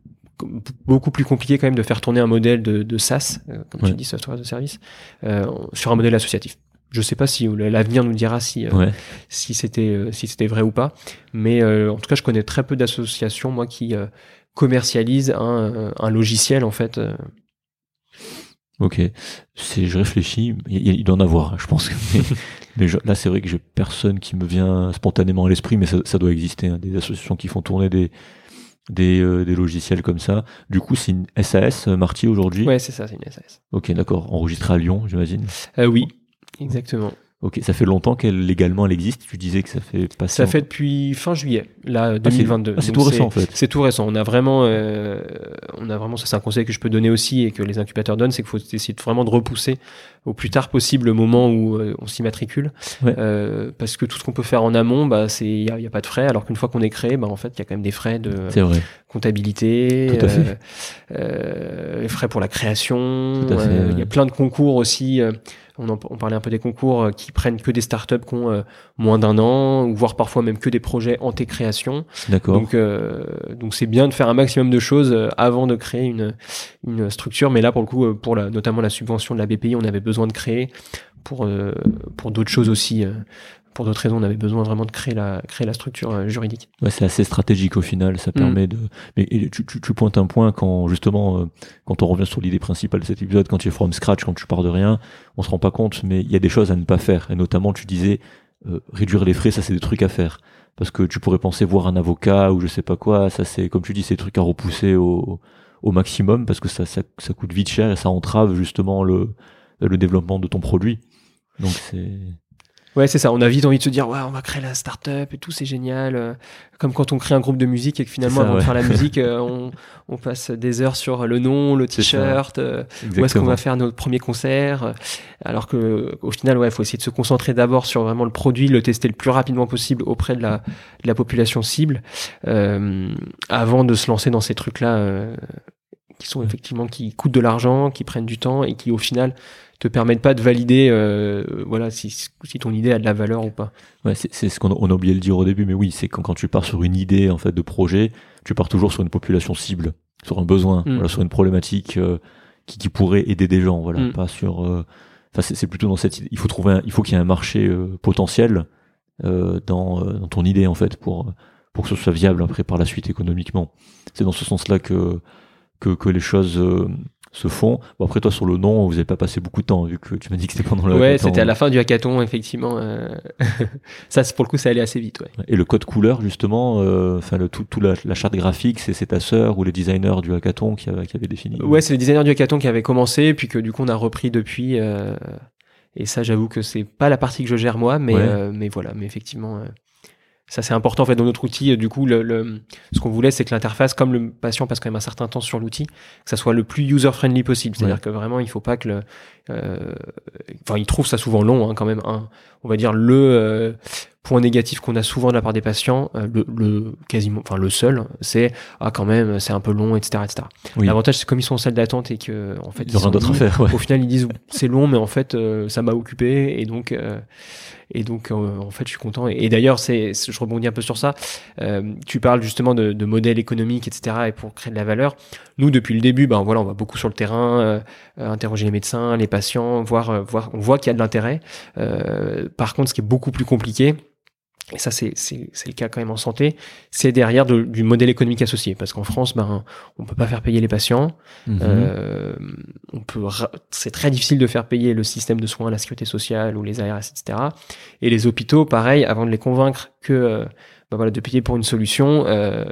beaucoup plus compliqué quand même de faire tourner un modèle de, de SaaS, euh, comme Ouais. tu dis, software as a service, euh, sur un modèle associatif. Je sais pas si l'avenir nous dira si euh, Ouais. si c'était euh, si c'était vrai ou pas, mais euh, en tout cas je connais très peu d'associations moi qui euh, commercialisent un, un logiciel en fait. Euh. Ok. C'est, je réfléchis, il, il doit en avoir, je pense. Mais, mais je- là, c'est vrai que j'ai personne qui me vient spontanément à l'esprit, mais ça, ça doit exister, hein, des associations qui font tourner des des, euh, des logiciels comme ça. Du coup, c'est une S A S, euh, Marty, aujourd'hui. Ouais c'est ça, c'est une S A S. Ok, d'accord. Enregistrée à Lyon, j'imagine. Euh, oui, exactement. Ok, ça fait longtemps qu'elle légalement elle existe. Tu disais que ça fait passer. Ça fait depuis fin juillet, là Ah, c'est- deux mille vingt-deux. ah, c'est Donc tout récent en fait. C'est tout récent. On a vraiment, euh, on a vraiment, ça c'est un conseil que je peux donner aussi et que les incubateurs donnent, c'est qu'il faut essayer de vraiment de repousser au plus tard possible le moment où euh, on s'y matricule, Ouais. euh, parce que tout ce qu'on peut faire en amont, bah c'est, il y a, y a pas de frais, alors qu'une fois qu'on est créé, bah en fait il y a quand même des frais de C'est vrai. comptabilité, Tout à fait. euh, euh, les frais pour la création, Tout à fait, euh, il y ouais. a plein de concours aussi. euh, on, en, on parlait un peu des concours euh, qui prennent que des startups qui ont euh, moins d'un an, ou voire parfois même que des projets en T-création. D'accord. Donc, euh, donc c'est bien de faire un maximum de choses euh, avant de créer une, une structure. Mais là, pour le coup, euh, pour la, notamment la subvention de la B P I, on avait besoin de créer pour, euh, pour d'autres choses aussi. Euh, pour d'autres raisons, on avait besoin vraiment de créer la, créer la structure euh, juridique. Ouais, c'est assez stratégique au final, ça permet mmh. de... Mais tu, tu, tu pointes un point quand, justement, euh, quand on revient sur l'idée principale de cet épisode, quand tu es from scratch, quand tu pars de rien, on se rend pas compte, mais il y a des choses à ne pas faire. Et notamment, tu disais, euh, réduire les frais, ça c'est des trucs à faire. Parce que tu pourrais penser voir un avocat ou je sais pas quoi, ça c'est, comme tu dis, c'est des trucs à repousser au, au maximum, parce que ça, ça, ça coûte vite cher et ça entrave justement le, le développement de ton produit. Donc c'est... Ouais, c'est ça. On a vite envie de se dire, ouais, on va créer la start-up et tout, c'est génial. Euh, comme quand on crée un groupe de musique et que finalement, ça, avant ouais. de faire la musique, euh, on, on passe des heures sur le nom, le t-shirt, euh, où est-ce qu'on va faire notre premier concert. Alors que, au final, ouais, faut essayer de se concentrer d'abord sur vraiment le produit, le tester le plus rapidement possible auprès de la, de la population cible, euh, avant de se lancer dans ces trucs-là, euh, qui sont effectivement, qui coûtent de l'argent, qui prennent du temps et qui, au final, te permettent pas de valider euh, voilà si si ton idée a de la valeur ou pas. Ouais, c'est c'est ce qu'on a, on a oublié de le dire au début, mais oui, c'est quand quand tu pars sur une idée en fait de projet, tu pars toujours sur une population cible, sur un besoin, mm. voilà, sur une problématique euh, qui qui pourrait aider des gens, voilà, mm. pas sur euh, enfin c'est c'est plutôt dans cette idée, il faut trouver un, il faut qu'il y ait un marché euh, potentiel euh, dans euh, dans ton idée en fait pour pour que ce soit viable après par la suite économiquement. C'est dans ce sens-là que que que les choses euh, se font. Bon, après toi sur le nom, vous n'avez pas passé beaucoup de temps vu que tu m'as dit que c'était pendant le ouais, hackathon. C'était à la fin du hackathon effectivement. Euh... ça, c'est pour le coup, ça allait assez vite. Ouais. Et le code couleur justement, enfin euh, le tout, tout la, la charte graphique, c'est, c'est ta sœur ou les designers du hackathon qui avait, qui avait défini. Ouais, c'est les designers du hackathon qui avaient commencé, puis que du coup on a repris depuis. Euh... Et ça, j'avoue que c'est pas la partie que je gère moi, mais ouais. euh, mais voilà, mais effectivement. Euh... Ça, c'est important en fait dans notre outil. Du coup, le, le, ce qu'on voulait, c'est que l'interface, comme le patient passe quand même un certain temps sur l'outil, que ça soit le plus user-friendly possible. C'est-à-dire ouais. que vraiment, il faut pas que le... Euh, enfin, il trouve ça souvent long, hein, quand même. Un, on va dire le euh, point négatif qu'on a souvent de la part des patients, euh, le, le quasiment, enfin le seul, c'est ah quand même, c'est un peu long, et cetera, et cetera. Oui. L'avantage, c'est comme ils sont en salle d'attente et que en fait, ils ont rien d'autre à faire. Ouais. Au final, ils disent c'est long, mais en fait, euh, ça m'a occupé et donc. Euh, Et donc, euh, en fait, je suis content. Et, et d'ailleurs, c'est, c'est, je rebondis un peu sur ça. Euh, tu parles justement de, de modèles économiques, et cetera. Et pour créer de la valeur, nous, depuis le début, ben voilà, on va beaucoup sur le terrain, euh, interroger les médecins, les patients, voir, euh, voir, on voit qu'il y a de l'intérêt. Euh, par contre, ce qui est beaucoup plus compliqué, et ça c'est c'est c'est le cas quand même en santé, c'est derrière de, du modèle économique associé, parce qu'en France ben on peut pas faire payer les patients, mmh. euh, on peut c'est très difficile de faire payer le système de soins, la sécurité sociale ou les A R S, et cetera. Et les hôpitaux, pareil, avant de les convaincre que ben voilà de payer pour une solution, euh,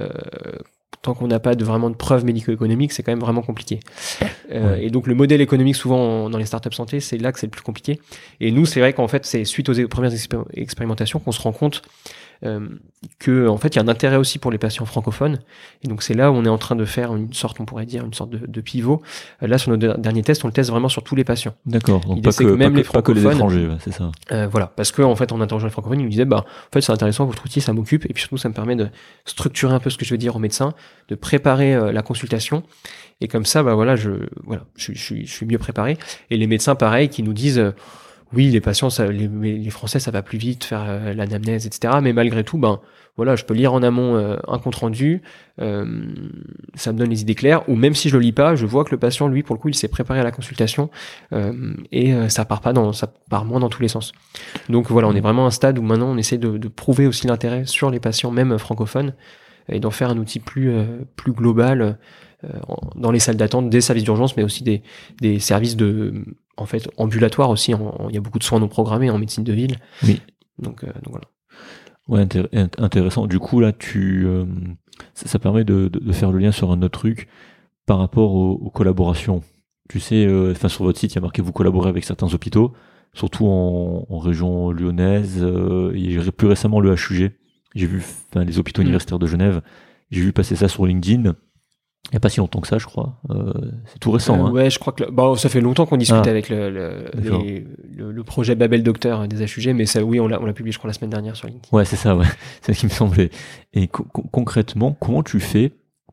tant qu'on n'a pas de vraiment de preuves médico-économiques, c'est quand même vraiment compliqué. Euh, ouais. Et donc le modèle économique, souvent dans les startups santé, c'est là que c'est le plus compliqué. Et nous, c'est vrai qu'en fait, c'est suite aux premières expér- expérimentations qu'on se rend compte euh, que en fait, il y a un intérêt aussi pour les patients francophones. Et donc c'est là où on est en train de faire une sorte, on pourrait dire, une sorte de, de pivot. Euh, là, sur nos derniers tests, on le teste vraiment sur tous les patients. D'accord. Donc pas que, que même pas, les que, pas que les étrangers, ouais, c'est ça. Euh, voilà, parce que en fait, en interrogeant les francophones, ils nous disaient, bah, en fait, c'est intéressant, votre outil, ça m'occupe, et puis surtout, ça me permet de structurer un peu ce que je veux dire aux médecins, de préparer euh, la consultation. Et comme ça, bah voilà, je, voilà, je, je, je suis mieux préparé. Et les médecins, pareil, qui nous disent, euh, oui, les patients, ça, les, les Français, ça va plus vite, faire euh, l'anamnèse, et cetera. Mais malgré tout, ben, voilà, je peux lire en amont euh, un compte rendu, euh, ça me donne les idées claires. Ou même si je le lis pas, je vois que le patient, lui, pour le coup, il s'est préparé à la consultation euh, et euh, ça part pas dans, ça part moins dans tous les sens. Donc voilà, on est vraiment à un stade où maintenant on essaie de, de prouver aussi l'intérêt sur les patients, même francophones, et d'en faire un outil plus, euh, plus global. Euh, dans les salles d'attente des services d'urgence, mais aussi des, des services de, en fait, ambulatoires aussi. Il y a beaucoup de soins non programmés en médecine de ville. Oui. Donc, euh, donc voilà. Ouais, intér- intéressant. Du coup, là, tu, euh, ça, ça permet de, de, de faire le lien sur un autre truc par rapport aux, aux collaborations. Tu sais, enfin, euh, sur votre site, il y a marqué vous collaborez avec certains hôpitaux, surtout en, en région lyonnaise. Euh, et j'ai plus récemment le H U G. J'ai vu, enfin, les hôpitaux mmh. universitaires de Genève. J'ai vu passer ça sur LinkedIn. Il n'y a pas si longtemps que ça, je crois. Euh, c'est tout récent. Euh, hein. Ouais, je crois que le, bah, ça fait longtemps qu'on discute ah, avec le, le, les, le, le projet Babel Docteur des H U G, mais ça, oui, on l'a, on l'a publié, je crois, la semaine dernière sur LinkedIn. Ouais, c'est ça, ouais. C'est ce qui me semblait. Et co- concrètement, comment tu fais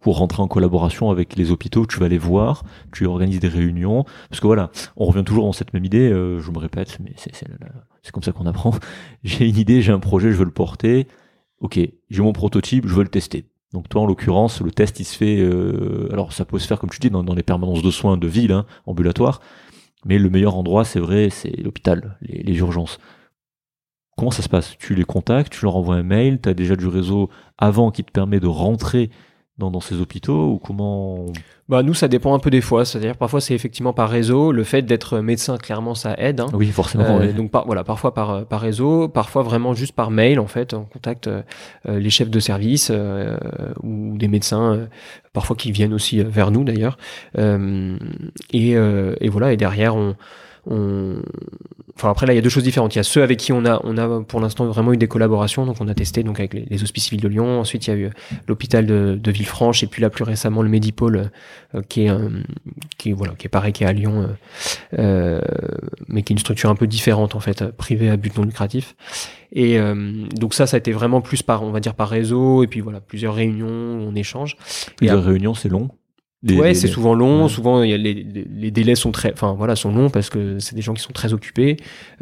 pour rentrer en collaboration avec les hôpitaux. Tu vas les voir, tu organises des réunions, parce que voilà, on revient toujours dans cette même idée. Euh, je me répète, mais c'est, c'est, c'est comme ça qu'on apprend. J'ai une idée, j'ai un projet, je veux le porter. Ok, j'ai mon prototype, je veux le tester. Donc toi, en l'occurrence, le test, il se fait... Euh, alors ça peut se faire, comme tu dis, dans, dans les permanences de soins de ville, hein, ambulatoires, mais le meilleur endroit, c'est vrai, c'est l'hôpital, les, les urgences. Comment ça se passe? Tu les contactes, tu leur envoies un mail, tu as déjà du réseau avant qui te permet de rentrer dans, dans ces hôpitaux, ou comment? Bah nous, ça dépend un peu des fois. C'est-à-dire parfois c'est effectivement par réseau. Le fait d'être médecin, clairement, ça aide. Hein. Oui, forcément. Euh, ouais. Donc par, voilà, parfois par par réseau, parfois vraiment juste par mail. En fait, on contacte euh, les chefs de service euh, ou des médecins, euh, parfois qui viennent aussi vers nous d'ailleurs. Euh, et, euh, et voilà. Et derrière, on On... Enfin après là il y a deux choses différentes. Il y a ceux avec qui on a on a pour l'instant vraiment eu des collaborations. Donc on a testé donc avec les, les Hospices Civils de Lyon. Ensuite il y a eu l'hôpital de, de Villefranche et puis là plus récemment le Medipôle euh, qui est euh, qui est voilà qui est pareil qui est à Lyon, euh, euh, mais qui est une structure un peu différente en fait, privée à but non lucratif. Et euh, donc ça ça a été vraiment plus par on va dire par réseau et puis voilà plusieurs réunions où on échange. Plusieurs et, réunions c'est long. Les, ouais, les, c'est souvent long. Ouais. Souvent, il y a les, les, les délais sont très, enfin voilà, sont longs parce que c'est des gens qui sont très occupés.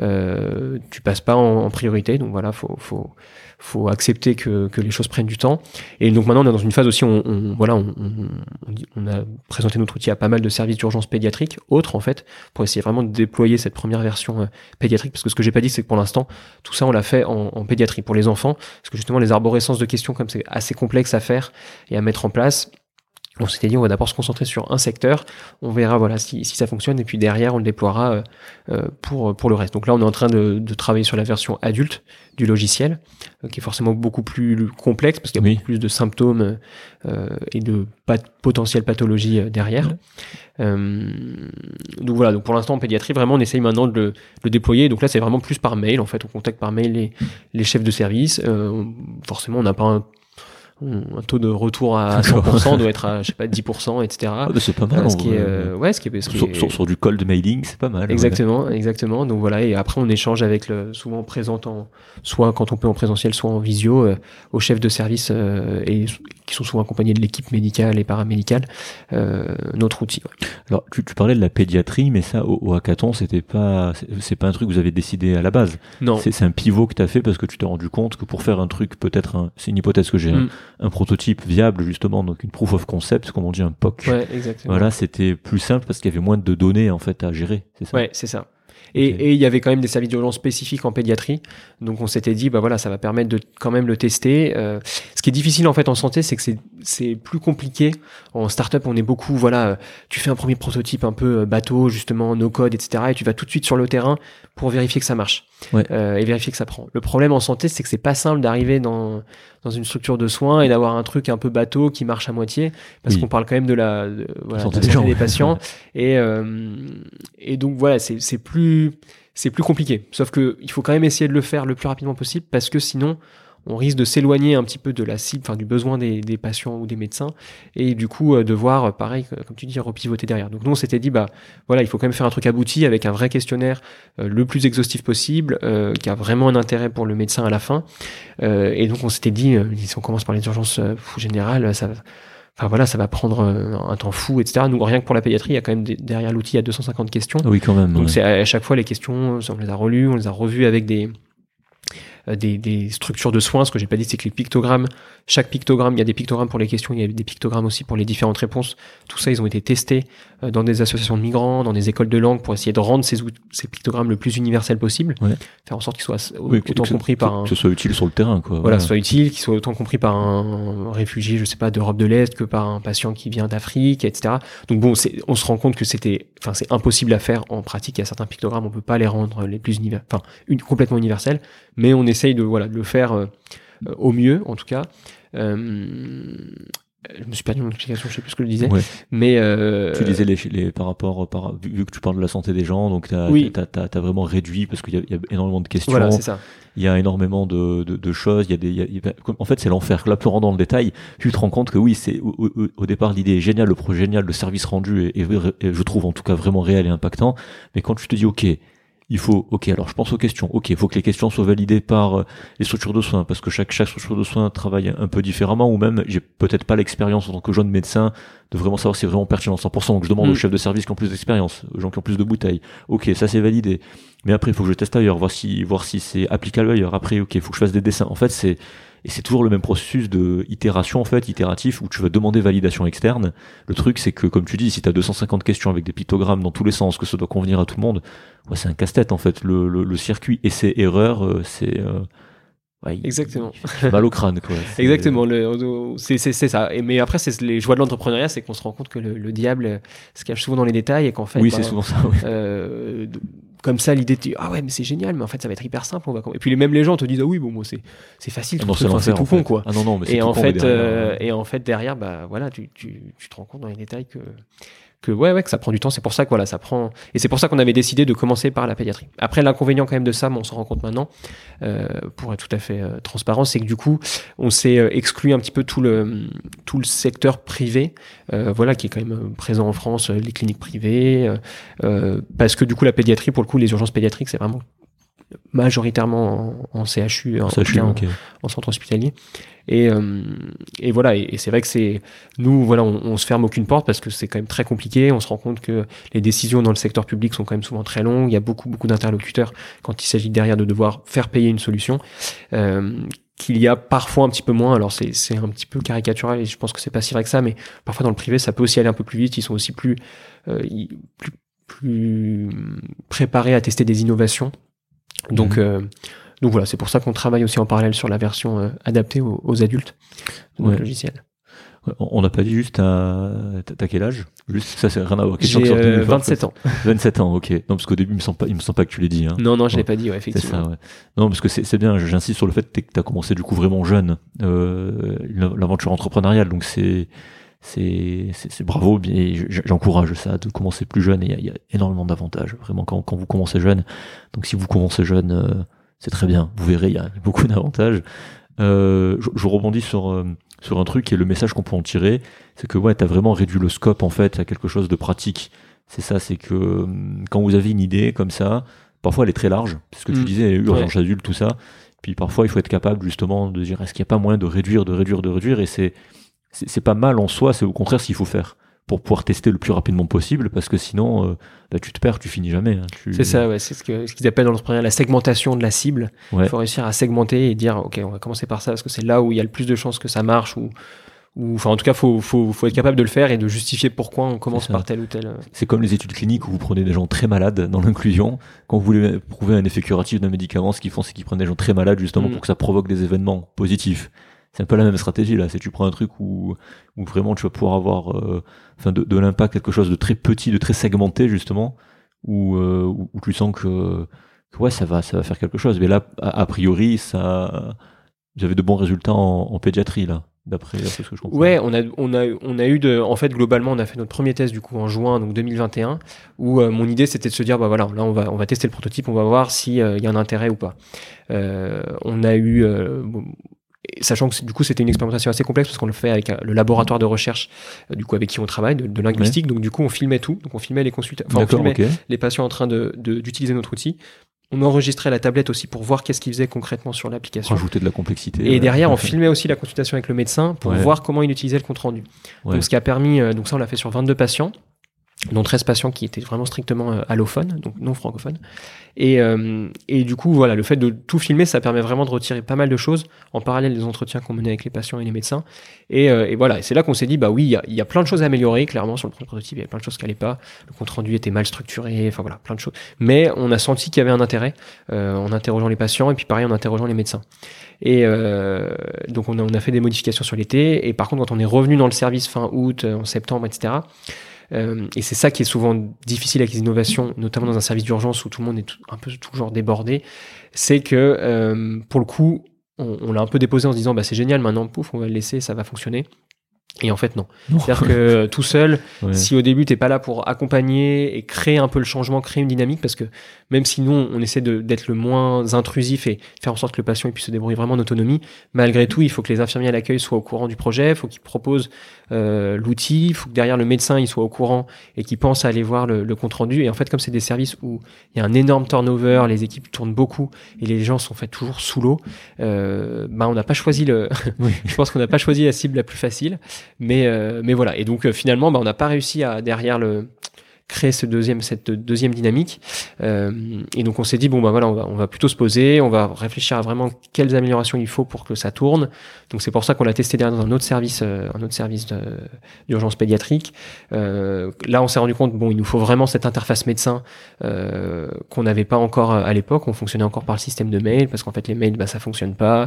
Euh, tu passes pas en, en priorité, donc voilà, faut, faut, faut accepter que, que les choses prennent du temps. Et donc maintenant, on est dans une phase aussi, on, on voilà, on, on, on a présenté notre outil à pas mal de services d'urgence pédiatrique, autres en fait, pour essayer vraiment de déployer cette première version euh, pédiatrique. Parce que ce que j'ai pas dit, c'est que pour l'instant, tout ça, on l'a fait en, en pédiatrie pour les enfants, parce que justement, les arborescences de questions, comme c'est assez complexe à faire et à mettre en place. On s'était dit on va d'abord se concentrer sur un secteur, on verra voilà si, si ça fonctionne et puis derrière on le déploiera euh, pour pour le reste. Donc là on est en train de, de travailler sur la version adulte du logiciel euh, qui est forcément beaucoup plus complexe parce qu'il y a oui. beaucoup plus de symptômes euh, et de pat- potentielles pathologies euh, derrière. Ouais. Euh, donc voilà, donc pour l'instant en pédiatrie vraiment on essaye maintenant de le, de le déployer. Donc là c'est vraiment plus par mail en fait, on contacte par mail les les chefs de service. Euh, forcément on n'a pas un un taux de retour à cent pour cent doit être à je sais pas dix pour cent, et cetera. Ah, c'est pas mal. Euh, ce qui est euh, ouais ce qui est, ce qui sur, est... Sur, sur du cold mailing c'est pas mal. Exactement, ouais. exactement. Donc voilà, et après on échange avec le souvent présentant, soit quand on peut en présentiel, soit en visio, euh, aux chefs de service euh, et qui sont souvent accompagnés de l'équipe médicale et paramédicale, euh, notre outil. Ouais. Alors tu, tu parlais de la pédiatrie, mais ça au, au hackathon c'était pas c'est, c'est pas un truc que vous avez décidé à la base. Non. C'est, c'est un pivot que tu as fait parce que tu t'es rendu compte que pour faire un truc peut-être un, c'est une hypothèse que j'ai. Mm. Un, un prototype viable justement, donc une proof of concept, comme on dit un P O C. Ouais, exactement. Voilà, c'était plus simple parce qu'il y avait moins de données en fait à gérer, c'est ça. Ouais, c'est ça. Et, okay. et il y avait quand même des services d'urgence spécifiques en pédiatrie, donc on s'était dit bah voilà ça va permettre de quand même le tester. Euh, ce qui est difficile en fait en santé, c'est que c'est c'est plus compliqué. En startup, on est beaucoup voilà, tu fais un premier prototype un peu bateau justement, no code, et cetera. Et tu vas tout de suite sur le terrain pour vérifier que ça marche ouais. euh, et vérifier que ça prend. Le problème en santé, c'est que c'est pas simple d'arriver dans dans une structure de soins et d'avoir un truc un peu bateau qui marche à moitié parce oui. qu'on parle quand même de la de, voilà, de la santé des patients et euh, et donc voilà c'est c'est plus c'est plus compliqué. Sauf que il faut quand même essayer de le faire le plus rapidement possible parce que sinon on risque de s'éloigner un petit peu de la cible, enfin du besoin des, des patients ou des médecins, et du coup euh, devoir, pareil, comme tu dis, repivoter derrière. Donc nous on s'était dit, bah voilà, il faut quand même faire un truc abouti avec un vrai questionnaire euh, le plus exhaustif possible, euh, qui a vraiment un intérêt pour le médecin à la fin. Euh, et donc on s'était dit, euh, si on commence par les urgences euh, générales, ça Enfin voilà, ça va prendre un temps fou, et cetera. Nous, rien que pour la pédiatrie, il y a quand même des, derrière l'outil, il y a deux cent cinquante questions. Oui, quand même. Donc ouais. c'est à, à chaque fois les questions, on les a relues, on les a revues avec des Des, des structures de soins. Ce que j'ai pas dit, c'est que les pictogrammes, chaque pictogramme, il y a des pictogrammes pour les questions, il y a des pictogrammes aussi pour les différentes réponses. Tout ça, ils ont été testés dans des associations de migrants, dans des écoles de langue, pour essayer de rendre ces, ces pictogrammes le plus universels possible, ouais. faire en sorte qu'ils soient oui, autant que, compris que, par un... que ce soit utile sur le terrain, quoi. Voilà, ouais. soit utile, qu'ils soient autant compris par un réfugié, je sais pas, d'Europe de l'Est, que par un patient qui vient d'Afrique, et cetera. Donc bon, c'est, on se rend compte que c'était, enfin, c'est impossible à faire en pratique. Il y a certains pictogrammes, on peut pas les rendre les plus univers, enfin, une, complètement universels, mais on essaye de, voilà, de le faire euh, au mieux, en tout cas. Euh, je me suis perdu mon explication, je sais plus ce que je disais. Ouais. Mais euh... tu disais les, les par rapport, par, vu que tu parles de la santé des gens, donc t'as, oui. t'as, t'as, t'as vraiment réduit parce qu'il y a, il y a énormément de questions. Voilà, c'est ça. Il y a énormément de, de, de choses. Il y a des, il y a, il y a, en fait, c'est l'enfer. Là, plus rentrant dans le détail, tu te rends compte que oui, c'est au, au, au départ l'idée est géniale, le projet génial, le service rendu est, est, est, je trouve en tout cas vraiment réel et impactant. Mais quand tu te dis ok, il faut, ok, alors je pense aux questions. Ok, il faut que les questions soient validées par euh, les structures de soins, parce que chaque, chaque structure de soins travaille un peu différemment, ou même, j'ai peut-être pas l'expérience en tant que jeune médecin de vraiment savoir si c'est vraiment pertinent cent pour cent. Donc je demande mmh. aux chefs de service qui ont plus d'expérience, aux gens qui ont plus de bouteilles. Ok, ça c'est validé. Mais après, il faut que je teste ailleurs, voir si, voir si c'est applicable ailleurs. Après, ok, il faut que je fasse des dessins. En fait, c'est, et c'est toujours le même processus de itération, en fait, itératif, où tu vas demander validation externe. Le truc, c'est que, comme tu dis, si tu as deux cent cinquante questions avec des pictogrammes dans tous les sens, que ça doit convenir à tout le monde, ouais, c'est un casse-tête, en fait. Le, le, le circuit essai-erreur, euh, c'est... Euh, ouais, Exactement. Il, il mal au crâne, quoi. C'est... Exactement. Le, c'est, c'est, c'est ça. Et, mais après, c'est les joies de l'entrepreneuriat, c'est qu'on se rend compte que le, le diable se cache souvent dans les détails et qu'en fait... Oui, bah, c'est souvent ça, oui. Euh, comme ça, l'idée de ah ouais, mais c'est génial, mais en fait, ça va être hyper simple. On va... Et puis, même les gens te disent ah oui, bon, moi, c'est, c'est facile, ah tout, non, c'est, c'est, c'est tout con, fait. quoi. Ah non, non, mais c'est et, tout en con, fait, derrière, euh, ouais. et en fait, derrière, bah, voilà, tu, tu, tu te rends compte dans les détails que. que ouais ouais que ça prend du temps, c'est pour ça que voilà ça prend et c'est pour ça qu'on avait décidé de commencer par la pédiatrie. Après l'inconvénient quand même de ça, mais on s'en rend compte maintenant euh, pour être tout à fait euh, transparent, c'est que du coup on s'est euh, exclu un petit peu tout le tout le secteur privé euh, voilà qui est quand même présent en France, les cliniques privées euh, euh, parce que du coup la pédiatrie, pour le coup les urgences pédiatriques c'est vraiment majoritairement en, en C H U, en, C H U en, okay. en centre hospitalier. Et, euh, et voilà, et, et c'est vrai que c'est nous, voilà, on, on se ferme aucune porte parce que c'est quand même très compliqué. On se rend compte que les décisions dans le secteur public sont quand même souvent très longues. Il y a beaucoup, beaucoup d'interlocuteurs quand il s'agit derrière de devoir faire payer une solution. Euh, qu'il y a parfois un petit peu moins. Alors c'est, c'est un petit peu caricatural et je pense que c'est pas si vrai que ça, mais parfois dans le privé, ça peut aussi aller un peu plus vite. Ils sont aussi plus, euh, plus, plus préparés à tester des innovations. Donc, mmh. euh, donc voilà, c'est pour ça qu'on travaille aussi en parallèle sur la version euh, adaptée aux, aux adultes de notre ouais. logiciel. On n'a pas dit juste à t'as quel âge? Juste ça, c'est rien à voir. Question J'ai que euh, vingt-sept ans. vingt-sept ans, ok. Non, parce qu'au début, il me semble pas, il me semble pas que tu l'aies dit. Hein. Non, non, je ouais. l'ai pas dit, ouais, effectivement. C'est ça, ouais. Non, parce que c'est, c'est bien. J'insiste sur le fait que t'as commencé du coup vraiment jeune euh, l'aventure entrepreneuriale, donc c'est c'est c'est, c'est bravo. Et j'encourage ça de commencer plus jeune. Et il y a, y a énormément d'avantages vraiment quand quand vous commencez jeune. Donc si vous commencez jeune, euh, c'est très bien. Vous verrez, il y a beaucoup d'avantages. Euh, je, je rebondis sur euh, sur un truc et le message qu'on peut en tirer, c'est que ouais, t'as vraiment réduit le scope en fait à quelque chose de pratique. C'est ça, c'est que euh, quand vous avez une idée comme ça, parfois elle est très large, c'est ce que mmh. tu disais, urgence ouais. adulte, tout ça. Puis parfois il faut être capable justement de dire est-ce qu'il n'y a pas moyen de réduire, de réduire, de réduire, et c'est c'est, c'est pas mal en soi, c'est au contraire ce qu'il faut faire pour pouvoir tester le plus rapidement possible, parce que sinon euh, bah, tu te perds, tu finis jamais. Hein, tu... C'est ça, ouais, c'est ce, que, ce qu'ils appellent dans l'entrepreneuriat la segmentation de la cible. Il ouais. faut réussir à segmenter et dire ok, on va commencer par ça parce que c'est là où il y a le plus de chances que ça marche, ou ou enfin en tout cas faut faut faut être capable de le faire et de justifier pourquoi on commence par tel ou tel. C'est comme les études cliniques où vous prenez des gens très malades dans l'inclusion. Quand vous voulez prouver un effet curatif d'un médicament, ce qu'ils font c'est qu'ils prennent des gens très malades justement mmh. pour que ça provoque des événements positifs. C'est un peu la même stratégie là, c'est tu prends un truc où, où vraiment tu vas pouvoir avoir euh, enfin de, de l'impact, quelque chose de très petit, de très segmenté justement, où, euh, où, où tu sens que, que ouais ça va ça va faire quelque chose. Mais là a, a priori ça vous avez de bons résultats en, en pédiatrie là, d'après, d'après ce que je comprends. Ouais, on a on a on a eu de en fait globalement on a fait notre premier test du coup en juin donc deux mille vingt et un où euh, mon idée c'était de se dire bah voilà là on va on va tester le prototype, on va voir si euh, y a un intérêt ou pas. Euh, on a eu euh, bon, sachant que du coup c'était une expérimentation assez complexe parce qu'on le fait avec le laboratoire de recherche euh, du coup avec qui on travaille de, de linguistique, ouais. donc du coup on filmait tout, donc on filmait les consulta- enfin D'accord, on filmait okay. les patients en train de, de d'utiliser notre outil. On enregistrait la tablette aussi pour voir qu'est-ce qu'ils faisaient concrètement sur l'application. Rajouter de la complexité. Et ouais. derrière, on filmait aussi la consultation avec le médecin pour ouais. voir comment il utilisait le compte rendu. Ouais. Donc ce qui a permis, donc ça on l'a fait sur vingt-deux patients, dont treize patients qui étaient vraiment strictement euh, allophones, donc non francophones. Et, euh, et du coup, voilà, le fait de tout filmer, ça permet vraiment de retirer pas mal de choses en parallèle des entretiens qu'on menait avec les patients et les médecins. Et, euh, et voilà, et c'est là qu'on s'est dit, bah oui, il y a, y a plein de choses à améliorer, clairement, sur le prototype, il y a plein de choses qui n'allaient pas. Le compte rendu était mal structuré, enfin voilà, plein de choses. Mais on a senti qu'il y avait un intérêt euh, en interrogeant les patients et puis pareil en interrogeant les médecins. Et euh, donc on a, on a fait des modifications sur l'été. Et par contre, quand on est revenu dans le service fin août, en septembre, et cetera, Euh, et c'est ça qui est souvent difficile avec les innovations, notamment dans un service d'urgence où tout le monde est tout, un peu toujours débordé, c'est que euh, pour le coup, on, on l'a un peu déposé en se disant bah c'est génial, maintenant pouf, on va le laisser, ça va fonctionner. Et en fait, non. Non. C'est-à-dire que tout seul, Ouais. si au début, t'es pas là pour accompagner et créer un peu le changement, créer une dynamique, parce que même si nous, on essaie de, d'être le moins intrusif et faire en sorte que le patient il puisse se débrouiller vraiment en autonomie, malgré tout, il faut que les infirmiers à l'accueil soient au courant du projet, il faut qu'ils proposent euh, l'outil, il faut que derrière le médecin, il soit au courant et qu'il pense à aller voir le, le compte-rendu. Et en fait, comme c'est des services où il y a un énorme turnover, les équipes tournent beaucoup et les gens sont en fait toujours sous l'eau, euh, bah, on n'a pas choisi le... Oui. Je pense qu'on n'a pas choisi la cible la plus facile. Mais, euh, mais voilà. Et donc, euh, finalement, bah, on n'a pas réussi à, derrière le, créer ce deuxième, cette deuxième dynamique. Euh, et donc, on s'est dit, bon, bah voilà, on va, on va plutôt se poser, on va réfléchir à vraiment quelles améliorations il faut pour que ça tourne. Donc, c'est pour ça qu'on l'a testé derrière dans un autre service, euh, un autre service de, d'urgence pédiatrique. Euh, là, on s'est rendu compte, bon, il nous faut vraiment cette interface médecin, euh, qu'on n'avait pas encore à l'époque. On fonctionnait encore par le système de mail, parce qu'en fait, les mails, bah, ça fonctionne pas.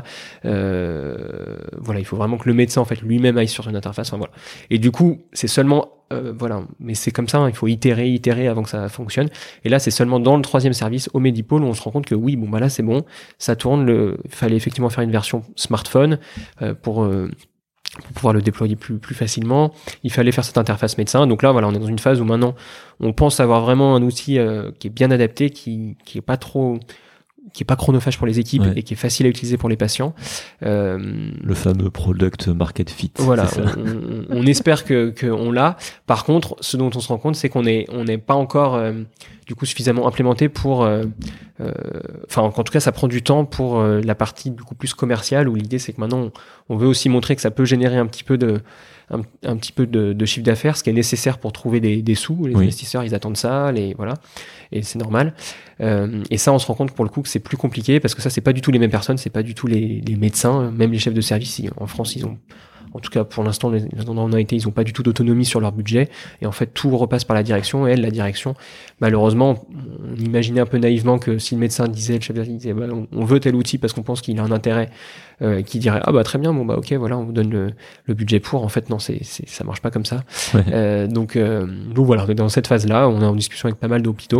Euh, voilà, il faut vraiment que le médecin, en fait, lui-même aille sur une interface. Enfin, voilà. Et du coup, c'est seulement Euh, voilà, mais c'est comme ça, hein, il faut itérer, itérer avant que ça fonctionne. Et là, c'est seulement dans le troisième service, au Medipôle, où on se rend compte que oui, bon, bah là, c'est bon, ça tourne. Le, il fallait effectivement faire une version smartphone euh, pour, euh, pour pouvoir le déployer plus, plus facilement. Il fallait faire cette interface médecin. Donc là, voilà, on est dans une phase où maintenant, on pense avoir vraiment un outil euh, qui est bien adapté, qui, qui est pas trop, qui est pas chronophage pour les équipes Ouais. et qui est facile à utiliser pour les patients. Euh, Le fameux product market fit. Voilà, c'est ça. on, on, on espère que qu'on l'a. Par contre, ce dont on se rend compte, c'est qu'on est on n'est pas encore euh, du coup suffisamment implémenté pour, euh, euh, enfin en tout cas, ça prend du temps pour euh, la partie du coup plus commerciale où l'idée c'est que maintenant on, on veut aussi montrer que ça peut générer un petit peu de un, un petit peu de, de chiffre d'affaires, ce qui est nécessaire pour trouver des, des sous. Les Oui. investisseurs, ils attendent ça, les voilà, et c'est normal. Euh, et ça, on se rend compte pour le coup que c'est plus compliqué parce que ça, c'est pas du tout les mêmes personnes, c'est pas du tout les, les médecins, même les chefs de service. Ils, en France, ils ont, en tout cas pour l'instant, les endroits où on a été, ils ont pas du tout d'autonomie sur leur budget. Et en fait, tout repasse par la direction. Et elle, la direction, malheureusement, on imaginait un peu naïvement que si le médecin disait, le chef de service disait, bah, on, on veut tel outil parce qu'on pense qu'il a un intérêt, euh, qui dirait ah bah très bien, bon bah ok, voilà, on vous donne le, le budget pour. En fait, non, c'est, c'est ça marche pas comme ça. Ouais. Euh, donc, euh, donc voilà, dans cette phase-là, on est en discussion avec pas mal d'hôpitaux.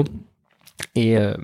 Et, euh,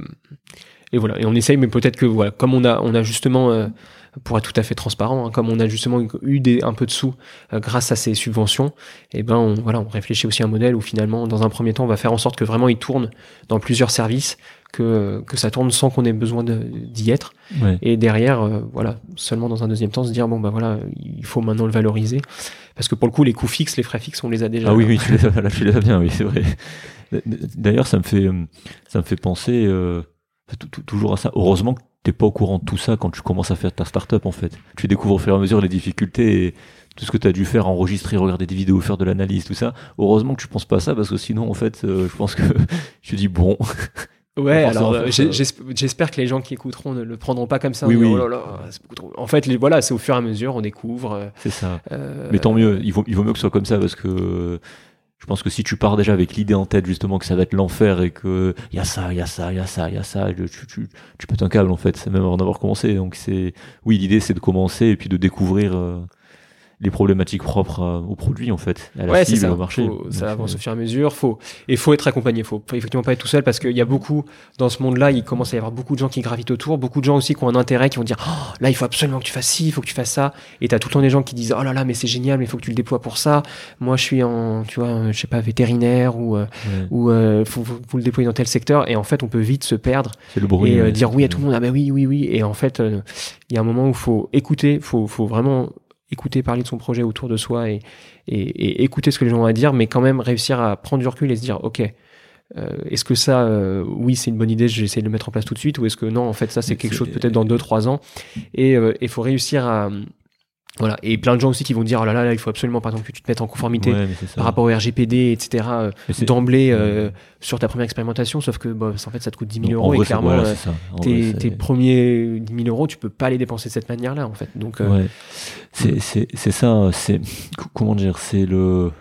et voilà, et on essaye, mais peut-être que voilà, comme on a, on a justement, euh, pour être tout à fait transparent, hein, comme on a justement eu des, un peu de sous euh, grâce à ces subventions, et ben on, voilà, on réfléchit aussi à un modèle où finalement, dans un premier temps, on va faire en sorte que vraiment il tourne dans plusieurs services, que que ça tourne sans qu'on ait besoin de, d'y être. Ouais. Et derrière, euh, voilà, seulement dans un deuxième temps, se dire bon bah voilà, il faut maintenant le valoriser, parce que pour le coup, les coûts fixes, les frais fixes, on les a déjà. Ah oui, oui, tu les as, là, tu les as bien, oui, c'est vrai. D'ailleurs, ça me fait, ça me fait penser euh, t- t- toujours à ça. Heureusement que t'es pas au courant de tout ça quand tu commences à faire ta start-up, en fait. Tu découvres au fur et à mesure les difficultés et tout ce que tu as dû faire, enregistrer, regarder des vidéos, faire de l'analyse, tout ça. Heureusement que tu penses pas à ça, parce que sinon, en fait, euh, je pense que tu dis bon. Ouais, Forcément, alors euh, forcément. j'ai- j'esp- j'espère que les gens qui écouteront ne le prendront pas comme ça. Oui, en disant, oui. Oh là là, c'est beaucoup trop. En fait, les, voilà, c'est au fur et à mesure, on découvre. euh, C'est ça. euh, Mais tant mieux, il vaut, il vaut mieux que ce soit comme ça, parce que je pense que si tu pars déjà avec l'idée en tête, justement, que ça va être l'enfer et que il y a ça, il y a ça, il y a ça, il y a ça, tu, tu, tu pètes un câble, en fait, c'est même avant d'avoir commencé. Donc c'est, oui, l'idée c'est de commencer et puis de découvrir euh, les problématiques propres à- au produit, en fait, à la Ouais, c'est cible, ça. au marché. Faut- ça Donc, avance euh, au fur et à mesure. Faut et faut être accompagné. Faut, faut effectivement pas être tout seul parce qu'il y a beaucoup dans ce monde-là. Il commence à y avoir beaucoup de gens qui gravitent autour, beaucoup de gens aussi qui ont un intérêt, qui vont dire oh, là il faut absolument que tu fasses ci, il faut que tu fasses ça. Et t'as tout le temps des gens qui disent oh là là mais c'est génial, mais il faut que tu le déploies pour ça. Moi je suis en tu vois je sais pas vétérinaire ou euh, ouais, ou euh, faut, faut, faut le déployer dans tel secteur. Et en fait on peut vite se perdre c'est le bruit. et euh, ouais, dire c'est- oui à tout le monde ah bah oui oui oui. Et en fait euh, il y a un moment où faut écouter, faut faut vraiment écouter parler de son projet autour de soi et, et, et écouter ce que les gens ont à dire, mais quand même réussir à prendre du recul et se dire ok, euh, est-ce que ça, euh, oui c'est une bonne idée, j'essaie de le mettre en place tout de suite, ou est-ce que non en fait ça c'est quelque C'est- chose peut-être dans deux trois ans, et il euh, et faut réussir à voilà. Et plein de gens aussi qui vont dire oh là là, là il faut absolument par exemple que tu te mettes en conformité Ouais, mais c'est ça. par rapport au R G P D et cetera euh, Mais c'est- d'emblée euh, sur ta première expérimentation, sauf que bah, en fait ça te coûte dix mille en euros vrai, et c'est- clairement voilà, euh, c'est ça. En tes, vrai, c'est- tes premiers dix mille euros tu peux pas les dépenser de cette manière là en fait, donc euh, Ouais. C'est, c'est, c'est ça, c'est, c- comment dire, c'est le,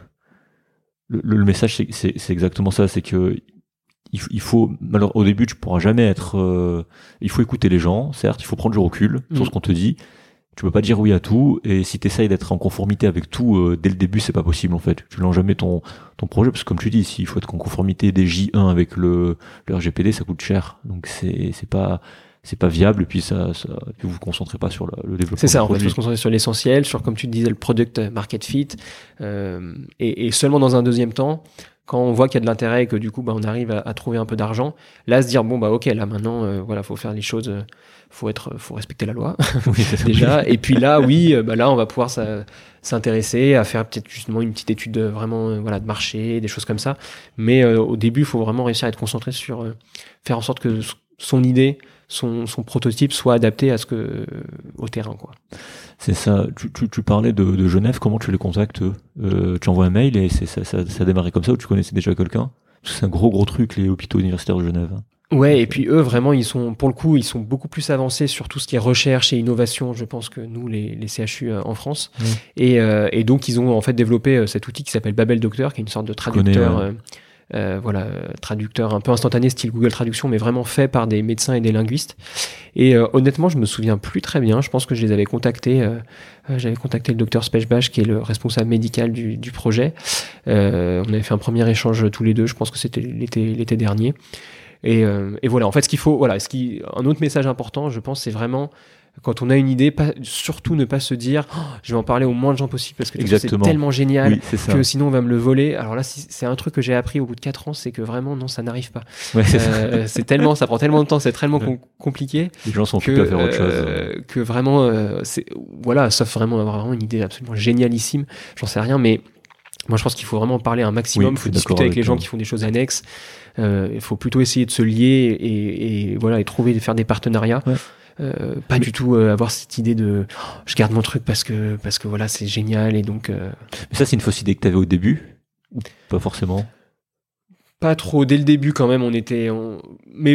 le, le message, c'est, c'est, c'est exactement ça, c'est que il, f- il faut, alors au début, tu pourras jamais être, euh, il faut écouter les gens, certes, il faut prendre du recul sur Mm. ce qu'on te dit. Tu peux pas dire oui à tout, et si tu essayes d'être en conformité avec tout euh, dès le début, c'est pas possible en fait. Tu lances jamais ton ton projet, parce que comme tu dis, s'il faut être en conformité des J un avec le, le R G P D, ça coûte cher. Donc c'est c'est pas c'est pas viable, et puis ça, ça puis vous vous concentrez pas sur le, le développement. C'est ça, en fait, il produit. faut se concentrer sur l'essentiel, sur, comme tu disais, le product market fit, euh, et, et seulement dans un deuxième temps, quand on voit qu'il y a de l'intérêt et que du coup, bah, on arrive à, à trouver un peu d'argent, là, se dire, bon, bah, ok, là, maintenant, euh, voilà, faut faire les choses, euh, faut être, faut respecter la loi, Oui, c'est ça. déjà, et puis là, oui, euh, bah, là, on va pouvoir ça, s'intéresser à faire peut-être justement une petite étude de, vraiment, euh, voilà, de marché, des choses comme ça, mais euh, au début, il faut vraiment réussir à être concentré sur, euh, faire en sorte que son idée, Son, son prototype soit adapté à ce que euh, au terrain, quoi. C'est ça. Tu, tu, tu parlais de, de Genève. Comment tu les contactes eux euh, Tu envoies un mail et c'est, ça, ça, ça a démarré comme ça, ou tu connaissais déjà quelqu'un? Parce que c'est un gros gros truc, les hôpitaux universitaires de Genève. Ouais, et puis eux, vraiment, ils sont, pour le coup, ils sont beaucoup plus avancés sur tout ce qui est recherche et innovation, je pense, que nous, les, les C H U euh, en France. Mmh. Et, euh, et donc, ils ont en fait développé euh, cet outil qui s'appelle Babel Doctor, qui est une sorte de traducteur, connais, ouais. euh, euh, voilà, euh, traducteur un peu instantané, style Google Traduction, mais vraiment fait par des médecins et des linguistes. Et euh, honnêtement, je me souviens plus très bien. Je pense que je les avais contactés. Euh, euh, j'avais contacté le docteur Spechbach, qui est le responsable médical du, du projet. Euh, on avait fait un premier échange tous les deux. Je pense que c'était l'été, l'été dernier. Et, euh, et voilà, en fait, ce qu'il faut, voilà, ce qui, un autre message important, je pense, c'est vraiment, quand on a une idée, pas, surtout ne pas se dire, oh, je vais en parler au moins de gens possible parce que c'est tellement génial, oui, c'est que sinon on va me le voler. Alors là, c'est un truc que j'ai appris au bout de quatre ans, c'est que vraiment, non, ça n'arrive pas. Ouais, c'est, euh, c'est tellement, ça prend tellement de temps, c'est tellement ouais. com- compliqué. Les gens sont que, occupés à faire autre chose. Euh, que vraiment, euh, c'est, voilà, sauf vraiment avoir vraiment une idée absolument génialissime, j'en sais rien, mais moi je pense qu'il faut vraiment parler un maximum, il oui, faut discuter avec, avec les gens qui font des choses annexes. Il euh, faut plutôt essayer de se lier et, et voilà et trouver faire des partenariats. Ouais. Euh, pas Mais... du tout euh, avoir cette idée de oh, je garde mon truc parce que parce que voilà c'est génial et donc. Euh... Mais ça c'est une fausse idée que tu avais au début ou pas forcément? Pas trop dès le début quand même on était on... mais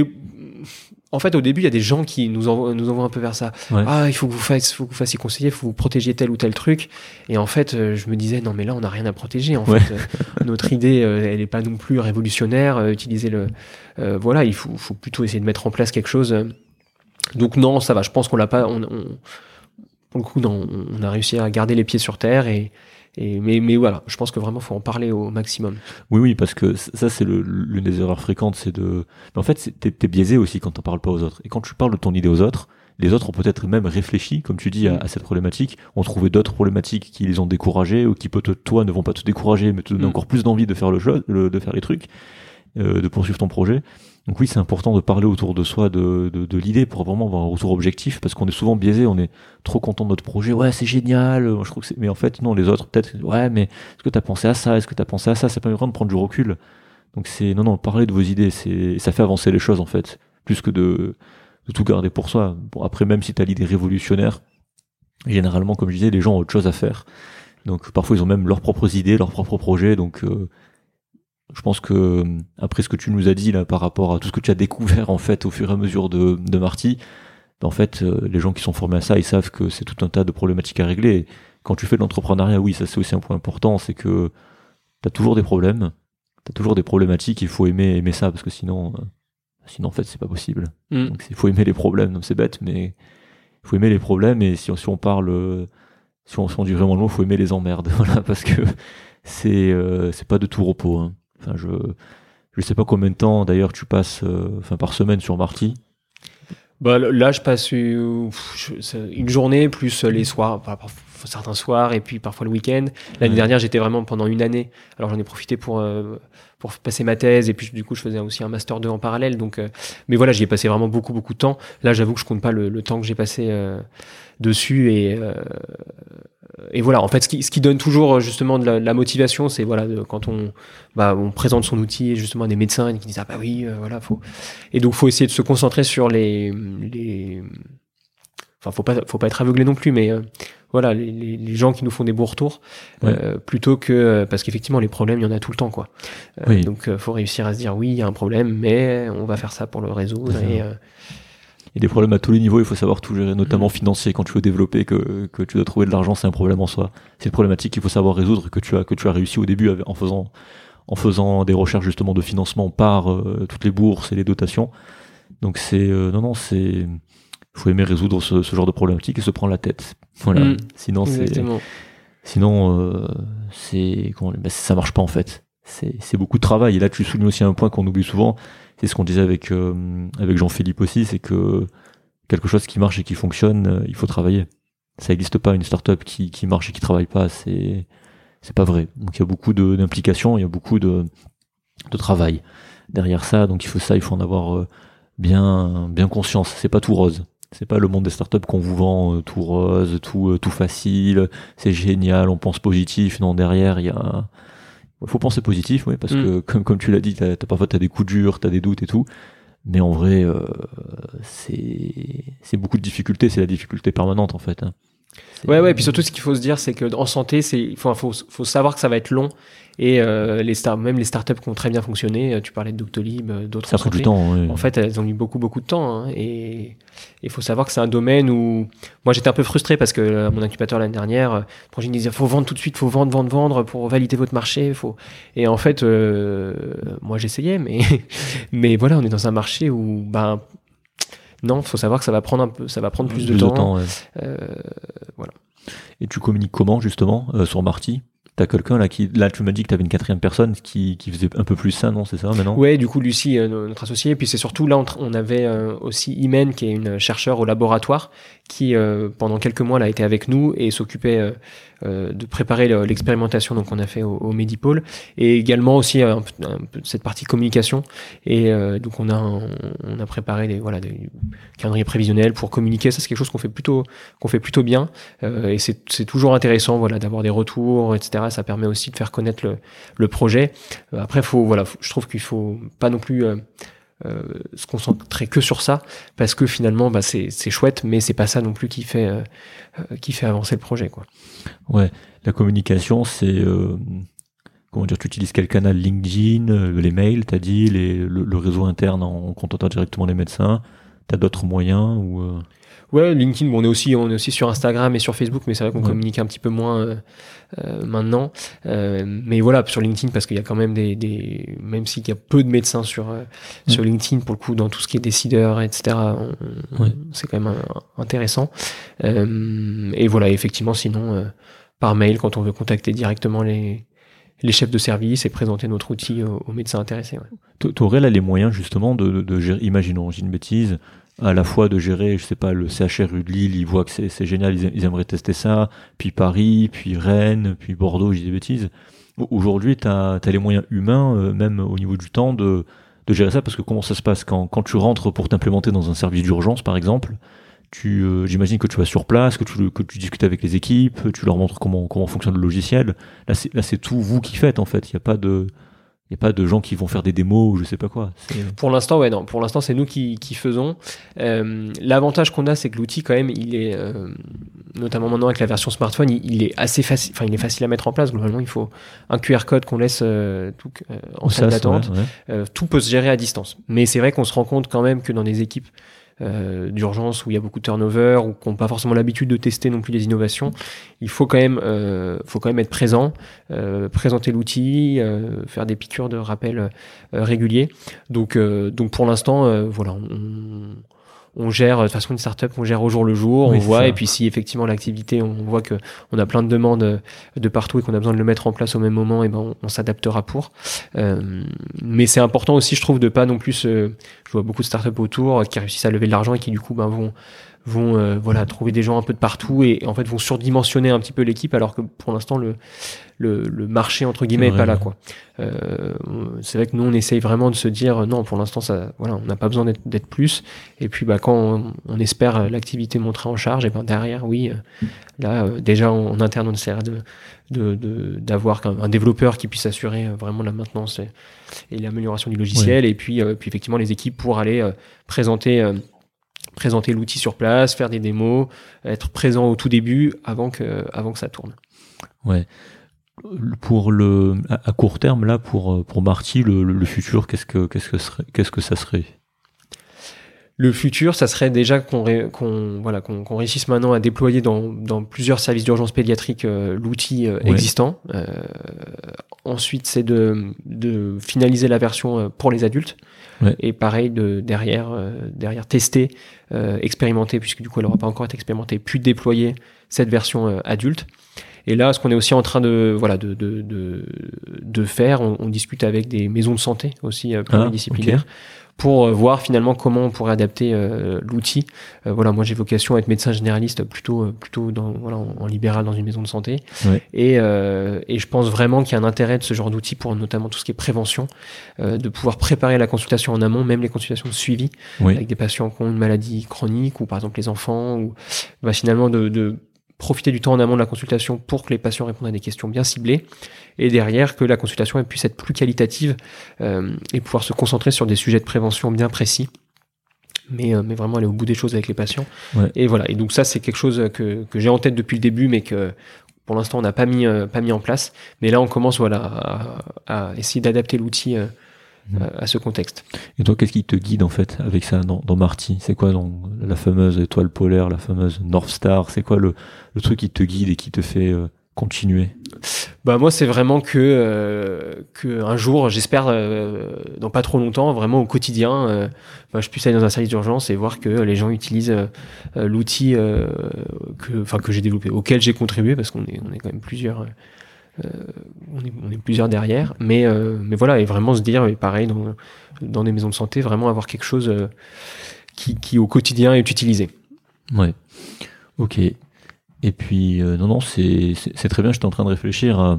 en fait au début il y a des gens qui nous envoient nous envoient un peu vers ça. Ouais. Ah il faut que vous fassiez faut que vous fassiez conseiller, il faut que vous protégiez tel ou tel truc et en fait euh, je me disais non mais là on n'a rien à protéger en ouais. fait euh, notre idée euh, elle est pas non plus révolutionnaire euh, utiliser le euh, voilà il faut faut plutôt essayer de mettre en place quelque chose euh... donc non ça va je pense qu'on l'a pas on, on... pour le coup non, on a réussi à garder les pieds sur terre et Et, mais, mais voilà, je pense que vraiment, il faut en parler au maximum. Oui, oui, parce que ça, c'est le, l'une des erreurs fréquentes, c'est de... Mais en fait, c'est, t'es, t'es biaisé aussi quand t'en parles pas aux autres. Et quand tu parles de ton idée aux autres, les autres ont peut-être même réfléchi, comme tu dis, à, à cette problématique, ont trouvé d'autres problématiques qui les ont découragés, ou qui, peut-être, toi, ne vont pas te décourager, mais te donner mmh. encore plus d'envie de faire le jeu, le, de faire les trucs, euh, de poursuivre ton projet. Donc oui, c'est important de parler autour de soi de, de, de l'idée pour vraiment avoir un retour objectif, parce qu'on est souvent biaisé, on est trop content de notre projet, ouais c'est génial, je trouve que c'est... mais en fait non, les autres peut-être, ouais mais est-ce que t'as pensé à ça, est-ce que t'as pensé à ça, ça permet vraiment de prendre du recul. Donc c'est, non non, parler de vos idées, c'est, ça fait avancer les choses en fait, plus que de, de tout garder pour soi. Bon après même si t'as l'idée révolutionnaire, généralement comme je disais, les gens ont autre chose à faire, donc parfois ils ont même leurs propres idées, leurs propres projets, donc euh, je pense que après ce que tu nous as dit là par rapport à tout ce que tu as découvert en fait au fur et à mesure de, de Marty, en fait euh, les gens qui sont formés à ça ils savent que c'est tout un tas de problématiques à régler. Et quand tu fais de l'entrepreneuriat, oui ça c'est aussi un point important, c'est que t'as toujours des problèmes, t'as toujours des problématiques, il faut aimer aimer ça parce que sinon euh, sinon en fait c'est pas possible. Mm. Donc il faut aimer les problèmes, donc c'est bête mais il faut aimer les problèmes et si on, si on parle euh, si on, si on dit vraiment le mot, il faut aimer les emmerdes voilà parce que c'est euh, c'est pas de tout repos hein. Enfin, je je sais pas combien de temps d'ailleurs tu passes euh, enfin par semaine sur Marty. Bah là je passe une, une journée plus les soirs, enfin, certains soirs et puis parfois le week-end. L'année mmh. dernière j'étais vraiment pendant une année. Alors j'en ai profité pour euh, pour passer ma thèse et puis du coup je faisais aussi un master deux en parallèle. Donc euh, mais voilà j'y ai passé vraiment beaucoup beaucoup de temps. Là j'avoue que je compte pas le, le temps que j'ai passé euh, dessus et euh, et voilà, en fait, ce qui, ce qui donne toujours justement de la, de la motivation, c'est voilà, de, quand on, bah, on présente son outil justement à des médecins qui disent ah bah oui, euh, voilà, faut. Et donc faut essayer de se concentrer sur les, les, enfin faut pas, faut pas être aveuglé non plus, mais euh, voilà, les, les, les gens qui nous font des beaux retours, ouais. euh, plutôt que parce qu'effectivement les problèmes, il y en a tout le temps quoi. Euh, oui. Donc euh, faut réussir à se dire oui, il y a un problème, mais on va faire ça pour le résoudre mmh. et euh, Il y a des problèmes à tous les niveaux, il faut savoir tout gérer, notamment financier. Quand tu veux développer, que, que tu dois trouver de l'argent, c'est un problème en soi. C'est une problématique qu'il faut savoir résoudre, que tu as, que tu as réussi au début en faisant, en faisant des recherches justement de financement par euh, toutes les bourses et les dotations. Donc c'est, euh, non, non, c'est, faut aimer résoudre ce, ce genre de problématique et se prendre la tête. Voilà. Mmh, sinon, exactement. c'est, sinon, euh, c'est, comment, bah, ça marche pas en fait. C'est, c'est beaucoup de travail. Et là, tu soulignes aussi un point qu'on oublie souvent. C'est ce qu'on disait avec euh, avec Jean-Philippe aussi, c'est que quelque chose qui marche et qui fonctionne, euh, il faut travailler. Ça n'existe pas une startup qui, qui marche et qui travaille pas, c'est, c'est pas vrai. Donc il y a beaucoup de, d'implications, il y a beaucoup de, de travail derrière ça, donc il faut ça, il faut en avoir euh, bien, bien conscience. C'est pas tout rose. C'est pas le monde des startups qu'on vous vend euh, tout rose, tout, euh, tout facile, c'est génial, on pense positif. Non, derrière, il y a, faut penser positif, oui, parce mm. que comme, comme tu l'as dit, t'as, t'as, parfois t'as des coups durs, t'as des doutes et tout. Mais en vrai, euh, c'est, c'est beaucoup de difficultés, c'est la difficulté permanente en fait. Hein. Ouais, ouais, et puis surtout ce qu'il faut se dire, c'est que en santé, c'est, il faut, faut, faut savoir que ça va être long. Et euh, les start, même les startups qui ont très bien fonctionné, tu parlais de Doctolib, d'autres. Ça prend du temps. Oui. En fait, elles ont eu beaucoup, beaucoup de temps. Hein, et il faut savoir que c'est un domaine où moi j'étais un peu frustré parce que euh, mon incubateur l'année dernière, Progine disait faut vendre tout de suite, faut vendre, vendre, vendre pour valider votre marché. Faut. Et en fait, euh, moi j'essayais, mais mais voilà, on est dans un marché où ben non, faut savoir que ça va prendre un peu, ça va prendre plus, plus de temps. De temps ouais. euh, voilà. Et tu communiques comment justement euh, sur Marty? T'as quelqu'un là qui, là tu m'as dit que t'avais une quatrième personne qui, qui faisait un peu plus ça, non? C'est ça maintenant? Ouais, du coup Lucie, euh, notre associée, et puis c'est surtout là on, on avait euh, aussi Imen qui est une chercheure au laboratoire qui euh, pendant quelques mois là, a été avec nous et s'occupait euh, euh, de préparer l'expérimentation donc on a fait au, au Medipôle et également aussi un peu, un peu de cette partie communication et euh, donc on a un, on a préparé des voilà des calendriers prévisionnels pour communiquer. Ça c'est quelque chose qu'on fait plutôt qu'on fait plutôt bien euh, et c'est c'est toujours intéressant voilà d'avoir des retours etc. Ça permet aussi de faire connaître le, le projet. Euh, après, faut, voilà, faut, je trouve qu'il faut pas non plus euh, euh, se concentrer que sur ça, parce que finalement, bah, c'est, c'est chouette, mais c'est pas ça non plus qui fait, euh, euh, qui fait avancer le projet, quoi. Ouais, la communication, c'est euh, comment dire, tu utilises quel canal? LinkedIn, euh, les mails, t'as dit, les, le, le réseau interne en contactant directement les médecins. T'as d'autres moyens ou euh... Ouais, LinkedIn, bon, on est aussi, on est aussi sur Instagram et sur Facebook, mais c'est vrai qu'on ouais. communique un petit peu moins euh, euh, maintenant. Euh, mais voilà, sur LinkedIn, parce qu'il y a quand même des, des même s'il y a peu de médecins sur euh, ouais. sur LinkedIn, pour le coup, dans tout ce qui est décideur, et cetera, on, ouais. c'est quand même un, intéressant. Euh, et voilà, effectivement, sinon, euh, par mail, quand on veut contacter directement les les chefs de service et présenter notre outil aux, aux médecins intéressés. Ouais. Tu aurais là les moyens justement de, de, de gérer, imaginons, j'ai une bêtise, à la fois de gérer, je sais pas, le C H R U de Lille, ils voient que c'est, c'est génial, ils, ils aimeraient tester ça, puis Paris, puis Rennes, puis Bordeaux, je dis des bêtises. Aujourd'hui, tu as les moyens humains, euh, même au niveau du temps, de, de gérer ça, parce que comment ça se passe quand, quand tu rentres pour t'implémenter dans un service d'urgence, par exemple, tu, euh, j'imagine que tu vas sur place, que tu, que tu discutes avec les équipes, tu leur montres comment, comment fonctionne le logiciel. Là, c'est, là, c'est tout vous qui faites, en fait. Il n'y a pas de... Il n'y a pas de gens qui vont faire des démos ou je sais pas quoi. C'est... Pour l'instant, ouais, non. Pour l'instant, c'est nous qui, qui faisons. Euh, l'avantage qu'on a, c'est que l'outil, quand même, il est, euh, notamment maintenant avec la version smartphone, il, il est assez facile, enfin, il est facile à mettre en place. Globalement, il faut un Q R code qu'on laisse euh, tout, euh, en salle d'attente. Ouais, ouais. Euh, tout peut se gérer à distance. Mais c'est vrai qu'on se rend compte quand même que dans des équipes Euh, d'urgence où il y a beaucoup de turnover ou qui n'ont pas forcément l'habitude de tester non plus les innovations, il faut quand même, euh, faut quand même être présent, euh, présenter l'outil, euh, faire des piqûres de rappel euh, réguliers. Donc, euh, donc pour l'instant, euh, voilà, on, on gère de toute façon une startup, on gère au jour le jour, oui, on voit, ça. Et puis si effectivement l'activité, on voit que on a plein de demandes de partout et qu'on a besoin de le mettre en place au même moment, et ben on, on s'adaptera pour. Euh, mais c'est important aussi, je trouve, de pas non plus. Se, je vois beaucoup de startups autour qui réussissent à lever de l'argent et qui du coup ben vont vont euh, voilà trouver des gens un peu de partout et, et en fait vont surdimensionner un petit peu l'équipe alors que pour l'instant le le, le marché entre guillemets est pas là quoi. Euh, c'est vrai que nous on essaye vraiment de se dire non pour l'instant ça voilà on n'a pas besoin d'être, d'être plus et puis bah quand on, on espère l'activité monter en charge et ben derrière oui là euh, déjà en, en interne on essaiera de, de, de d'avoir un, un développeur qui puisse assurer vraiment la maintenance et, et l'amélioration du logiciel oui. et puis euh, puis effectivement les équipes pour aller euh, présenter euh, présenter l'outil sur place, faire des démos, être présent au tout début avant que, avant que ça tourne. Ouais. Pour le, à court terme, là, pour, pour Marty, le, le futur, qu'est-ce que, qu'est-ce que serait, qu'est-ce que ça serait? Le futur, ça serait déjà qu'on, ré, qu'on, voilà, qu'on, qu'on réussisse maintenant à déployer dans, dans plusieurs services d'urgence pédiatrique euh, l'outil euh, ouais. existant. Euh, ensuite, c'est de, de finaliser la version euh, pour les adultes. Ouais. Et pareil, de, derrière, euh, derrière tester, euh, expérimenter, puisque du coup, elle n'aura pas encore été expérimentée, puis déployer cette version euh, adulte. Et là, ce qu'on est aussi en train de, voilà, de, de, de, de faire, on, on discute avec des maisons de santé aussi euh, pluridisciplinaires. Ah, okay. Pour voir finalement comment on pourrait adapter euh, l'outil. Euh, voilà, moi j'ai vocation à être médecin généraliste plutôt plutôt dans voilà en, en libéral dans une maison de santé. Ouais. Et euh, et je pense vraiment qu'il y a un intérêt de ce genre d'outil pour notamment tout ce qui est prévention, euh, de pouvoir préparer la consultation en amont, même les consultations de suivi oui. avec des patients qui ont une maladie chronique ou par exemple les enfants ou bah, finalement de, de profiter du temps en amont de la consultation pour que les patients répondent à des questions bien ciblées et derrière que la consultation elle puisse être plus qualitative euh, et pouvoir se concentrer sur des sujets de prévention bien précis mais, euh, mais vraiment aller au bout des choses avec les patients ouais. et voilà et donc ça c'est quelque chose que, que j'ai en tête depuis le début mais que pour l'instant on n'a pas mis, euh, pas mis en place mais là on commence voilà, à, à essayer d'adapter l'outil euh, Mmh. à ce contexte. Et toi, qu'est-ce qui te guide en fait avec ça dans, dans Marty ? C'est quoi dans la fameuse étoile polaire, la fameuse North Star ? C'est quoi le, le truc qui te guide et qui te fait euh, continuer ? Bah moi, c'est vraiment que, euh, que un jour, j'espère, euh, dans pas trop longtemps, vraiment au quotidien, euh, bah, je puisse aller dans un service d'urgence et voir que les gens utilisent euh, l'outil euh, que, enfin que j'ai développé, auquel j'ai contribué, parce qu'on est, on est quand même plusieurs. Euh, Euh, on, est, on est plusieurs derrière, mais, euh, mais voilà, et vraiment se dire, et pareil, dans, dans des maisons de santé, vraiment avoir quelque chose euh, qui, qui au quotidien est utilisé. Ouais, ok. Et puis, euh, non, non, c'est, c'est, c'est très bien, j'étais en train de réfléchir à.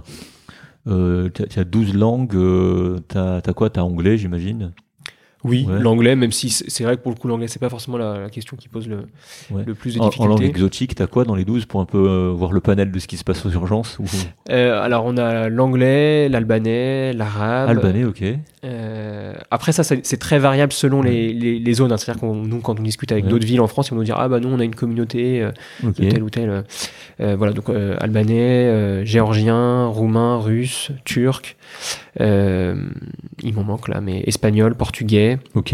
Euh, tu as douze langues, euh, tu as quoi ? Tu as anglais, j'imagine ? Oui, ouais. L'anglais, même si c'est vrai que pour le coup, l'anglais, c'est pas forcément la, la question qui pose le, ouais. le plus de difficultés. En, en langue exotique, t'as quoi dans les douze pour un peu euh, voir le panel de ce qui se passe aux urgences ou... euh, Alors, on a l'anglais, l'albanais, l'arabe. Albanais, ok. Euh, après, ça, c'est, c'est très variable selon ouais. les, les, les zones. Hein. C'est-à-dire que nous, quand on discute avec ouais. d'autres villes en France, ils vont nous dire ah bah nous, on a une communauté euh, okay. de tel ou tel. Euh, voilà, donc euh, albanais, euh, géorgien, roumain, russe, turc. Euh, il m'en manque là, mais espagnol, portugais. Ok.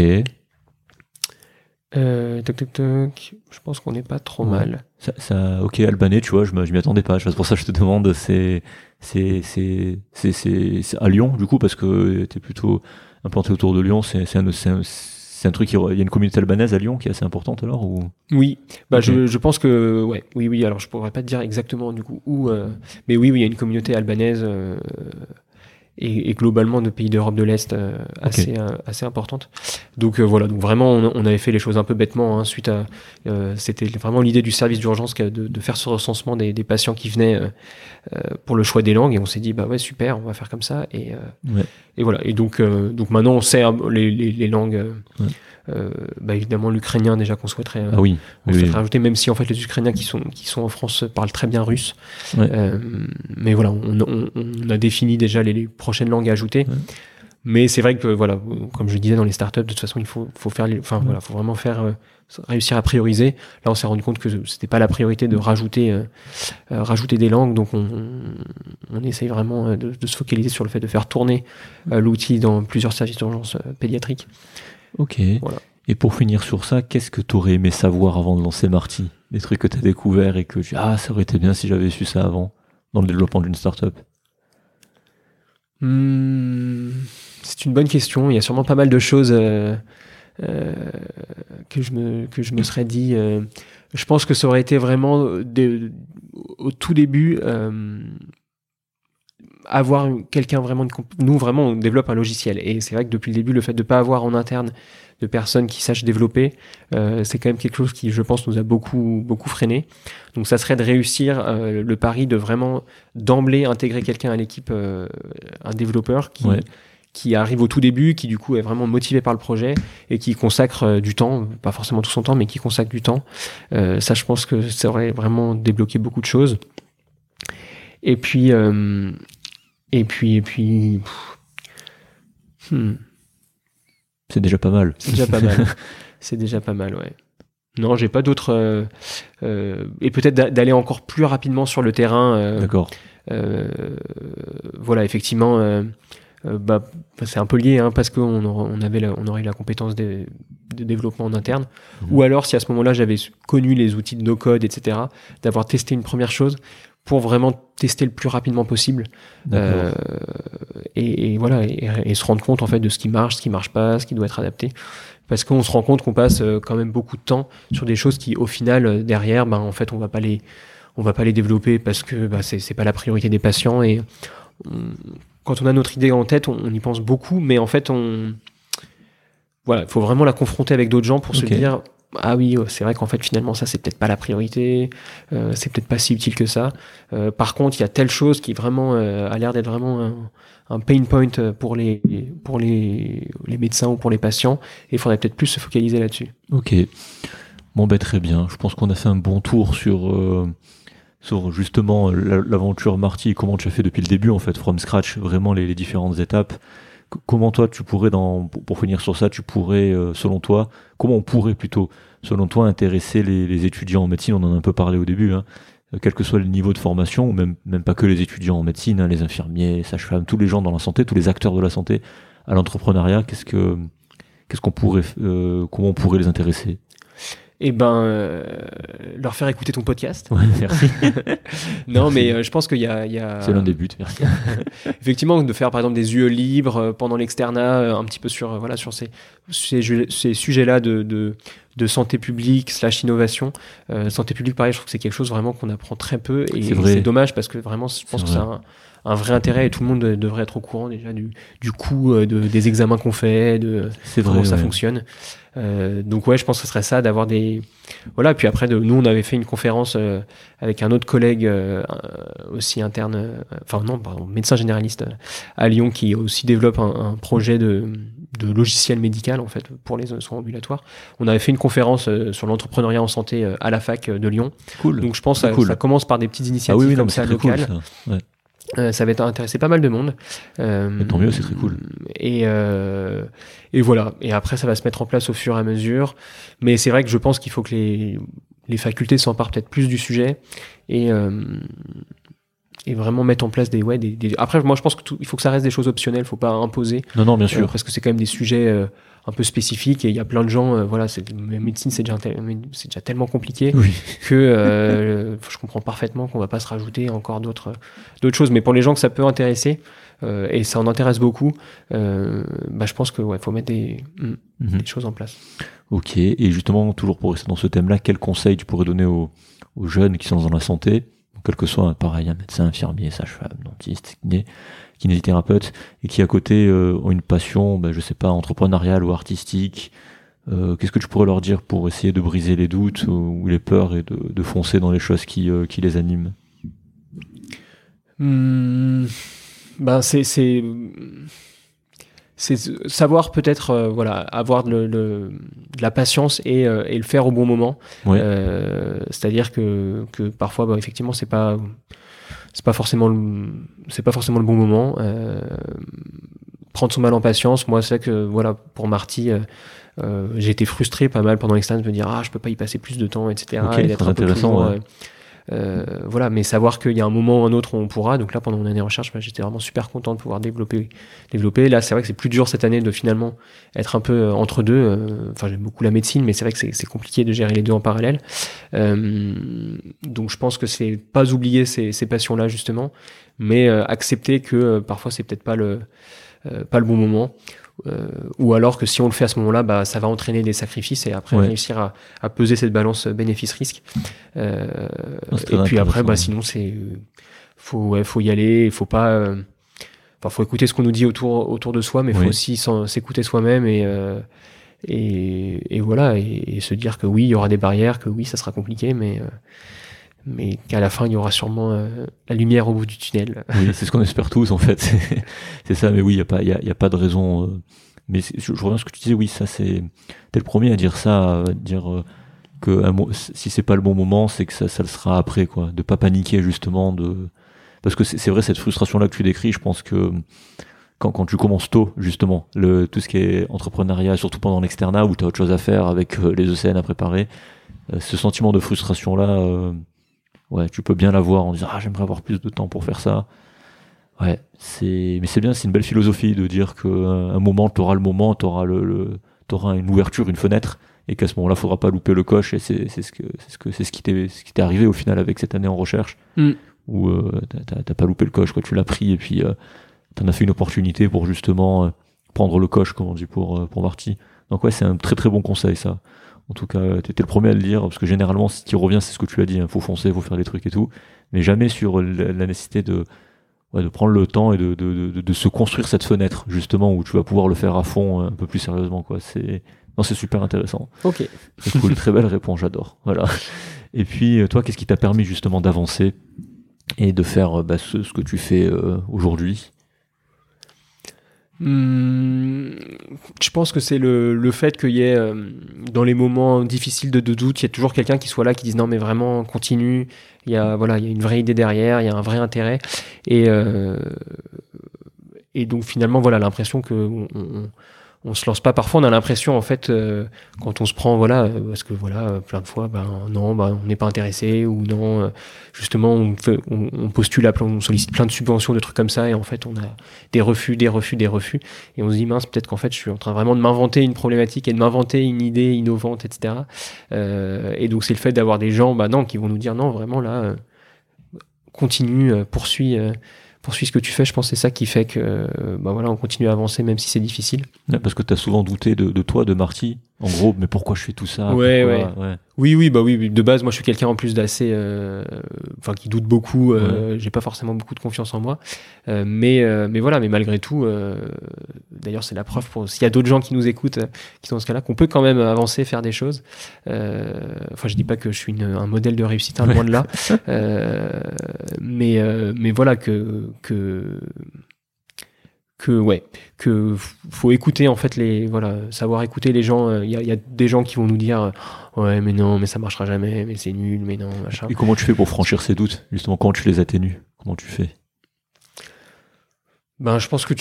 Euh, toc, toc, toc. Je pense qu'on n'est pas trop ouais. mal. Ça, ça, ok, albanais, tu vois, je me, je m'y attendais pas. C'est pour ça que je te demande. C'est, c'est, c'est, c'est, c'est, c'est à Lyon, du coup, parce que t'es plutôt implanté autour de Lyon. C'est, c'est un, c'est un, c'est un truc qui, il y a une communauté albanaise à Lyon qui est assez importante alors ou... Oui, bah okay. je, je pense que ouais, oui, oui. Alors je pourrais pas te dire exactement du coup où, euh, mais oui, oui, il y a une communauté albanaise. Euh, Et, et globalement de pays d'Europe de l'Est euh, assez okay. euh, assez importante. Donc euh, voilà, donc vraiment on, on avait fait les choses un peu bêtement hein, suite à euh, c'était vraiment l'idée du service d'urgence de, de faire ce recensement des, des patients qui venaient euh, euh, pour le choix des langues et on s'est dit bah ouais super, on va faire comme ça et euh, ouais. et voilà et donc euh, donc maintenant on sait les les, les langues euh, ouais. Euh, bah évidemment l'ukrainien déjà qu'on souhaiterait, ah oui, on oui, souhaiterait oui. rajouter même si en fait les Ukrainiens qui sont qui sont en France parlent très bien russe ouais. euh, mais voilà on, on, on a défini déjà les, les prochaines langues à ajouter ouais. mais c'est vrai que voilà comme je disais dans les startups de toute façon il faut faut faire les, enfin ouais. voilà faut vraiment faire euh, réussir à prioriser. Là on s'est rendu compte que c'était pas la priorité de rajouter euh, euh, rajouter des langues donc on, on, on essaye vraiment de, de se focaliser sur le fait de faire tourner euh, l'outil dans plusieurs services d'urgence euh, pédiatriques. Ok. Voilà. Et pour finir sur ça, qu'est-ce que tu aurais aimé savoir avant de lancer Marty ? Des trucs que tu as découverts et que tu dis « Ah, ça aurait été bien si j'avais su ça avant » dans le développement d'une startup. Mmh, c'est une bonne question. Il y a sûrement pas mal de choses euh, euh, que, je me, que je me serais dit. Euh, je pense que ça aurait été vraiment, de, au tout début... Euh, avoir quelqu'un vraiment de comp- nous vraiment on développe un logiciel et c'est vrai que depuis le début le fait de pas avoir en interne de personnes qui sachent développer euh, c'est quand même quelque chose qui je pense nous a beaucoup beaucoup freiné donc ça serait de réussir euh, le pari de vraiment d'emblée intégrer quelqu'un à l'équipe euh, un développeur qui ouais. qui arrive au tout début qui du coup est vraiment motivé par le projet et qui consacre euh, du temps pas forcément tout son temps mais qui consacre du temps euh, ça je pense que ça aurait vraiment débloqué beaucoup de choses et puis euh, Et puis, et puis, hmm. c'est déjà pas mal. C'est déjà pas mal. C'est déjà pas mal, ouais. Non, j'ai pas d'autres. Euh, euh, et peut-être d'aller encore plus rapidement sur le terrain. Euh, D'accord. Euh, voilà, effectivement, euh, euh, bah, c'est un peu lié, hein, parce qu'on on avait, la, on aurait la compétence de, de développement en interne. Mmh. Ou alors, si à ce moment-là, j'avais connu les outils de no-code, et cetera, d'avoir testé une première chose. Pour vraiment tester le plus rapidement possible euh, et, et voilà et, et se rendre compte en fait de ce qui marche, ce qui marche pas, ce qui doit être adapté parce qu'on se rend compte qu'on passe quand même beaucoup de temps sur des choses qui au final derrière ben en fait on va pas les on va pas les développer parce que bah, c'est, c'est pas la priorité des patients. Et on, quand on a notre idée en tête, on, on y pense beaucoup, mais en fait, on, voilà, il faut vraiment la confronter avec d'autres gens pour okay. se dire, ah oui, c'est vrai qu'en fait, finalement, ça, c'est peut-être pas la priorité, euh, c'est peut-être pas si utile que ça. Euh, par contre, il y a telle chose qui vraiment euh, a l'air d'être vraiment un, un pain point pour les, pour les, les médecins ou pour les patients, et il faudrait peut-être plus se focaliser là-dessus. Ok. Bon, ben, très bien. Je pense qu'on a fait un bon tour sur, euh, sur justement l'aventure Marty, comment tu as fait depuis le début, en fait, from scratch, vraiment les, les différentes étapes. Comment toi, tu pourrais, dans, pour finir sur ça, tu pourrais, euh, selon toi, comment on pourrait plutôt, selon toi, intéresser les, les étudiants en médecine, on en a un peu parlé au début, hein, quel que soit le niveau de formation, ou même, même pas que les étudiants en médecine, hein, les infirmiers, les sages-femmes, tous les gens dans la santé, tous les acteurs de la santé, à l'entrepreneuriat, qu'est-ce que, qu'est-ce qu'on pourrait, euh, comment on pourrait les intéresser? Eh ben, euh, leur faire écouter ton podcast. Ouais, merci. non, merci. mais euh, je pense qu'il y a, il y a... C'est l'un des buts, merci. Effectivement, de faire par exemple des U E libres euh, pendant l'externat, euh, un petit peu sur, euh, voilà, sur ces, ces, ces sujets-là de, de, de santé publique slash innovation. Euh, santé publique, pareil, je trouve que c'est quelque chose vraiment qu'on apprend très peu. Et c'est, c'est dommage parce que vraiment, je pense c'est que vrai. c'est un... un vrai intérêt et tout le monde devrait être au courant déjà du, du coût de, des examens qu'on fait, de c'est comment vrai, ça ouais. fonctionne. Euh, donc ouais, je pense que ce serait ça, d'avoir des... Voilà, puis après, de, nous, on avait fait une conférence euh, avec un autre collègue euh, aussi interne, euh, enfin non, pardon, médecin généraliste euh, à Lyon, qui aussi développe un, un projet de, de logiciel médical, en fait, pour les soins ambulatoires. On avait fait une conférence euh, sur l'entrepreneuriat en santé euh, à la fac de Lyon. Cool. Donc je pense que ça, cool. ça commence par des petites initiatives ah oui, oui, comme non, ça, c'est locales. Cool, ça. Ouais. Euh, ça va être intéresser pas mal de monde. Euh, tant mieux, c'est très cool. Et, euh, et voilà. Et après, ça va se mettre en place au fur et à mesure. Mais c'est vrai que je pense qu'il faut que les, les facultés s'emparent peut-être plus du sujet et, euh, et vraiment mettre en place des, ouais, des, des... Après, moi, je pense qu'il faut que ça reste des choses optionnelles. Faut pas imposer. Non, non, bien sûr. Euh, parce que c'est quand même des sujets euh, un peu spécifiques et il y a plein de gens. Euh, voilà, c'est, la médecine, c'est déjà, c'est déjà tellement compliqué oui. que euh, je comprends parfaitement qu'on va pas se rajouter encore d'autres, d'autres choses. Mais pour les gens que ça peut intéresser, euh, et ça en intéresse beaucoup, euh, bah, je pense que ouais, faut mettre des, mm-hmm. des choses en place. Ok. Et justement, toujours pour rester dans ce thème-là, quels conseils tu pourrais donner aux, aux jeunes qui sont dans la santé, quel que soit, pareil, un médecin, infirmier, sage-femme, dentiste, kiné, kinésithérapeute, et qui à côté euh, ont une passion, ben, je sais pas, entrepreneuriale ou artistique. Euh, qu'est-ce que tu pourrais leur dire pour essayer de briser les doutes ou, ou les peurs et de, de foncer dans les choses qui, euh, qui les animent? Mmh, ben c'est, c'est, c'est savoir peut-être euh, voilà, avoir le, le, de la patience et, euh, et le faire au bon moment. Ouais. Euh, c'est-à-dire que, que parfois, bah, effectivement, c'est pas c'est pas forcément le, c'est pas forcément le bon moment. Euh, prendre son mal en patience. Moi, c'est que voilà, pour Marty, euh, euh, j'ai été frustré pas mal pendant l'externe de me dire ah je peux pas y passer plus de temps, et cetera. Okay, et d'être un peu intéressant. toujours, ouais. euh, Euh, voilà, mais savoir qu'il y a un moment ou un autre où on pourra. Donc là, pendant mon année de recherche, bah, j'étais vraiment super content de pouvoir développer, développer. Là, c'est vrai que c'est plus dur cette année de finalement être un peu euh, entre deux. Euh, enfin, j'aime beaucoup la médecine, mais c'est vrai que c'est, c'est compliqué de gérer les deux en parallèle. Euh, donc, je pense que c'est pas oublier ces, ces passions-là justement, mais euh, accepter que euh, parfois c'est peut-être pas le euh, pas le bon moment. Euh, ou alors que si on le fait à ce moment-là, bah, ça va entraîner des sacrifices et après ouais. réussir à, à peser cette balance bénéfice-risque. Euh, et puis après, bah, sinon, c'est faut, ouais, faut y aller, il faut pas. Euh, enfin, faut écouter ce qu'on nous dit autour autour de soi, mais il faut oui. aussi s'écouter soi-même et euh, et, et voilà et, et se dire que oui, il y aura des barrières, que oui, ça sera compliqué, mais euh, mais qu'à la fin il y aura sûrement euh, la lumière au bout du tunnel. Oui, c'est ce qu'on espère tous en fait. C'est, c'est ça, mais oui, il y a pas, il y a, y a pas de raison. Euh, mais je, je reviens à ce que tu disais. Oui, ça c'est. T'es le premier à dire ça, à dire euh, que un, si c'est pas le bon moment, c'est que ça, ça le sera après, quoi. De pas paniquer justement, de parce que c'est, c'est vrai cette frustration là que tu décris. Je pense que quand, quand tu commences tôt, justement, le tout ce qui est entrepreneuriat, surtout pendant l'externat où t'as autre chose à faire avec euh, les E C N à préparer, euh, ce sentiment de frustration là. Euh, Ouais, tu peux bien l'avoir en disant ah j'aimerais avoir plus de temps pour faire ça. Ouais, c'est mais c'est bien, c'est une belle philosophie de dire que un moment t'auras le moment, t'auras le, le t'auras une ouverture, une fenêtre, et qu'à ce moment-là, faudra pas louper le coche. Et c'est c'est ce que c'est ce que c'est ce qui t'est ce qui t'est arrivé au final avec cette année en recherche, mm. où euh, t'as, t'as pas loupé le coche, quoi. Tu l'as pris et puis euh, t'en as fait une opportunité pour justement euh, prendre le coche, comme on dit pour euh, pour Marty. Donc ouais, c'est un très très bon conseil ça. En tout cas, tu étais le premier à le dire, parce que généralement, ce qui revient, c'est ce que tu as dit, il hein, faut foncer, il faut faire des trucs et tout, mais jamais sur la, la nécessité de, ouais, de prendre le temps et de, de, de, de se construire cette fenêtre, justement, où tu vas pouvoir le faire à fond, un peu plus sérieusement, quoi. C'est, non, c'est super intéressant. Ok. C'est cool, très belle réponse, j'adore. Voilà. Et puis, toi, qu'est-ce qui t'a permis justement d'avancer et de faire bah, ce, ce que tu fais euh, aujourd'hui? Hum, je pense que c'est le, le fait qu'il y ait, euh, dans les moments difficiles de, de doute, il y a toujours quelqu'un qui soit là, qui dise non mais vraiment continue, il y a, voilà, il y a une vraie idée derrière, il y a un vrai intérêt. Et, euh, et donc finalement, voilà, l'impression que on, on, on se lance pas. Parfois, on a l'impression, en fait, euh, quand on se prend, voilà, euh, parce que voilà, plein de fois, ben non, ben on n'est pas intéressé, ou non, euh, justement, on, fait, on, on postule, à plein, on sollicite plein de subventions, de trucs comme ça, et en fait, on a des refus, des refus, des refus, et on se dit mince, peut-être qu'en fait, je suis en train vraiment de m'inventer une problématique et de m'inventer une idée innovante, et cetera. Euh, et donc, c'est le fait d'avoir des gens, bah non, qui vont nous dire non, vraiment là, euh, continue, euh, poursuis. Euh, poursuis ce que tu fais, je pense que c'est ça qui fait que euh, bah voilà, on continue à avancer même si c'est difficile. Ouais, parce que tu as souvent douté de, de toi, de Marty, en gros, mais pourquoi je fais tout ça? Ouais, ouais. ouais. Oui, oui, bah oui, de base, moi je suis quelqu'un en plus d'assez, euh, enfin qui doute beaucoup, euh, ouais. J'ai pas forcément beaucoup de confiance en moi, euh, mais, euh, mais voilà, mais malgré tout, euh, d'ailleurs c'est la preuve pour s'il y a d'autres gens qui nous écoutent, euh, qui sont dans ce cas-là, qu'on peut quand même avancer, faire des choses. Euh, enfin, je dis pas que je suis une, un modèle de réussite, hein, ouais. Loin de là, euh, mais, euh, mais voilà que que que ouais que faut écouter en fait les voilà savoir écouter les gens. Il y a, y a des gens qui vont nous dire ouais mais non mais ça marchera jamais, mais c'est nul, mais non machin. Et comment tu fais pour franchir ces doutes justement? Comment tu les atténues? Comment tu fais? Ben, je pense que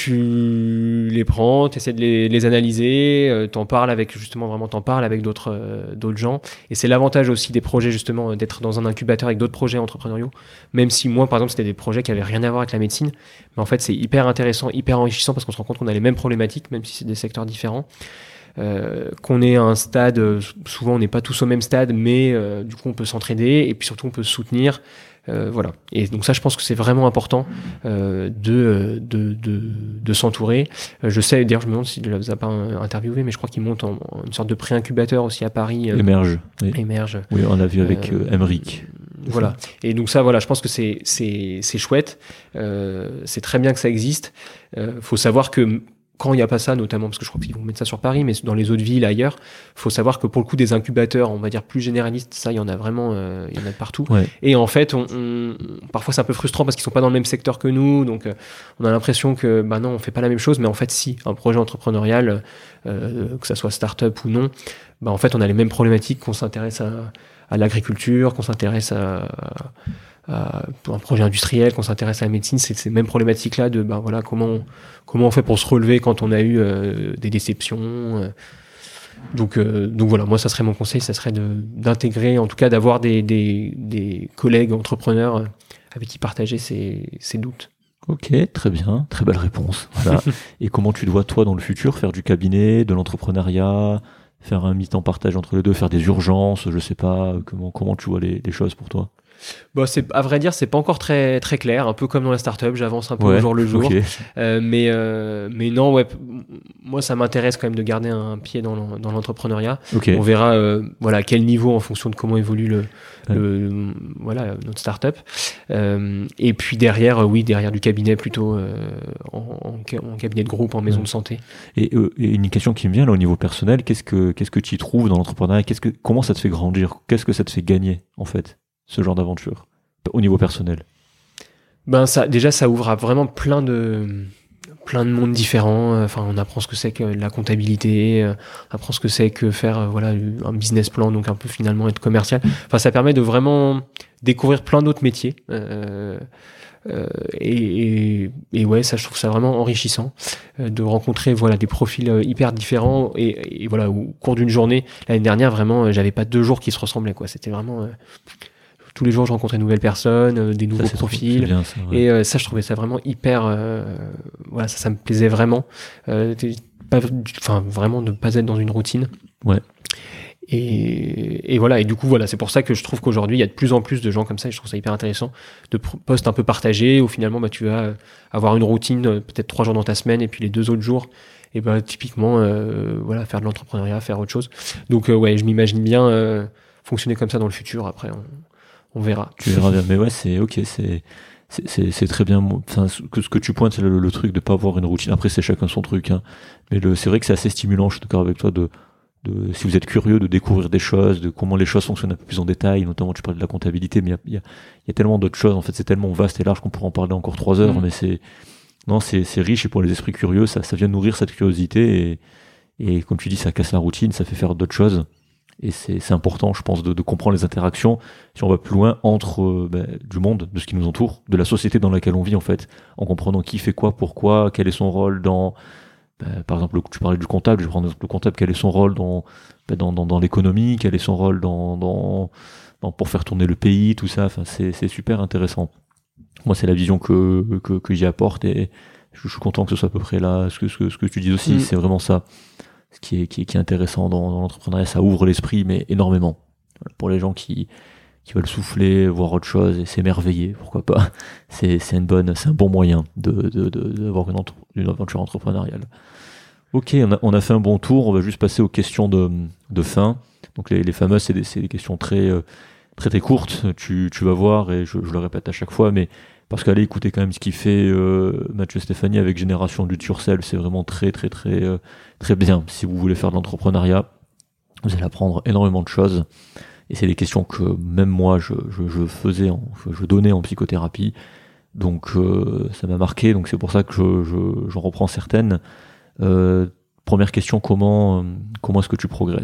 tu les prends, tu essaies de les, les analyser, euh, t'en parles avec, justement, vraiment t'en parles avec d'autres, euh, d'autres gens. Et c'est l'avantage aussi des projets, justement, d'être dans un incubateur avec d'autres projets entrepreneuriaux. Même si moi, par exemple, c'était des projets qui avaient rien à voir avec la médecine. Mais en fait, c'est hyper intéressant, hyper enrichissant parce qu'on se rend compte qu'on a les mêmes problématiques, même si c'est des secteurs différents. Euh, qu'on est à un stade, euh, souvent on n'est pas tous au même stade, mais euh, du coup on peut s'entraider et puis surtout on peut se soutenir. Euh, voilà. Et donc ça, je pense que c'est vraiment important euh, de, de, de, de s'entourer. Euh, je sais, d'ailleurs, je me demande s'il ne les a pas interviewé, mais je crois qu'il monte en, en une sorte de pré-incubateur aussi à Paris. Euh, Émerge. Oui. Émerge. Oui, on l'a vu avec euh, Emric. Voilà. Et donc ça, voilà, je pense que c'est, c'est, c'est chouette. Euh, c'est très bien que ça existe. Euh, faut savoir que quand il n'y a pas ça, notamment parce que je crois qu'ils vont mettre ça sur Paris, mais dans les autres villes, ailleurs, faut savoir que pour le coup des incubateurs, on va dire plus généralistes, ça, il y en a vraiment, euh, il y en a de partout. Ouais. Et en fait, on, on, parfois c'est un peu frustrant parce qu'ils sont pas dans le même secteur que nous, donc euh, on a l'impression que, bah non, on fait pas la même chose, mais en fait, si, un projet entrepreneurial, euh, que ça soit start-up ou non, bah en fait, on a les mêmes problématiques, qu'on s'intéresse à, à l'agriculture, qu'on s'intéresse à, à à un projet industriel, qu'on s'intéresse à la médecine, c'est ces mêmes problématiques-là de ben voilà comment on, comment on fait pour se relever quand on a eu euh, des déceptions. Euh. Donc euh, donc voilà, moi ça serait mon conseil, ça serait de d'intégrer, en tout cas d'avoir des des des collègues entrepreneurs avec qui partager ses ses doutes. Ok, très bien, très belle réponse. Voilà. Et comment tu te vois toi dans le futur faire du cabinet, de l'entrepreneuriat, faire un mi-temps partage entre les deux, faire des urgences, je sais pas comment comment tu vois les les choses pour toi? Bon, c'est, à vrai dire, c'est pas encore très, très clair, un peu comme dans la start-up, j'avance un peu ouais, au jour le jour. Okay. Euh, mais, euh, mais non, ouais, moi, ça m'intéresse quand même de garder un pied dans, le, dans l'entrepreneuriat. Okay. On verra, euh, voilà, à quel niveau en fonction de comment évolue le, ouais. le, voilà, notre start-up. Euh, et puis derrière, euh, oui, derrière du cabinet plutôt, euh, en, en, en cabinet de groupe, en maison ouais. de santé. Et, euh, et une question qui me vient là au niveau personnel, qu'est-ce que, qu'est-ce que tu y trouves dans l'entrepreneuriat? Qu'est-ce que, comment ça te fait grandir? Qu'est-ce que ça te fait gagner, en fait? Ce genre d'aventure au niveau personnel? Ben ça, déjà ça ouvre à vraiment plein de plein de mondes différents. Enfin, on apprend ce que c'est que la comptabilité, on apprend ce que c'est que faire voilà un business plan, donc un peu finalement être commercial. Enfin, ça permet de vraiment découvrir plein d'autres métiers. Euh, euh, et, et, et ouais, ça je trouve ça vraiment enrichissant euh, de rencontrer voilà des profils euh, hyper différents et, et voilà au cours d'une journée l'année dernière vraiment euh, j'avais pas deux jours qui se ressemblaient quoi. C'était vraiment euh, tous les jours, je rencontrais de nouvelles personnes, euh, des nouveaux ça, profils. Bien, ça, ouais. Et euh, ça, je trouvais ça vraiment hyper... Euh, voilà, ça, ça me plaisait vraiment. Euh, enfin, vraiment, de ne pas être dans une routine. Ouais. Et, et voilà. Et du coup, voilà, c'est pour ça que je trouve qu'aujourd'hui, il y a de plus en plus de gens comme ça, et je trouve ça hyper intéressant, de postes un peu partagés, où finalement, bah, tu vas avoir une routine, peut-être trois jours dans ta semaine, et puis les deux autres jours, et ben typiquement euh, voilà, faire de l'entrepreneuriat, faire autre chose. Donc euh, ouais, je m'imagine bien euh, fonctionner comme ça dans le futur. Après, on, on verra. Tu verras bien. Mais ouais, c'est ok, c'est c'est, c'est, c'est très bien. Enfin, ce que, ce que tu pointes, c'est le, le truc de pas avoir une routine. Après, c'est chacun son truc, hein. Mais le, c'est vrai que c'est assez stimulant. Je suis d'accord avec toi de, de, si vous êtes curieux de découvrir des choses, de comment les choses fonctionnent un peu plus en détail. Notamment, tu parlais de la comptabilité, mais il y a, il y a, il y a tellement d'autres choses. En fait, c'est tellement vaste et large qu'on pourrait en parler encore trois heures. Mmh. Mais c'est, non, c'est, c'est riche et pour les esprits curieux, ça, ça vient nourrir cette curiosité et, et comme tu dis, ça casse la routine, ça fait faire d'autres choses. Et c'est, c'est important, je pense, de, de comprendre les interactions, si on va plus loin, entre euh, ben, du monde, de ce qui nous entoure, de la société dans laquelle on vit, en fait, en comprenant qui fait quoi, pourquoi, quel est son rôle dans, ben, par exemple, tu parlais du comptable, je prends le comptable, quel est son rôle dans, ben, dans, dans, dans l'économie, quel est son rôle dans, dans, dans, pour faire tourner le pays, tout ça, enfin, c'est, c'est super intéressant. Moi, c'est la vision que, que, que j'y apporte et je, je suis content que ce soit à peu près là, ce que, ce que, ce que tu dis aussi, mmh. c'est vraiment ça. Ce qui est, qui est, qui est intéressant dans, dans l'entrepreneuriat, ça ouvre l'esprit, mais énormément. Voilà, pour les gens qui, qui veulent souffler, voir autre chose et s'émerveiller, pourquoi pas. C'est, c'est une bonne, c'est un bon moyen de, de, de, d'avoir une, entre, une aventure entrepreneuriale. Ok, on a, on a fait un bon tour. On va juste passer aux questions de, de fin. Donc les, les fameuses, c'est des, c'est des questions très, très, très courtes. Tu, tu vas voir, et je, je le répète à chaque fois, mais parce qu'allez écouter quand même ce qu'il fait euh, Mathieu Stéphanie avec Génération du Turcel, c'est vraiment très très très euh, très bien. Si vous voulez faire de l'entrepreneuriat, vous allez apprendre énormément de choses. Et c'est des questions que même moi je, je, je faisais, en, je donnais en psychothérapie. Donc euh, ça m'a marqué. Donc c'est pour ça que je, je, j'en reprends certaines. Euh, première question, comment comment est-ce que tu progresses ?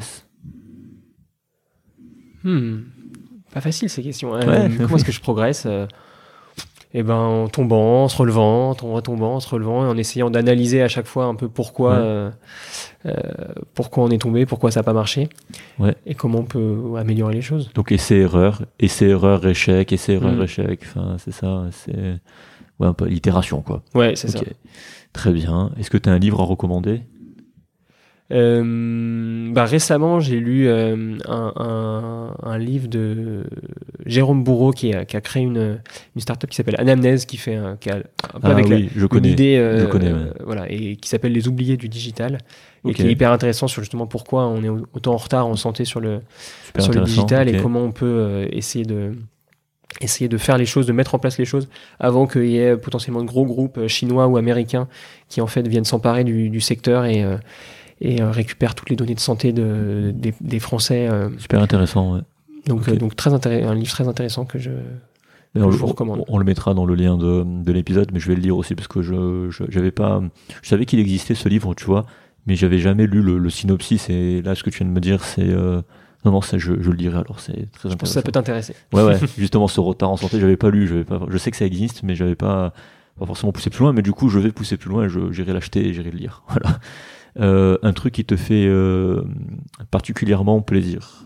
hmm, Pas facile ces questions. Euh, ouais. Comment est-ce que je progresse ? euh... Eh ben, en tombant, en se relevant, en retombant, en se relevant, et en essayant d'analyser à chaque fois un peu pourquoi, ouais. euh, euh, pourquoi on est tombé, pourquoi ça n'a pas marché, ouais. et comment on peut améliorer les choses. Donc essai-erreur, essai-erreur, échec, essai-erreur, mmh. échec, enfin c'est ça, c'est ouais, un peu l'itération quoi. Ouais, c'est okay. ça. Très bien. Est-ce que tu as un livre à recommander ? Euh, bah récemment, j'ai lu euh, un, un, un livre de Jérôme Bourreau qui a, qui a créé une, une start-up qui s'appelle Anamnèse, qui fait un, qui a un peu ah, avec oui, la, je connais, une idée, euh, je connais, ouais. euh, voilà, et qui s'appelle Les Oubliés du digital, et okay. qui est hyper intéressant sur justement pourquoi on est autant en retard en santé sur le sur le digital okay. et comment on peut euh, essayer de essayer de faire les choses, de mettre en place les choses avant qu'il y ait potentiellement de gros groupes chinois ou américains qui en fait viennent s'emparer du, du secteur et euh, et euh, récupère toutes les données de santé de, des, des Français. Euh. Super intéressant, ouais. Donc, okay. euh, donc très intéress- un livre très intéressant que je, que on, je vous recommande. On, on le mettra dans le lien de, de l'épisode, mais je vais le lire aussi parce que je, je j'avais pas, je savais qu'il existait ce livre, tu vois, mais j'avais jamais lu le, le synopsis. Et là, ce que tu viens de me dire, c'est euh, non, non, ça, je, je le lirai. Alors, c'est très intéressant. Je pense que ça peut t'intéresser. Ouais, ouais. Justement, ce retard en santé, j'avais pas lu. J'avais pas. Je sais que ça existe, mais j'avais pas, pas forcément poussé plus loin. Mais du coup, je vais pousser plus loin. Et je, j'irai l'acheter et j'irai le lire. Voilà. Euh, un truc qui te fait euh, particulièrement plaisir.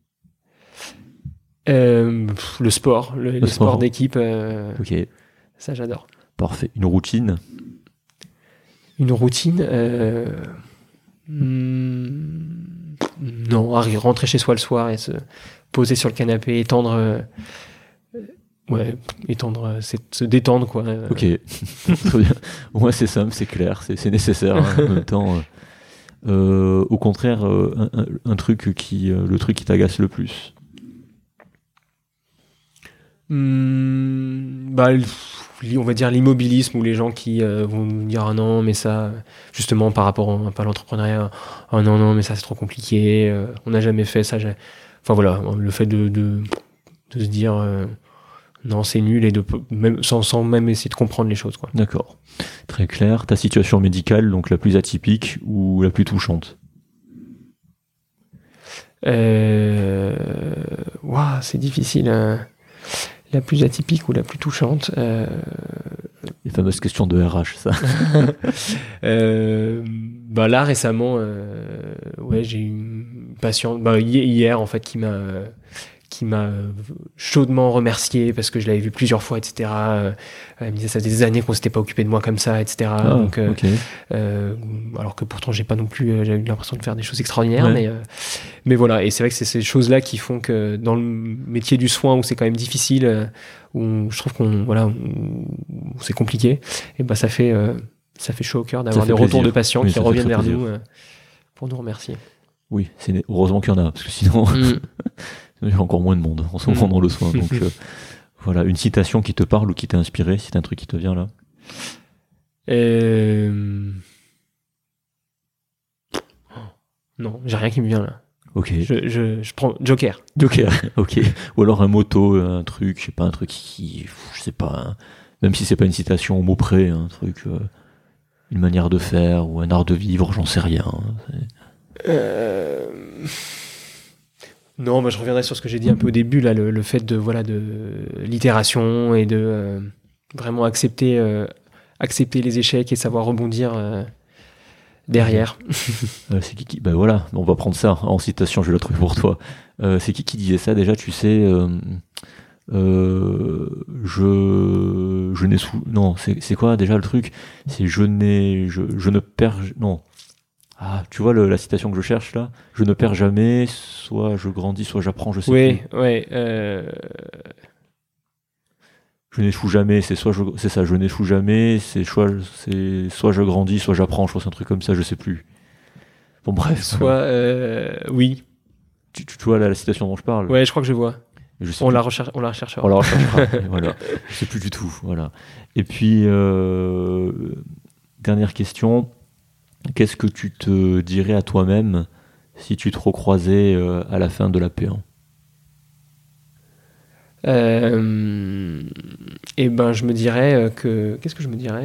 Euh, le sport, le, le, le sport. sport d'équipe. Euh, ok. Ça, j'adore. Parfait. Une routine. Une routine. Euh, hmm, non, rentrer chez soi le soir et se poser sur le canapé, étendre. Euh, ouais, étendre, c'est se détendre quoi. Ok. Très bien. Ouais, c'est simple, c'est clair, c'est, c'est nécessaire hein, en même temps. Euh, euh, au contraire, euh, un, un, un truc qui, euh, le truc qui t'agace le plus. Mmh, bah, on va dire l'immobilisme ou les gens qui euh, vont nous dire ah non mais ça justement par rapport à, à l'entrepreneuriat ah non non mais ça c'est trop compliqué euh, on n'a jamais fait ça j'ai... enfin voilà le fait de de, de se dire euh, non c'est nul et de même sans, sans même essayer de comprendre les choses quoi. D'accord, très clair. Ta situation médicale donc la plus atypique ou la plus touchante? euh... Waouh, c'est difficile hein. La plus atypique ou la plus touchante euh... Les fameuses questions de R H, ça. euh, bah là, récemment, euh, ouais, j'ai eu une patiente, bah, hier, en fait, qui m'a, qui m'a chaudement remercié parce que je l'avais vu plusieurs fois, et cetera. Elle me disait, ça faisait des années qu'on s'était pas occupé de moi comme ça, et cetera. Ah, Donc, euh, okay. euh, alors que pourtant, j'ai pas non plus, j'ai eu l'impression de faire des choses extraordinaires, ouais. mais, euh, mais voilà. Et c'est vrai que c'est ces choses-là qui font que dans le métier du soin où c'est quand même difficile, où je trouve qu'on, voilà, où c'est compliqué, et bah, ça fait, euh, ça fait chaud au cœur d'avoir des plaisir. Retours de patients oui, qui reviennent vers plaisir. nous euh, pour nous remercier. Oui, c'est heureusement qu'il y en a, parce que sinon, mm. il y a encore moins de monde en ce moment mm. dans le soin. Donc euh, voilà, une citation qui te parle ou qui t'a inspiré, si t'as un truc qui te vient là. Euh... Non, j'ai rien qui me vient là. Ok. Je, je, je prends Joker. Joker, ok. Ou alors un motto, un truc, je sais pas, un truc qui, je sais pas, hein, même si c'est pas une citation au mot près, un truc, euh, une manière de faire ou un art de vivre, j'en sais rien. Hein, euh... Non, bah, je reviendrai sur ce que j'ai dit un peu au début là, le, le fait de voilà de l'itération et de euh, vraiment accepter euh, accepter les échecs et savoir rebondir. Euh, derrière. euh, c'est qui qui... Ben voilà, on va prendre ça en citation, je vais la trouver pour toi. Euh, c'est qui qui disait ça déjà, tu sais euh, euh, je je n'ai sous... Non, c'est, c'est quoi déjà le truc? C'est je n'ai... Je, je ne perds... Non. Ah, tu vois le, la citation que je cherche là? Je ne perds jamais, soit je grandis, soit j'apprends, je sais oui, plus. Oui, oui. Euh... Je n'échoue jamais, c'est soit je, c'est ça, je n'échoue jamais, c'est soit, c'est soit je grandis, soit j'apprends, je crois que c'est un truc comme ça, je sais plus. Bon bref. Soit, voilà. euh, oui. Tu, tu, tu vois là, la citation dont je parle. Ouais, je crois que je vois. Je sais on, plus. la recherche, on la recherchera. On la recherchera, voilà. Je sais plus du tout, voilà. Et puis, euh, dernière question, qu'est-ce que tu te dirais à toi-même si tu te recroisais euh, à la fin de la P un? Euh, et ben je me dirais que qu'est-ce que je me dirais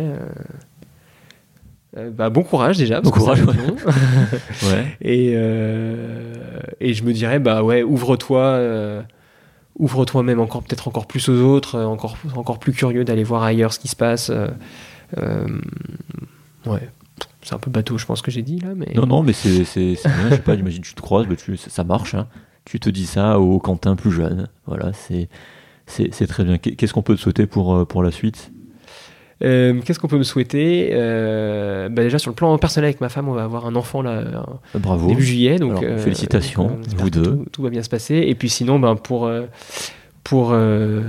euh, bah bon courage déjà parce bon courage que ouais. ouais. et euh, et je me dirais bah ouais ouvre-toi euh, ouvre-toi même encore peut-être encore plus aux autres encore encore plus curieux d'aller voir ailleurs ce qui se passe euh, euh, ouais c'est un peu bateau je pense que j'ai dit là mais non non mais c'est c'est, c'est bien je sais pas j'imagine tu te croises mais tu ça marche hein. Tu te dis ça au Quentin plus jeune. Voilà, c'est, c'est, c'est très bien. Qu'est-ce qu'on peut te souhaiter pour, pour la suite ? euh, Qu'est-ce qu'on peut me souhaiter euh, bah déjà, sur le plan personnel, avec ma femme, on va avoir un enfant là, un, Bravo. début juillet. Donc, Alors, euh, félicitations, donc, euh, vous deux. Tout, tout va bien se passer. Et puis sinon, ben, pour, euh, pour, euh,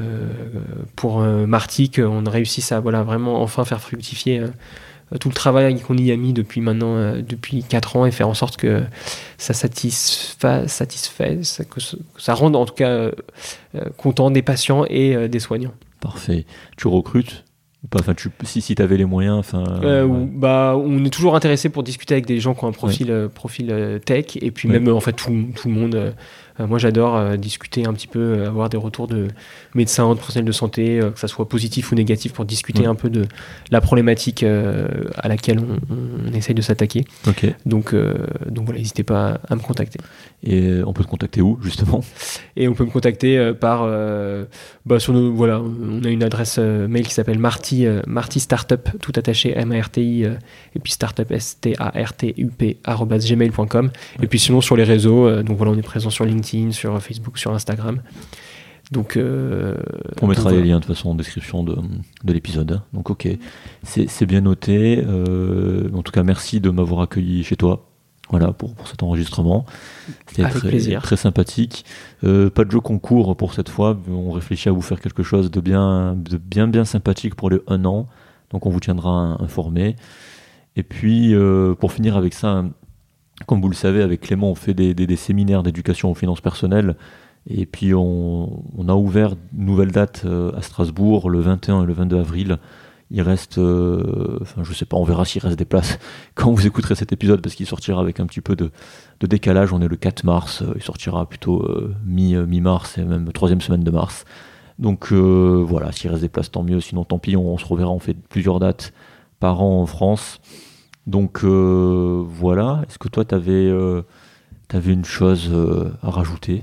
pour euh, Marty, qu'on réussisse à voilà, vraiment enfin faire fructifier euh, tout le travail qu'on y a mis depuis maintenant euh, depuis quatre ans et faire en sorte que ça satisfasse, satisfasse que, que ça rende en tout cas euh, euh, content des patients et euh, des soignants. Parfait. Tu recrutes enfin, tu, si si tu avais les moyens enfin, euh, ouais. bah, on est toujours intéressé pour discuter avec des gens qui ont un profil, ouais. euh, profil euh, tech et puis ouais. même en fait tout, tout le monde euh, moi j'adore euh, discuter un petit peu euh, avoir des retours de médecins, de professionnels de santé euh, que ça soit positif ou négatif pour discuter ouais. un peu de la problématique euh, à laquelle on, on essaye de s'attaquer. Okay. donc, euh, donc voilà, n'hésitez pas à me contacter. Et on peut te contacter où justement? Et on peut me contacter euh, par euh, bah, sur nos, voilà, on a une adresse euh, mail qui s'appelle Marty, euh, Marty Startup tout attaché M A R T I euh, et puis startup S T A R T U P arobase gmail point com. Ouais. Et puis sinon sur les réseaux euh, donc voilà, on est présent sur LinkedIn, sur Facebook, sur Instagram. Donc, euh, on mettra donc, les voilà. liens de toute façon en description de, de l'épisode. Donc ok, c'est, c'est bien noté. Euh, en tout cas, merci de m'avoir accueilli chez toi. Voilà pour, pour cet enregistrement. C'était Avec très, plaisir. Très sympathique. Euh, pas de jeu concours pour cette fois. On réfléchit à vous faire quelque chose de bien, de bien, bien sympathique pour les un an. Donc on vous tiendra informé. Et puis euh, pour finir avec ça. Comme vous le savez, avec Clément, on fait des, des, des séminaires d'éducation aux finances personnelles. Et puis, on, on a ouvert une nouvelle date euh, à Strasbourg, le vingt et un et le vingt-deux avril. Il reste, euh, enfin, je sais pas, on verra s'il reste des places quand vous écouterez cet épisode, parce qu'il sortira avec un petit peu de, de décalage. On est le quatre mars, il sortira plutôt euh, mi, mi-mars et même troisième semaine de mars. Donc, euh, voilà, s'il reste des places, tant mieux. Sinon, tant pis, on, on se reverra. On fait plusieurs dates par an en France. Donc euh, voilà, est-ce que toi t'avais euh, t'avais une chose euh, à rajouter?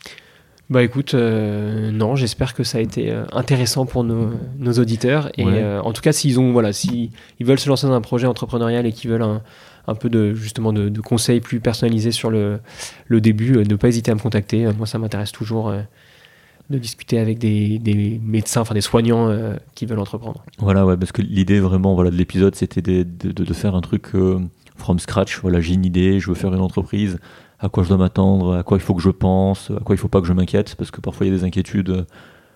Bah écoute, euh, non, j'espère que ça a été euh, intéressant pour nos, nos auditeurs et ouais. euh, en tout cas s'ils ont voilà, s'ils ils veulent se lancer dans un projet entrepreneurial et qu'ils veulent un, un peu de justement de, de conseils plus personnalisés sur le, le début, euh, ne pas hésiter à me contacter. Moi ça m'intéresse toujours. Euh, de discuter avec des, des médecins, enfin des soignants euh, qui veulent entreprendre. Voilà, ouais, parce que l'idée vraiment voilà, de l'épisode, c'était de, de, de faire un truc euh, from scratch. Voilà, j'ai une idée, je veux faire une entreprise, à quoi je dois m'attendre, à quoi il faut que je pense, à quoi il ne faut pas que je m'inquiète, parce que parfois il y a des inquiétudes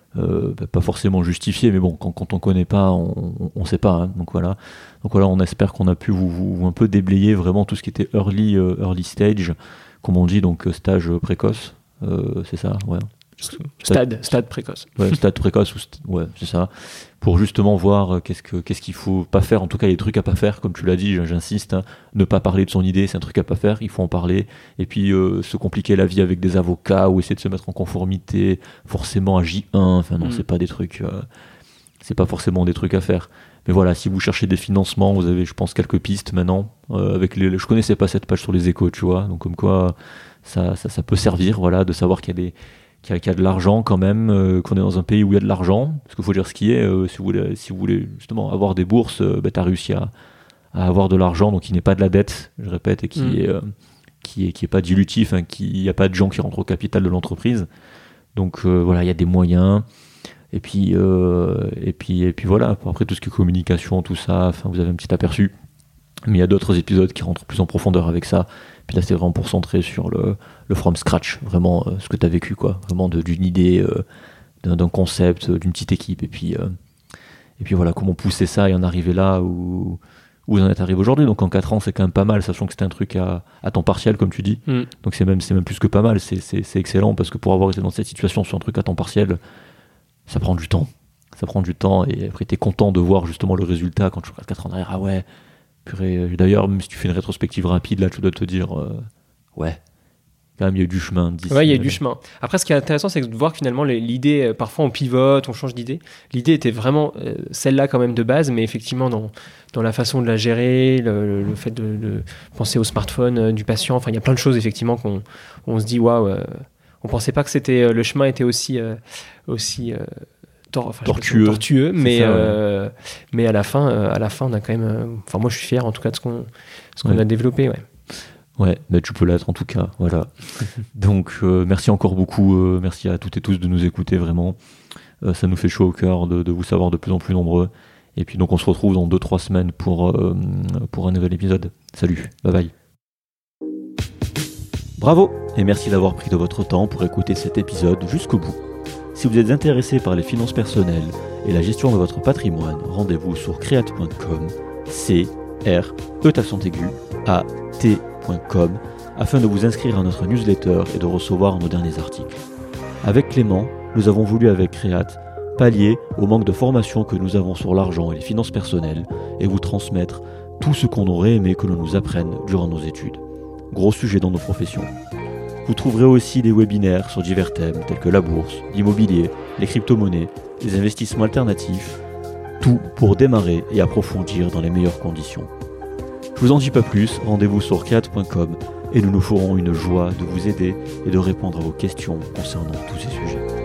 euh, bah, pas forcément justifié, mais bon, quand, quand on connaît pas, on, on sait pas. Hein, donc voilà. Donc voilà, on espère qu'on a pu vous, vous un peu déblayer vraiment tout ce qui était early, euh, early stage, comme on dit, donc stage précoce. Euh, c'est ça, ouais. Stade, stade précoce. Ouais, stade précoce, ou st- ouais, c'est ça. Pour justement voir euh, qu'est-ce que qu'est-ce qu'il faut pas faire. En tout cas, les trucs à pas faire, comme tu l'as dit, j'insiste. Hein, ne pas parler de son idée, c'est un truc à pas faire. Il faut en parler. Et puis euh, se compliquer la vie avec des avocats ou essayer de se mettre en conformité, forcément à J un. Enfin non, mm. c'est pas des trucs. Euh, c'est pas forcément des trucs à faire. Mais voilà, si vous cherchez des financements, vous avez, je pense, quelques pistes maintenant. Euh, avec les, je connaissais pas cette page sur les échos, tu vois. Donc comme quoi, ça, ça, ça peut servir, voilà, de savoir qu'il y a des Qu'il y, a, qu'il y a de l'argent quand même, euh, qu'on est dans un pays où il y a de l'argent, parce qu'il faut dire ce qui est, euh, si, vous voulez, si vous voulez justement avoir des bourses, euh, bah, tu as réussi à, à avoir de l'argent, donc qui n'est pas de la dette, je répète, et qui mmh. est, euh, qui est, qui est pas dilutif, hein, il n'y a pas de gens qui rentrent au capital de l'entreprise. Donc euh, voilà, il y a des moyens, et puis, euh, et, puis, et puis voilà, après tout ce qui est communication, tout ça, vous avez un petit aperçu, mais il y a d'autres épisodes qui rentrent plus en profondeur avec ça. Puis là, c'est vraiment pour centrer sur le, le from scratch, vraiment euh, ce que tu as vécu, quoi. Vraiment de, d'une idée, euh, d'un, d'un concept, d'une petite équipe. Et puis, euh, et puis voilà, comment pousser ça et en arriver là où, où vous en êtes arrivé aujourd'hui. Donc en quatre ans, c'est quand même pas mal, sachant que c'était un truc à, à temps partiel, comme tu dis. Mm. Donc c'est même, c'est même plus que pas mal, c'est, c'est, c'est excellent, parce que pour avoir été dans cette situation sur un truc à temps partiel, ça prend du temps. Ça prend du temps, et après, tu es content de voir justement le résultat quand tu regardes quatre ans en arrière. Ah ouais. D'ailleurs, même si tu fais une rétrospective rapide, là, tu dois te dire, euh, ouais, quand même, il y a eu du chemin. Ouais, il y a eu du chemin. Après, ce qui est intéressant, c'est de voir que finalement, les, l'idée, euh, parfois, on pivote, on change d'idée. L'idée était vraiment euh, celle-là, quand même, de base, mais effectivement, dans, dans la façon de la gérer, le, le fait de, de penser au smartphone euh, du patient, enfin, il y a plein de choses, effectivement, qu'on on se dit, waouh, euh, on pensait pas que c'était, euh, le chemin était aussi. Euh, aussi euh, Tor- enfin, tortueux, tortueux mais, ça, euh, ouais. mais à la fin, euh, à la fin, on a quand même. Euh, enfin, moi, je suis fier, en tout cas, de ce qu'on, ce qu'on ouais. a développé, ouais. Ouais, bah, tu peux l'être en tout cas, voilà. Donc, euh, merci encore beaucoup, euh, merci à toutes et tous de nous écouter, vraiment. Euh, ça nous fait chaud au cœur de, de vous savoir de plus en plus nombreux. Et puis, donc, on se retrouve dans deux trois semaines pour, euh, pour un nouvel épisode. Salut, bye bye. Bravo, et merci d'avoir pris de votre temps pour écouter cet épisode jusqu'au bout. Si vous êtes intéressé par les finances personnelles et la gestion de votre patrimoine, rendez-vous sur create point com, C R E accent aigu A T point com, afin de vous inscrire à notre newsletter et de recevoir nos derniers articles. Avec Clément, nous avons voulu avec Create pallier au manque de formation que nous avons sur l'argent et les finances personnelles et vous transmettre tout ce qu'on aurait aimé que l'on nous apprenne durant nos études. Gros sujet dans nos professions. Vous trouverez aussi des webinaires sur divers thèmes tels que la bourse, l'immobilier, les crypto-monnaies, les investissements alternatifs, tout pour démarrer et approfondir dans les meilleures conditions. Je vous en dis pas plus, rendez-vous sur create point com et nous nous ferons une joie de vous aider et de répondre à vos questions concernant tous ces sujets.